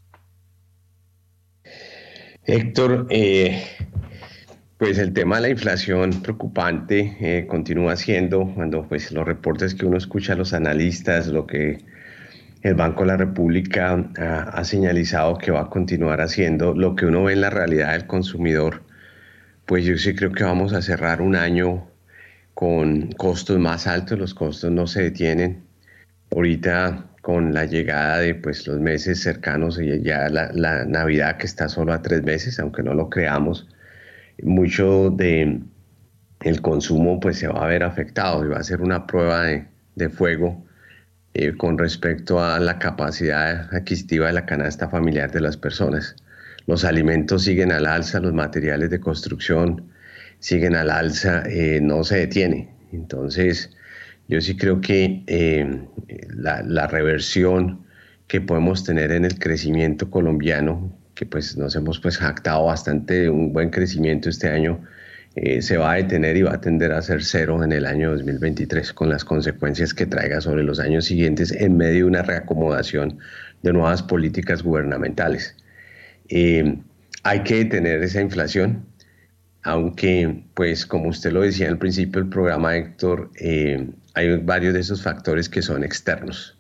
Héctor, eh... pues el tema de la inflación preocupante eh, continúa siendo cuando pues los reportes que uno escucha a los analistas, lo que el Banco de la República ha, ha señalizado que va a continuar haciendo, lo que uno ve en la realidad del consumidor, pues yo sí creo que vamos a cerrar un año con costos más altos, los costos no se detienen. Ahorita con la llegada de pues los meses cercanos y ya la, la Navidad que está solo a tres meses, aunque no lo creamos, mucho de el consumo pues se va a ver afectado y va a ser una prueba de, de fuego eh, con respecto a la capacidad adquisitiva de la canasta familiar de las personas. Los alimentos siguen al alza, los materiales de construcción siguen al alza, eh, no se detiene. Entonces yo sí creo que eh, la, la reversión que podemos tener en el crecimiento colombiano, que pues nos hemos pues jactado bastante de un buen crecimiento este año, eh, se va a detener y va a tender a ser cero en el año dos mil veintitrés, con las consecuencias que traiga sobre los años siguientes en medio de una reacomodación de nuevas políticas gubernamentales. Eh, hay que detener esa inflación, aunque, pues, como usted lo decía al principio del programa, Héctor, eh, hay varios de esos factores que son externos.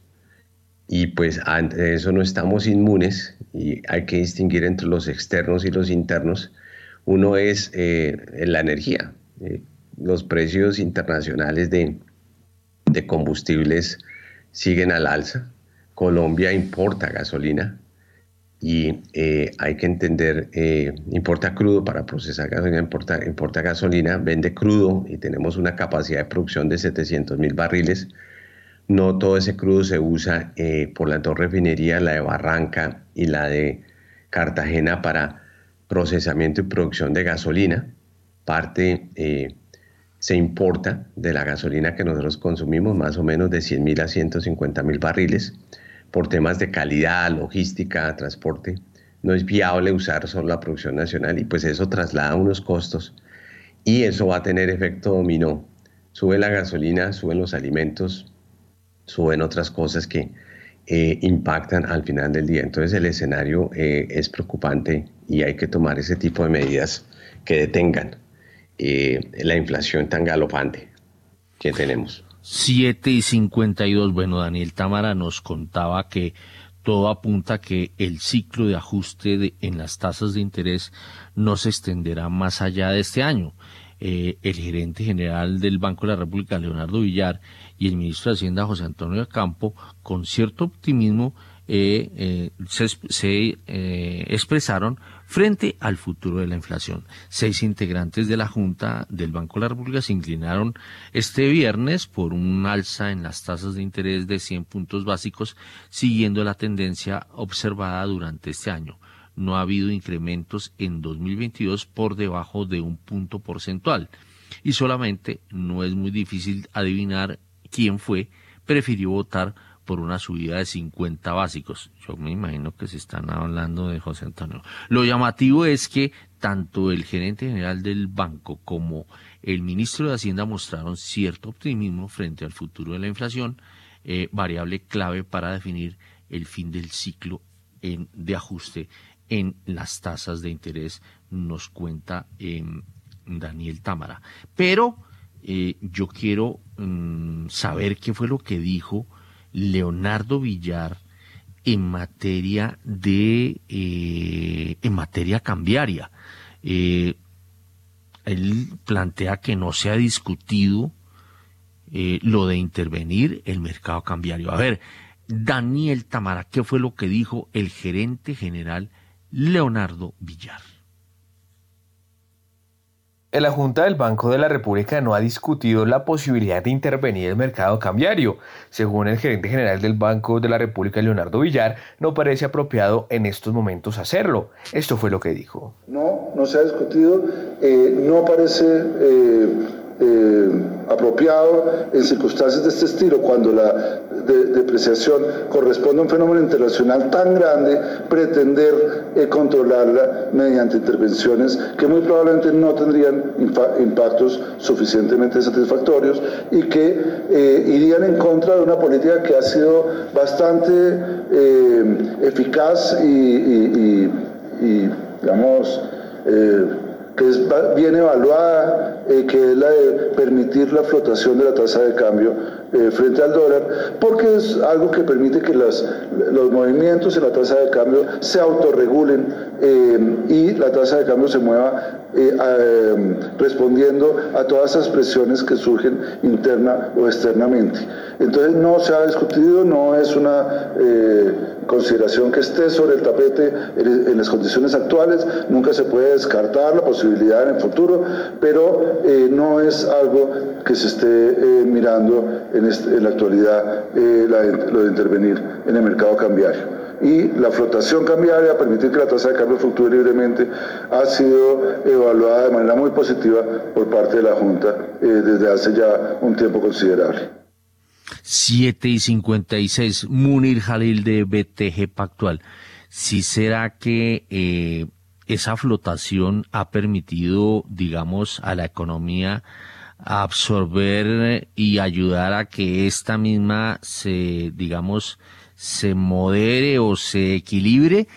Y pues ante eso no estamos inmunes y hay que distinguir entre los externos y los internos. Uno es eh, la energía. Eh, los precios internacionales de, de combustibles siguen al alza. Colombia importa gasolina y eh, hay que entender, eh, importa crudo para procesar gasolina, importa, importa gasolina, vende crudo y tenemos una capacidad de producción de setecientos mil barriles. No todo ese crudo se usa eh, por las dos refinerías, la de Barranca y la de Cartagena, para procesamiento y producción de gasolina. Parte eh, se importa de la gasolina que nosotros consumimos, más o menos de cien mil a ciento cincuenta mil barriles, por temas de calidad, logística, transporte. No es viable usar solo la producción nacional y pues eso traslada unos costos y eso va a tener efecto dominó. Sube la gasolina, suben los alimentos, suben otras cosas que eh, impactan al final del día. Entonces el escenario eh, es preocupante y hay que tomar ese tipo de medidas que detengan eh, la inflación tan galopante que tenemos. siete y cincuenta y dos. Bueno, Daniel Támara nos contaba que todo apunta a que el ciclo de ajuste de, en las tasas de interés no se extenderá más allá de este año. Eh, el gerente general del Banco de la República, Leonardo Villar, y el ministro de Hacienda, José Antonio Campo, con cierto optimismo eh, eh, se, se eh, expresaron frente al futuro de la inflación. Seis integrantes de la Junta del Banco de la República se inclinaron este viernes por un alza en las tasas de interés de cien puntos básicos, siguiendo la tendencia observada durante este año. No ha habido incrementos en dos mil veintidós por debajo de un punto porcentual y solamente no es muy difícil adivinar quién fue, prefirió votar por una subida de cincuenta básicos. Yo me imagino que se están hablando de José Antonio. Lo llamativo es que tanto el gerente general del banco como el ministro de Hacienda mostraron cierto optimismo frente al futuro de la inflación, eh, variable clave para definir el fin del ciclo en, de ajuste en las tasas de interés, nos cuenta eh, Daniel Támara. Pero eh, yo quiero mm, saber qué fue lo que dijo Leonardo Villar en materia de eh, en materia cambiaria. Eh, él plantea que no se ha discutido eh, lo de intervenir el mercado cambiario. A ver, Daniel Támara, ¿qué fue lo que dijo el gerente general Leonardo Villar? La Junta del Banco de la República no ha discutido la posibilidad de intervenir el mercado cambiario. Según el gerente general del Banco de la República, Leonardo Villar, no parece apropiado en estos momentos hacerlo. Esto fue lo que dijo. No, no se ha discutido, eh, no parece eh, eh, apropiado en circunstancias de este estilo, cuando la de, depreciación corresponde a un fenómeno internacional tan grande, pretender eh, controlarla mediante intervenciones que muy probablemente no tendrían impactos suficientemente satisfactorios y que eh, irían en contra de una política que ha sido bastante eh, eficaz y, y, y, y digamos, eh, que es bien evaluada, eh, que es la de permitir la flotación de la tasa de cambio eh, frente al dólar, porque es algo que permite que las, los movimientos en la tasa de cambio se autorregulen eh, y la tasa de cambio se mueva eh, eh, respondiendo a todas esas presiones que surgen interna o externamente. Entonces no se ha discutido, no es una eh, consideración que esté sobre el tapete en, en las condiciones actuales, nunca se puede descartar la posibilidad en el futuro, pero eh, no es algo que se esté eh, mirando en, este, en la actualidad, eh, la, lo de intervenir en el mercado cambiario. Y la flotación cambiaria, permitir que la tasa de cambio fluctúe libremente, ha sido evaluada de manera muy positiva por parte de la Junta eh, desde hace ya un tiempo considerable. siete y cincuenta y seis, Munir Jalil de B T G Pactual. ¿Sí será que eh, esa flotación ha permitido, digamos, a la economía absorber y ayudar a que esta misma se, digamos, se modere o se equilibre?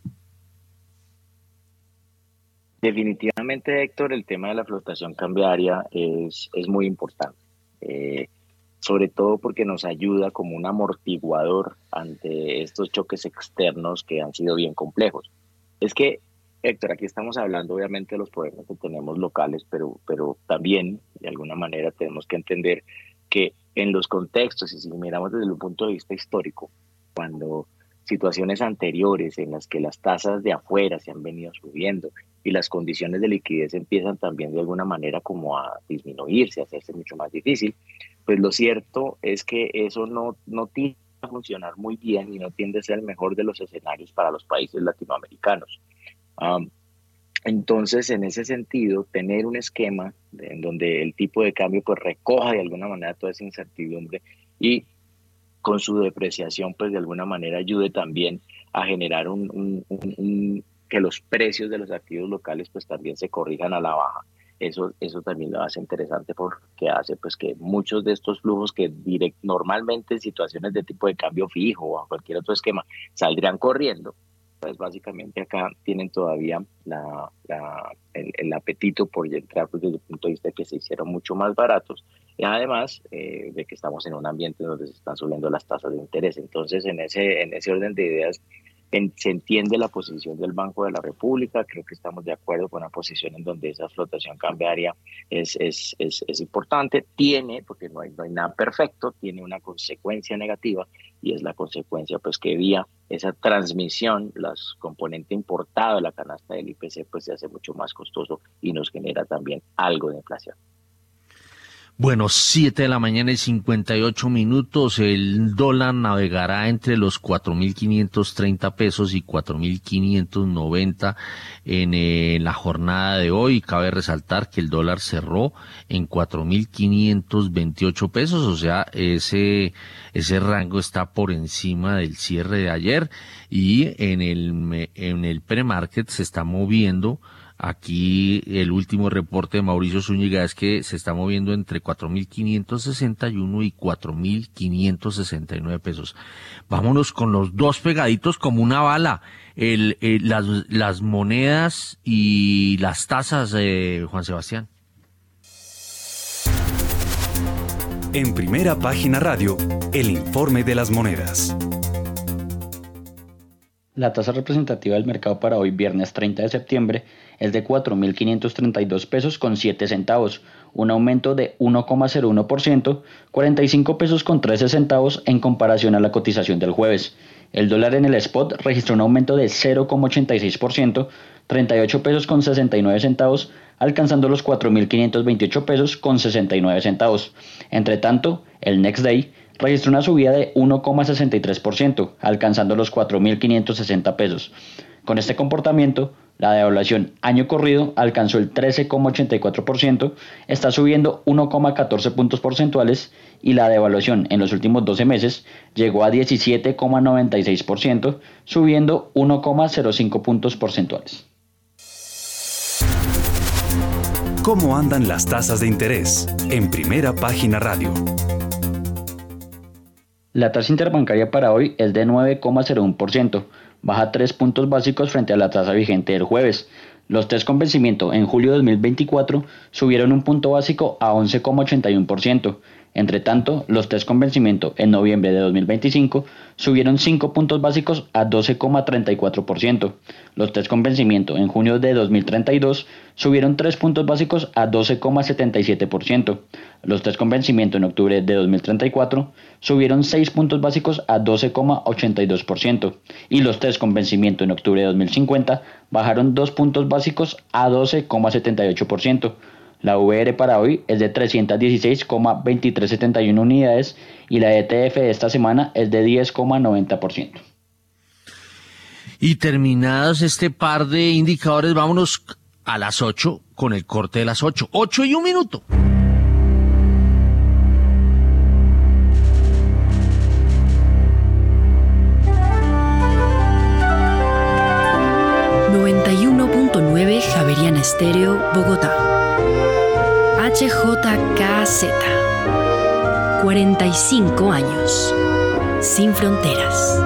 Definitivamente, Héctor, el tema de la flotación cambiaria es, es muy importante, eh, sobre todo porque nos ayuda como un amortiguador ante estos choques externos que han sido bien complejos. Es que, Héctor, aquí estamos hablando obviamente de los problemas que tenemos locales, pero, pero también de alguna manera tenemos que entender que en los contextos, y si miramos desde un punto de vista histórico, cuando situaciones anteriores en las que las tasas de afuera se han venido subiendo y las condiciones de liquidez empiezan también de alguna manera como a disminuirse, a hacerse mucho más difícil, pues lo cierto es que eso no, no tiende a funcionar muy bien y no tiende a ser el mejor de los escenarios para los países latinoamericanos. Um, entonces, en ese sentido, tener un esquema de, en donde el tipo de cambio pues recoja de alguna manera toda esa incertidumbre y con su depreciación pues de alguna manera ayude también a generar un, un, un, un que los precios de los activos locales pues también se corrijan a la baja. Eso, eso también lo hace interesante porque hace pues que muchos de estos flujos que direct, normalmente en situaciones de tipo de cambio fijo o a cualquier otro esquema saldrían corriendo, pues básicamente acá tienen todavía la, la, el, el apetito por entrar pues, desde el punto de vista de que se hicieron mucho más baratos y además eh, de que estamos en un ambiente donde se están subiendo las tasas de interés. Entonces en ese, en ese orden de ideas en, se entiende la posición del Banco de la República. Creo que estamos de acuerdo con una posición en donde esa flotación cambiaria es, es, es, es importante. Tiene, porque no hay, no hay nada perfecto, tiene una consecuencia negativa y es la consecuencia pues que vía esa transmisión, los componentes importados de la canasta del I P C pues se hace mucho más costoso y nos genera también algo de inflación. Bueno, siete de la mañana y cincuenta y ocho minutos, el dólar navegará entre los cuatro mil quinientos treinta pesos y cuatro mil quinientos noventa en eh, la jornada de hoy. Cabe resaltar que el dólar cerró en cuatro mil quinientos veintiocho pesos, o sea, ese, ese rango está por encima del cierre de ayer y en el, en el pre-market se está moviendo. Aquí el último reporte de Mauricio Zúñiga es que se está moviendo entre cuatro mil quinientos sesenta y uno y cuatro mil quinientos sesenta y nueve pesos. Vámonos con los dos pegaditos como una bala, el, el, las, las monedas y las tasas, eh, Juan Sebastián. En Primera Página Radio, el informe de las monedas. La tasa representativa del mercado para hoy, viernes treinta de septiembre, es de cuatro mil quinientos treinta y dos pesos con siete centavos, un aumento de uno coma cero uno por ciento, cuarenta y cinco pesos con trece centavos en comparación a la cotización del jueves. El dólar en el spot registró un aumento de cero coma ochenta y seis por ciento, treinta y ocho pesos con sesenta y nueve centavos, alcanzando los cuatro mil quinientos veintiocho pesos con sesenta y nueve centavos. Entre tanto, el Next Day registró una subida de uno coma sesenta y tres por ciento, alcanzando los cuatro mil quinientos sesenta pesos. Con este comportamiento, la devaluación año corrido alcanzó el trece coma ochenta y cuatro por ciento, está subiendo uno coma catorce puntos porcentuales y la devaluación en los últimos doce meses llegó a diecisiete coma noventa y seis por ciento, subiendo uno coma cero cinco puntos porcentuales. ¿Cómo andan las tasas de interés? En Primera Página Radio. La tasa interbancaria para hoy es de nueve coma cero uno por ciento, baja tres puntos básicos frente a la tasa vigente del jueves. Los test con vencimiento en julio de dos mil veinticuatro subieron un punto básico a once coma ochenta y uno por ciento. Entre tanto, los test con vencimiento en noviembre de dos mil veinticinco subieron cinco puntos básicos a doce coma treinta y cuatro por ciento. Los test con vencimiento en junio de dos mil treinta y dos subieron tres puntos básicos a doce coma setenta y siete por ciento. Los test con vencimiento en octubre de dos mil treinta y cuatro subieron seis puntos básicos a doce coma ochenta y dos por ciento. Y los test con vencimiento en octubre de dos mil cincuenta bajaron dos puntos básicos a doce coma setenta y ocho por ciento. La V R para hoy es de trescientos dieciséis coma veintitrés setenta y uno unidades y la E T F de esta semana es de diez coma noventa por ciento. Y terminados este par de indicadores, vámonos a las ocho con el corte de las ocho. ocho y un minuto. noventa y uno punto Estéreo Bogotá. H J K Z. cuarenta y cinco años. Sin fronteras.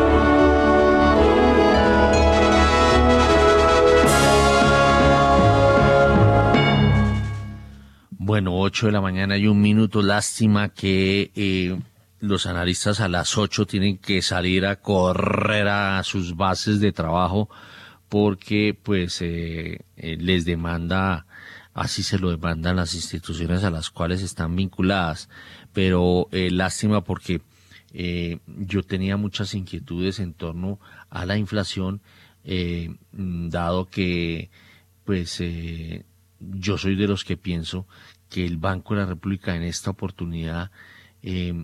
Bueno, ocho de la mañana y un minuto. Lástima que eh, los analistas a las ocho tienen que salir a correr a sus bases de trabajo porque pues eh, eh, les demanda, así se lo demandan las instituciones a las cuales están vinculadas. Pero eh, lástima porque eh, yo tenía muchas inquietudes en torno a la inflación, eh, dado que pues eh, yo soy de los que pienso que el Banco de la República en esta oportunidad, eh,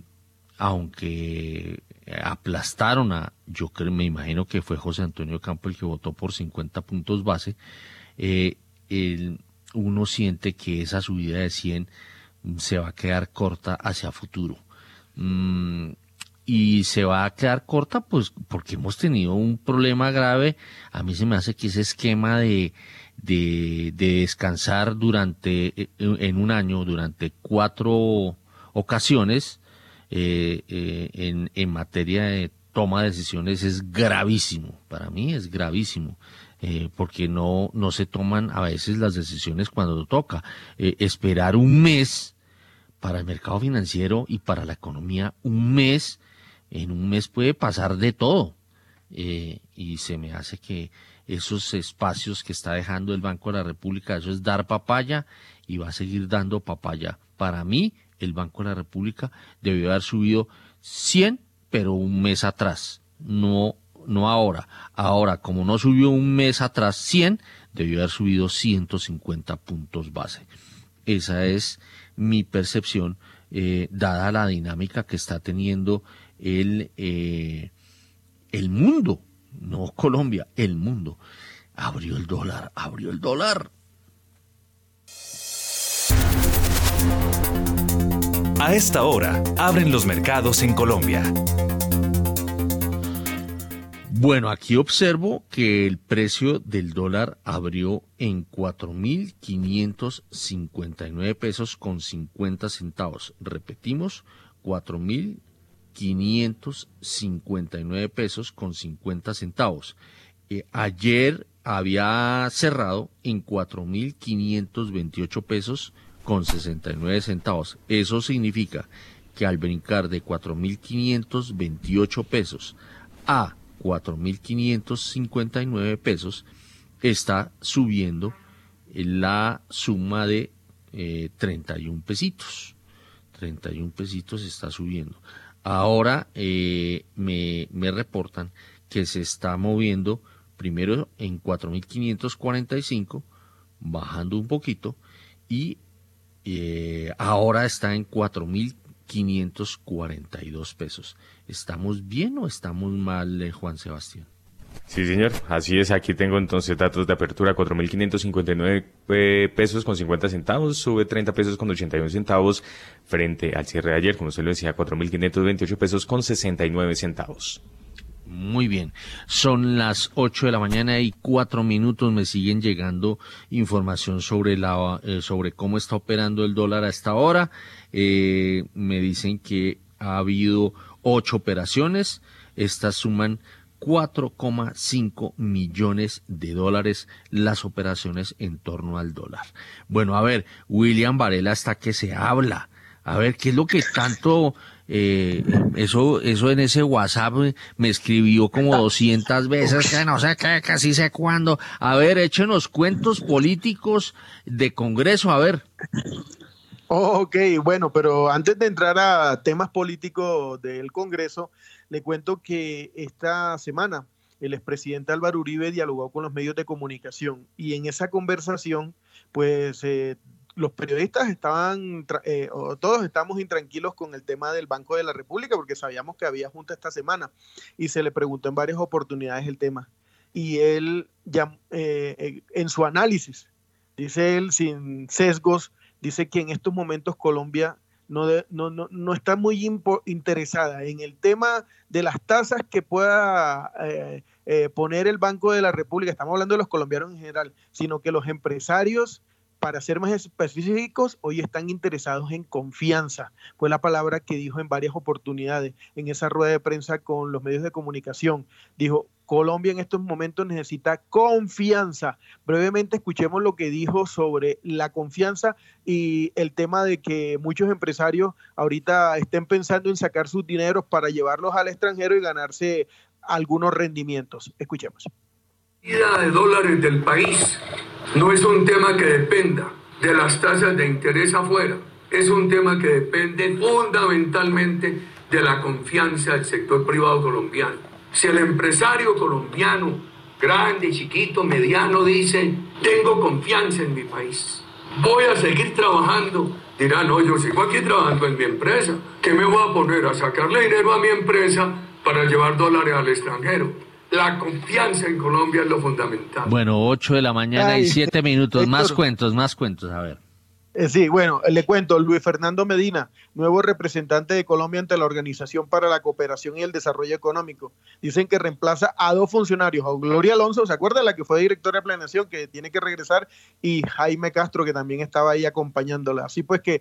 aunque aplastaron a, yo creo, me imagino que fue José Antonio Campo el que votó por cincuenta puntos base, eh, el, uno siente que esa subida de cien se va a quedar corta hacia futuro. Mm, y se va a quedar corta pues porque hemos tenido un problema grave. A mí se me hace que ese esquema de De, de descansar durante, en un año, durante cuatro ocasiones, eh, eh, en, en materia de toma de decisiones es gravísimo. Para mí es gravísimo, eh, porque no, no se toman a veces las decisiones cuando toca. Eh, esperar un mes para el mercado financiero y para la economía, un mes, en un mes puede pasar de todo. Eh, y se me hace que esos espacios que está dejando el Banco de la República, eso es dar papaya y va a seguir dando papaya. Para mí, el Banco de la República debió haber subido cien, pero un mes atrás, no, no ahora. Ahora, como no subió un mes atrás cien, debió haber subido ciento cincuenta puntos base. Esa es mi percepción, eh, dada la dinámica que está teniendo el, eh, el mundo. No Colombia, el mundo. Abrió el dólar, abrió el dólar. A esta hora, abren los mercados en Colombia. Bueno, aquí observo que el precio del dólar abrió en cuatro mil quinientos cincuenta y nueve pesos con cincuenta centavos. Repetimos, cuatro mil quinientos cincuenta y nueve pesos con cincuenta centavos. Eh, ayer había cerrado en cuatro mil quinientos veintiocho pesos con sesenta y nueve centavos. Eso significa que al brincar de cuatro mil quinientos veintiocho pesos a cuatro mil quinientos cincuenta y nueve pesos está subiendo la suma de eh, treinta y un pesitos. treinta y un pesitos está subiendo. Ahora eh, me, me reportan que se está moviendo primero en cuatro mil quinientos cuarenta y cinco, bajando un poquito, y eh, ahora está en cuatro mil quinientos cuarenta y dos pesos. ¿Estamos bien o estamos mal, eh, Juan Sebastián? Sí, señor, así es. Aquí tengo entonces datos de apertura: cuatro mil quinientos cincuenta y nueve eh, pesos con cincuenta centavos, sube treinta pesos con ochenta y uno centavos frente al cierre de ayer, como usted lo decía, cuatro mil quinientos veintiocho pesos con sesenta y nueve centavos. Muy bien, son las ocho de la mañana y cuatro minutos. Me siguen llegando información sobre la eh, sobre cómo está operando el dólar a esta hora. Eh, me dicen que ha habido ocho operaciones. Estas suman cuatro coma cinco millones de dólares las operaciones en torno al dólar. Bueno, a ver, William Varela, hasta que se habla. A ver, ¿qué es lo que tanto... Eh, eso eso en ese WhatsApp me escribió como doscientas veces, que no sé qué, casi sé cuándo. A ver, échenos cuentos políticos de Congreso, a ver. Ok, bueno, pero antes de entrar a temas políticos del Congreso, le cuento que esta semana el expresidente Álvaro Uribe dialogó con los medios de comunicación y en esa conversación, pues eh, los periodistas estaban, eh, o todos estamos intranquilos con el tema del Banco de la República porque sabíamos que había junta esta semana y se le preguntó en varias oportunidades el tema. Y él, ya eh, en su análisis, dice él sin sesgos, dice que en estos momentos Colombia no, de, no, no, no está muy impo- interesada en el tema de las tasas que pueda eh, eh, poner el Banco de la República, estamos hablando de los colombianos en general, sino que los empresarios, para ser más específicos, hoy están interesados en confianza. Fue la palabra que dijo en varias oportunidades en esa rueda de prensa con los medios de comunicación. Dijo, Colombia en estos momentos necesita confianza. Brevemente escuchemos lo que dijo sobre la confianza y el tema de que muchos empresarios ahorita estén pensando en sacar sus dineros para llevarlos al extranjero y ganarse algunos rendimientos. Escuchemos. La salida de dólares del país no es un tema que dependa de las tasas de interés afuera, es un tema que depende fundamentalmente de la confianza del sector privado colombiano. Si el empresario colombiano, grande, chiquito, mediano, dice, tengo confianza en mi país, voy a seguir trabajando, dirá, no, yo sigo aquí trabajando en mi empresa, ¿qué me voy a poner a sacarle dinero a mi empresa para llevar dólares al extranjero? La confianza en Colombia es lo fundamental. Bueno, ocho de la mañana Ay, y siete minutos. Héctor. Más cuentos, más cuentos, a ver. Eh, sí, bueno, le cuento, Luis Fernando Medina, nuevo representante de Colombia ante la Organización para la Cooperación y el Desarrollo Económico. Dicen que reemplaza a dos funcionarios, a Gloria Alonso, ¿se acuerda? La que fue directora de planeación, que tiene que regresar, y Jaime Castro, que también estaba ahí acompañándola. Así pues que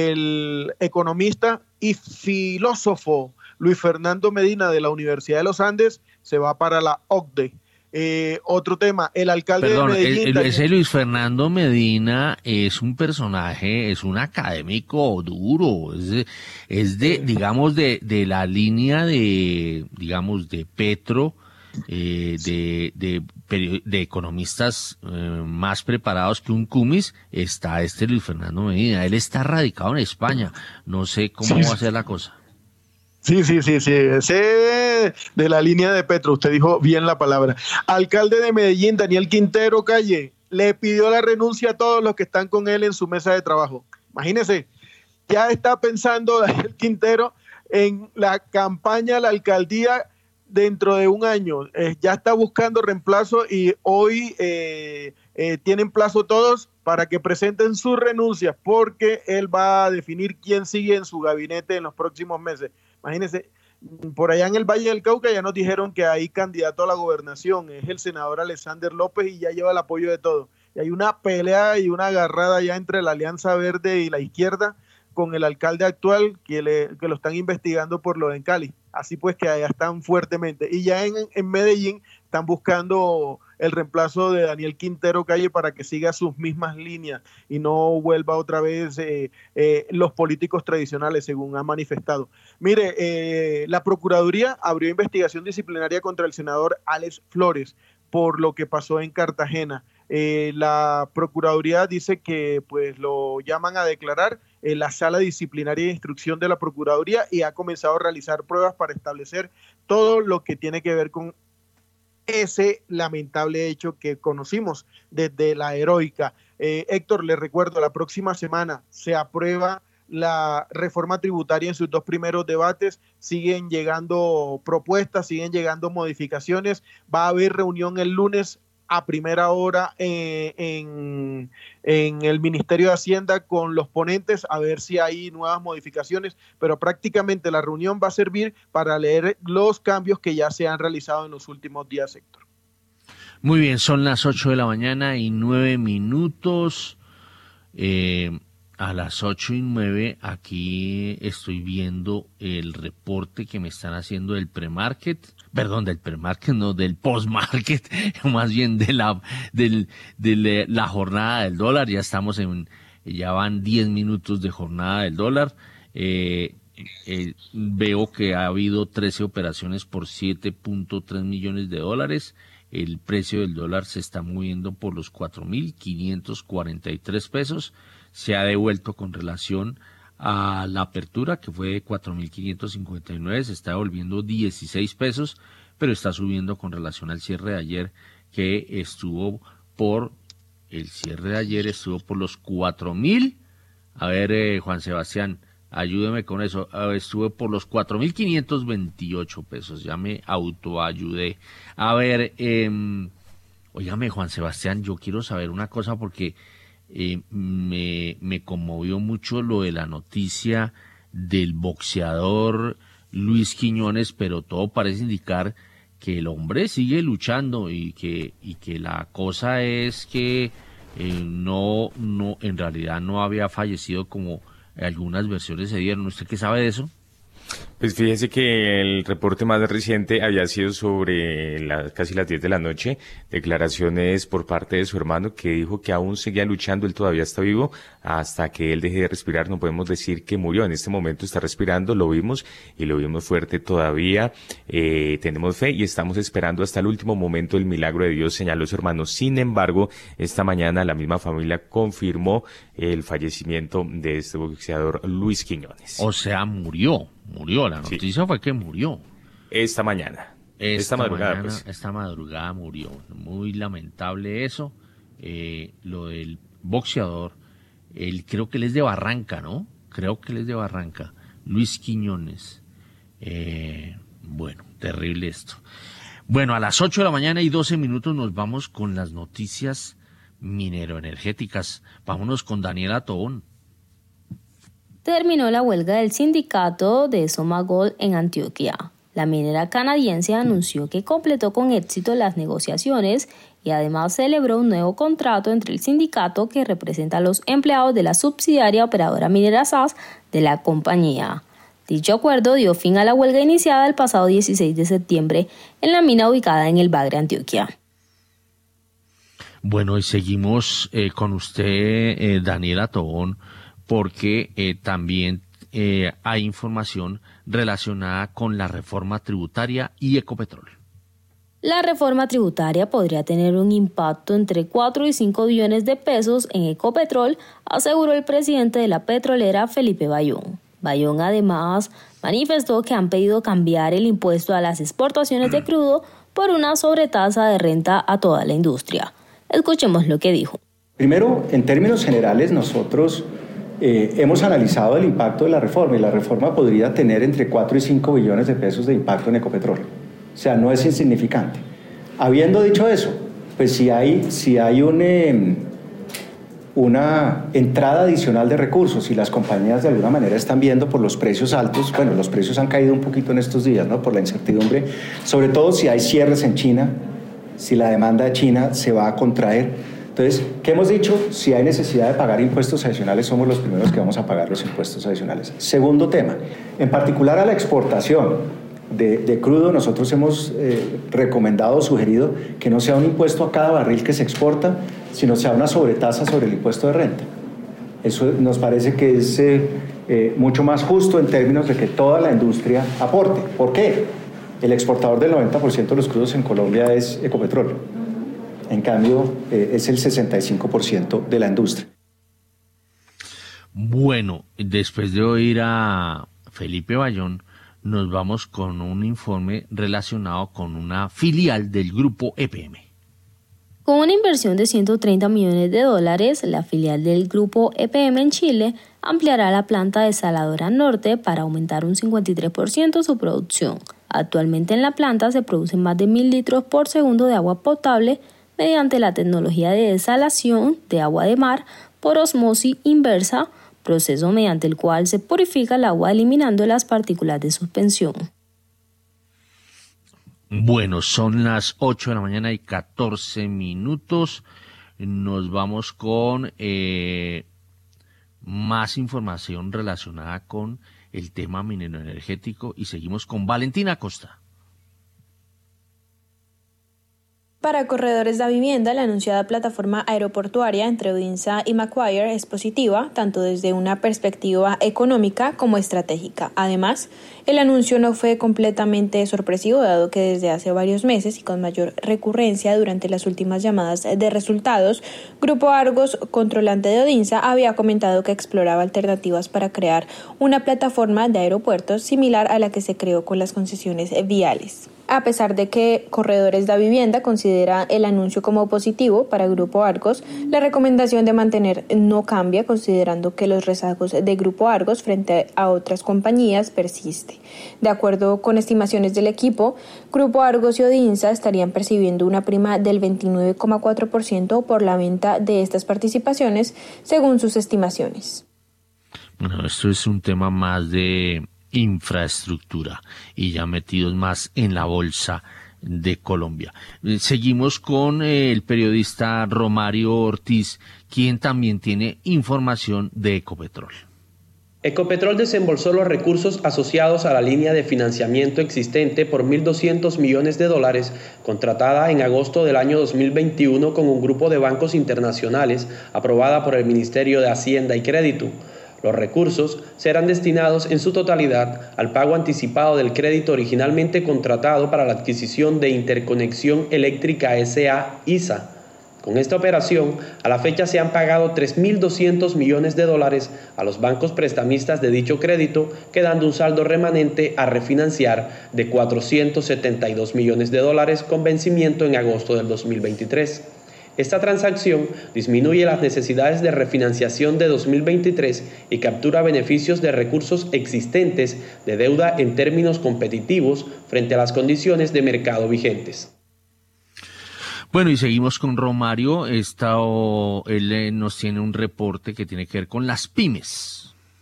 el economista y filósofo Luis Fernando Medina de la Universidad de los Andes se va para la O C D E. Eh, otro tema, el alcalde Perdón, de Medellín. el, Daniel... ese Luis Fernando Medina es un personaje, es un académico duro, es de, es de digamos, de, de la línea de, digamos, de Petro, eh, de, de, de economistas eh, más preparados que un Cumis, está este Luis Fernando Medina. Él está radicado en España, no sé cómo Sí, va a ser la cosa. Sí, sí, sí, sí, ese de la línea de Petro, usted dijo bien la palabra. Alcalde de Medellín, Daniel Quintero Calle, le pidió la renuncia a todos los que están con él en su mesa de trabajo. Imagínese, ya está pensando Daniel Quintero en la campaña a la alcaldía dentro de un año. Eh, ya está buscando reemplazo y hoy eh, eh, tienen plazo todos para que presenten sus renuncias, porque él va a definir quién sigue en su gabinete en los próximos meses. Imagínense, por allá en el Valle del Cauca ya nos dijeron que hay candidato a la gobernación, es el senador Alexander López y ya lleva el apoyo de todos. Y hay una pelea y una agarrada ya entre la Alianza Verde y la izquierda con el alcalde actual que, le, que lo están investigando por lo de en Cali. Así pues que allá están fuertemente. Y ya en, en Medellín están buscando el reemplazo de Daniel Quintero Calle para que siga sus mismas líneas y no vuelva otra vez eh, eh, los políticos tradicionales, según ha manifestado. Mire, eh, la Procuraduría abrió investigación disciplinaria contra el senador Alex Flores por lo que pasó en Cartagena. Eh, la Procuraduría dice que pues lo llaman a declarar en la Sala Disciplinaria de Instrucción de la Procuraduría y ha comenzado a realizar pruebas para establecer todo lo que tiene que ver con ese lamentable hecho que conocimos desde la heroica. Eh, Héctor, le recuerdo, la próxima semana se aprueba la reforma tributaria en sus dos primeros debates, siguen llegando propuestas, siguen llegando modificaciones, va a haber reunión el lunes a primera hora eh, en, en el Ministerio de Hacienda con los ponentes a ver si hay nuevas modificaciones, pero prácticamente la reunión va a servir para leer los cambios que ya se han realizado en los últimos días, Héctor. Muy bien, son las ocho de la mañana y nueve minutos. Eh, a las ocho y nueve aquí estoy viendo el reporte que me están haciendo del premarket, perdón, del premarket, no, del postmarket, más bien de la, del, de la jornada del dólar. Ya estamos en, ya van diez minutos de jornada del dólar. Eh, eh, veo que ha habido trece operaciones por siete punto tres millones de dólares. El precio del dólar se está moviendo por los cuatro mil quinientos cuarenta y tres pesos. Se ha devuelto con relación a la apertura, que fue de cuatro mil quinientos cincuenta y nueve, se está devolviendo dieciséis pesos, pero está subiendo con relación al cierre de ayer, que estuvo por, el cierre de ayer estuvo por los cuatro mil, a ver, eh, Juan Sebastián, ayúdeme con eso, uh, estuve por los cuatro mil quinientos veintiocho pesos, ya me autoayudé. A ver, eh, óigame, Juan Sebastián, yo quiero saber una cosa porque eh, me, me conmovió mucho lo de la noticia del boxeador Luis Quiñones, pero todo parece indicar que el hombre sigue luchando y que, y que la cosa es que eh, no, no, en realidad no había fallecido como algunas versiones se dieron. ¿Usted qué sabe de eso? Pues fíjese que el reporte más reciente había sido sobre la, casi las diez de la noche, declaraciones por parte de su hermano que dijo que aún seguía luchando, él todavía está vivo, hasta que él deje de respirar no podemos decir que murió, en este momento está respirando, lo vimos y lo vimos fuerte todavía, eh, tenemos fe y estamos esperando hasta el último momento el milagro de Dios, señaló su hermano. Sin embargo, esta mañana la misma familia confirmó el fallecimiento de este boxeador Luis Quiñones. O sea, murió. Murió, la noticia sí. fue que murió. Esta mañana. Esta, esta madrugada, mañana, pues. Esta madrugada murió. Muy lamentable eso. Eh, lo del boxeador, él, creo que él es de Barranca, ¿no? Creo que él es de Barranca. Luis Quiñones. Eh, bueno, terrible esto. Bueno, a las ocho de la mañana y doce minutos nos vamos con las noticias mineroenergéticas. Vámonos con Daniela Tobón. Terminó la huelga del sindicato de Somagol en Antioquia. La minera canadiense anunció que completó con éxito las negociaciones y además celebró un nuevo contrato entre el sindicato que representa a los empleados de la subsidiaria operadora minera S A S de la compañía. Dicho acuerdo dio fin a la huelga iniciada el pasado dieciséis de septiembre en la mina ubicada en el Bagre, Antioquia. Bueno, y seguimos eh, con usted, eh, Daniela Tobón, porque eh, también eh, hay información relacionada con la reforma tributaria y Ecopetrol. La reforma tributaria podría tener un impacto entre cuatro y cinco billones de pesos en Ecopetrol, aseguró el presidente de la petrolera, Felipe Bayón. Bayón además manifestó que han pedido cambiar el impuesto a las exportaciones de crudo por una sobretasa de renta a toda la industria. Escuchemos lo que dijo. Primero, en términos generales, nosotros Eh, hemos analizado el impacto de la reforma y la reforma podría tener entre cuatro y cinco billones de pesos de impacto en Ecopetrol. O sea, no es insignificante. Habiendo dicho eso, pues si hay, si hay un, eh, una entrada adicional de recursos y las compañías de alguna manera están viendo por los precios altos, bueno, los precios han caído un poquito en estos días, ¿no? Por la incertidumbre, sobre todo si hay cierres en China, si la demanda de China se va a contraer. Entonces, ¿qué hemos dicho? Si hay necesidad de pagar impuestos adicionales, somos los primeros que vamos a pagar los impuestos adicionales. Segundo tema, en particular a la exportación de, de crudo, nosotros hemos eh, recomendado o sugerido que no sea un impuesto a cada barril que se exporta, sino sea una sobretasa sobre el impuesto de renta. Eso nos parece que es eh, eh, mucho más justo en términos de que toda la industria aporte. ¿Por qué? El exportador del noventa por ciento de los crudos en Colombia es Ecopetrol. En cambio, eh, es el sesenta y cinco por ciento de la industria. Bueno, después de oír a Felipe Bayón, nos vamos con un informe relacionado con una filial del grupo E P M. Con una inversión de ciento treinta millones de dólares, la filial del grupo E P M en Chile ampliará la planta desaladora norte para aumentar un cincuenta y tres por ciento su producción. Actualmente en la planta se producen más de mil litros por segundo de agua potable mediante la tecnología de desalación de agua de mar por osmosis inversa, proceso mediante el cual se purifica el agua eliminando las partículas de suspensión. Bueno, son las ocho de la mañana y catorce minutos. Nos vamos con eh, más información relacionada con el tema minero energético y seguimos con Valentina Costa. Para corredores de vivienda, la anunciada plataforma aeroportuaria entre Odinsa y Macquarie es positiva, tanto desde una perspectiva económica como estratégica. Además, el anuncio no fue completamente sorpresivo, dado que desde hace varios meses y con mayor recurrencia durante las últimas llamadas de resultados, Grupo Argos, controlante de Odinsa, había comentado que exploraba alternativas para crear una plataforma de aeropuertos similar a la que se creó con las concesiones viales. A pesar de que Corredores de Vivienda considera el anuncio como positivo para Grupo Argos, la recomendación de mantener no cambia, considerando que los rezagos de Grupo Argos frente a otras compañías persiste. De acuerdo con estimaciones del equipo, Grupo Argos y Odinsa estarían percibiendo una prima del veintinueve coma cuatro por ciento por la venta de estas participaciones, según sus estimaciones. Bueno, esto es un tema más de infraestructura y ya metidos más en la bolsa de Colombia. Seguimos con el periodista Romario Ortiz, quien también tiene información de Ecopetrol. Ecopetrol desembolsó los recursos asociados a la línea de financiamiento existente por mil doscientos millones de dólares, contratada en agosto del año dos mil veintiuno con un grupo de bancos internacionales, aprobada por el Ministerio de Hacienda y Crédito. Los recursos serán destinados en su totalidad al pago anticipado del crédito originalmente contratado para la adquisición de Interconexión Eléctrica S A I S A. Con esta operación, a la fecha se han pagado tres mil doscientos millones de dólares a los bancos prestamistas de dicho crédito, quedando un saldo remanente a refinanciar de cuatrocientos setenta y dos millones de dólares con vencimiento en agosto del dos mil veintitrés. Esta transacción disminuye las necesidades de refinanciación de dos mil veintitrés y captura beneficios de recursos existentes de deuda en términos competitivos frente a las condiciones de mercado vigentes. Bueno, y seguimos con Romario. Esta, oh, él eh, nos tiene un reporte que tiene que ver con las pymes.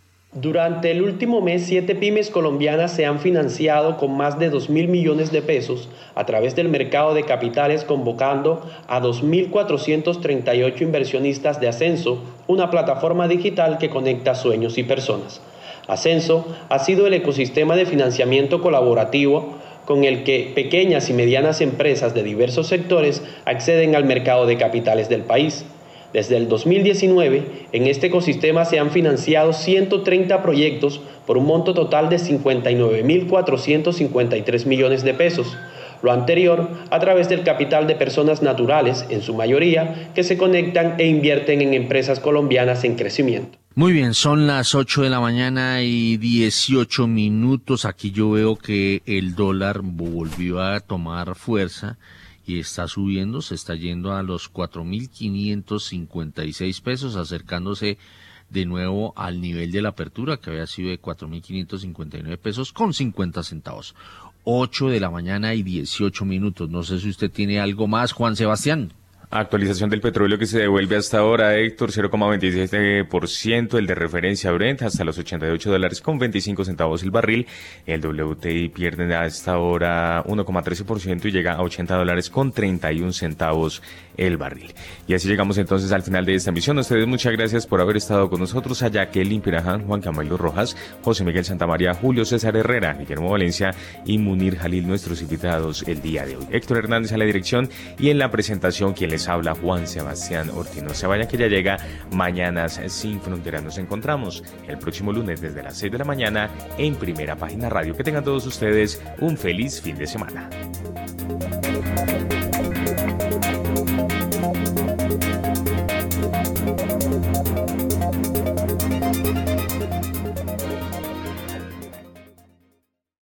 Durante el último mes, siete pymes colombianas se han financiado con más de dos mil millones de pesos a través del mercado de capitales, convocando a dos mil cuatrocientos treinta y ocho inversionistas de Ascenso, una plataforma digital que conecta sueños y personas. Ascenso ha sido el ecosistema de financiamiento colaborativo con el que pequeñas y medianas empresas de diversos sectores acceden al mercado de capitales del país. Desde el dos mil diecinueve, en este ecosistema se han financiado ciento treinta proyectos por un monto total de cincuenta y nueve mil cuatrocientos cincuenta y tres millones de pesos. Lo anterior a través del capital de personas naturales, en su mayoría, que se conectan e invierten en empresas colombianas en crecimiento. Muy bien, son las ocho de la mañana y dieciocho minutos. Aquí yo veo que el dólar volvió a tomar fuerza y está subiendo, se está yendo a los cuatro mil quinientos cincuenta y seis pesos, acercándose de nuevo al nivel de la apertura, que había sido de cuatro mil quinientos cincuenta y nueve pesos con cincuenta centavos. ocho de la mañana y dieciocho minutos. No sé si usted tiene algo más, Juan Sebastián. Actualización del petróleo que se devuelve hasta ahora, Héctor, cero coma veintisiete por ciento, el de referencia Brent hasta los ochenta y ocho dólares con veinticinco centavos el barril, el W T I pierde a esta hora uno coma trece por ciento y llega a ochenta dólares con treinta y un centavos el barril. Y así llegamos entonces al final de esta emisión. A ustedes muchas gracias por haber estado con nosotros, a Jacqueline Piraján, Juan Camilo Rojas, José Miguel Santamaría, Julio César Herrera, Guillermo Valencia y Munir Jalil, nuestros invitados el día de hoy. Héctor Hernández a la dirección y en la presentación quien les habla Juan Sebastián Ortiz. No se vayan que ya llega Mañanas Sin Fronteras. Nos encontramos el próximo lunes desde las seis de la mañana en Primera Página Radio. Que tengan todos ustedes un feliz fin de semana.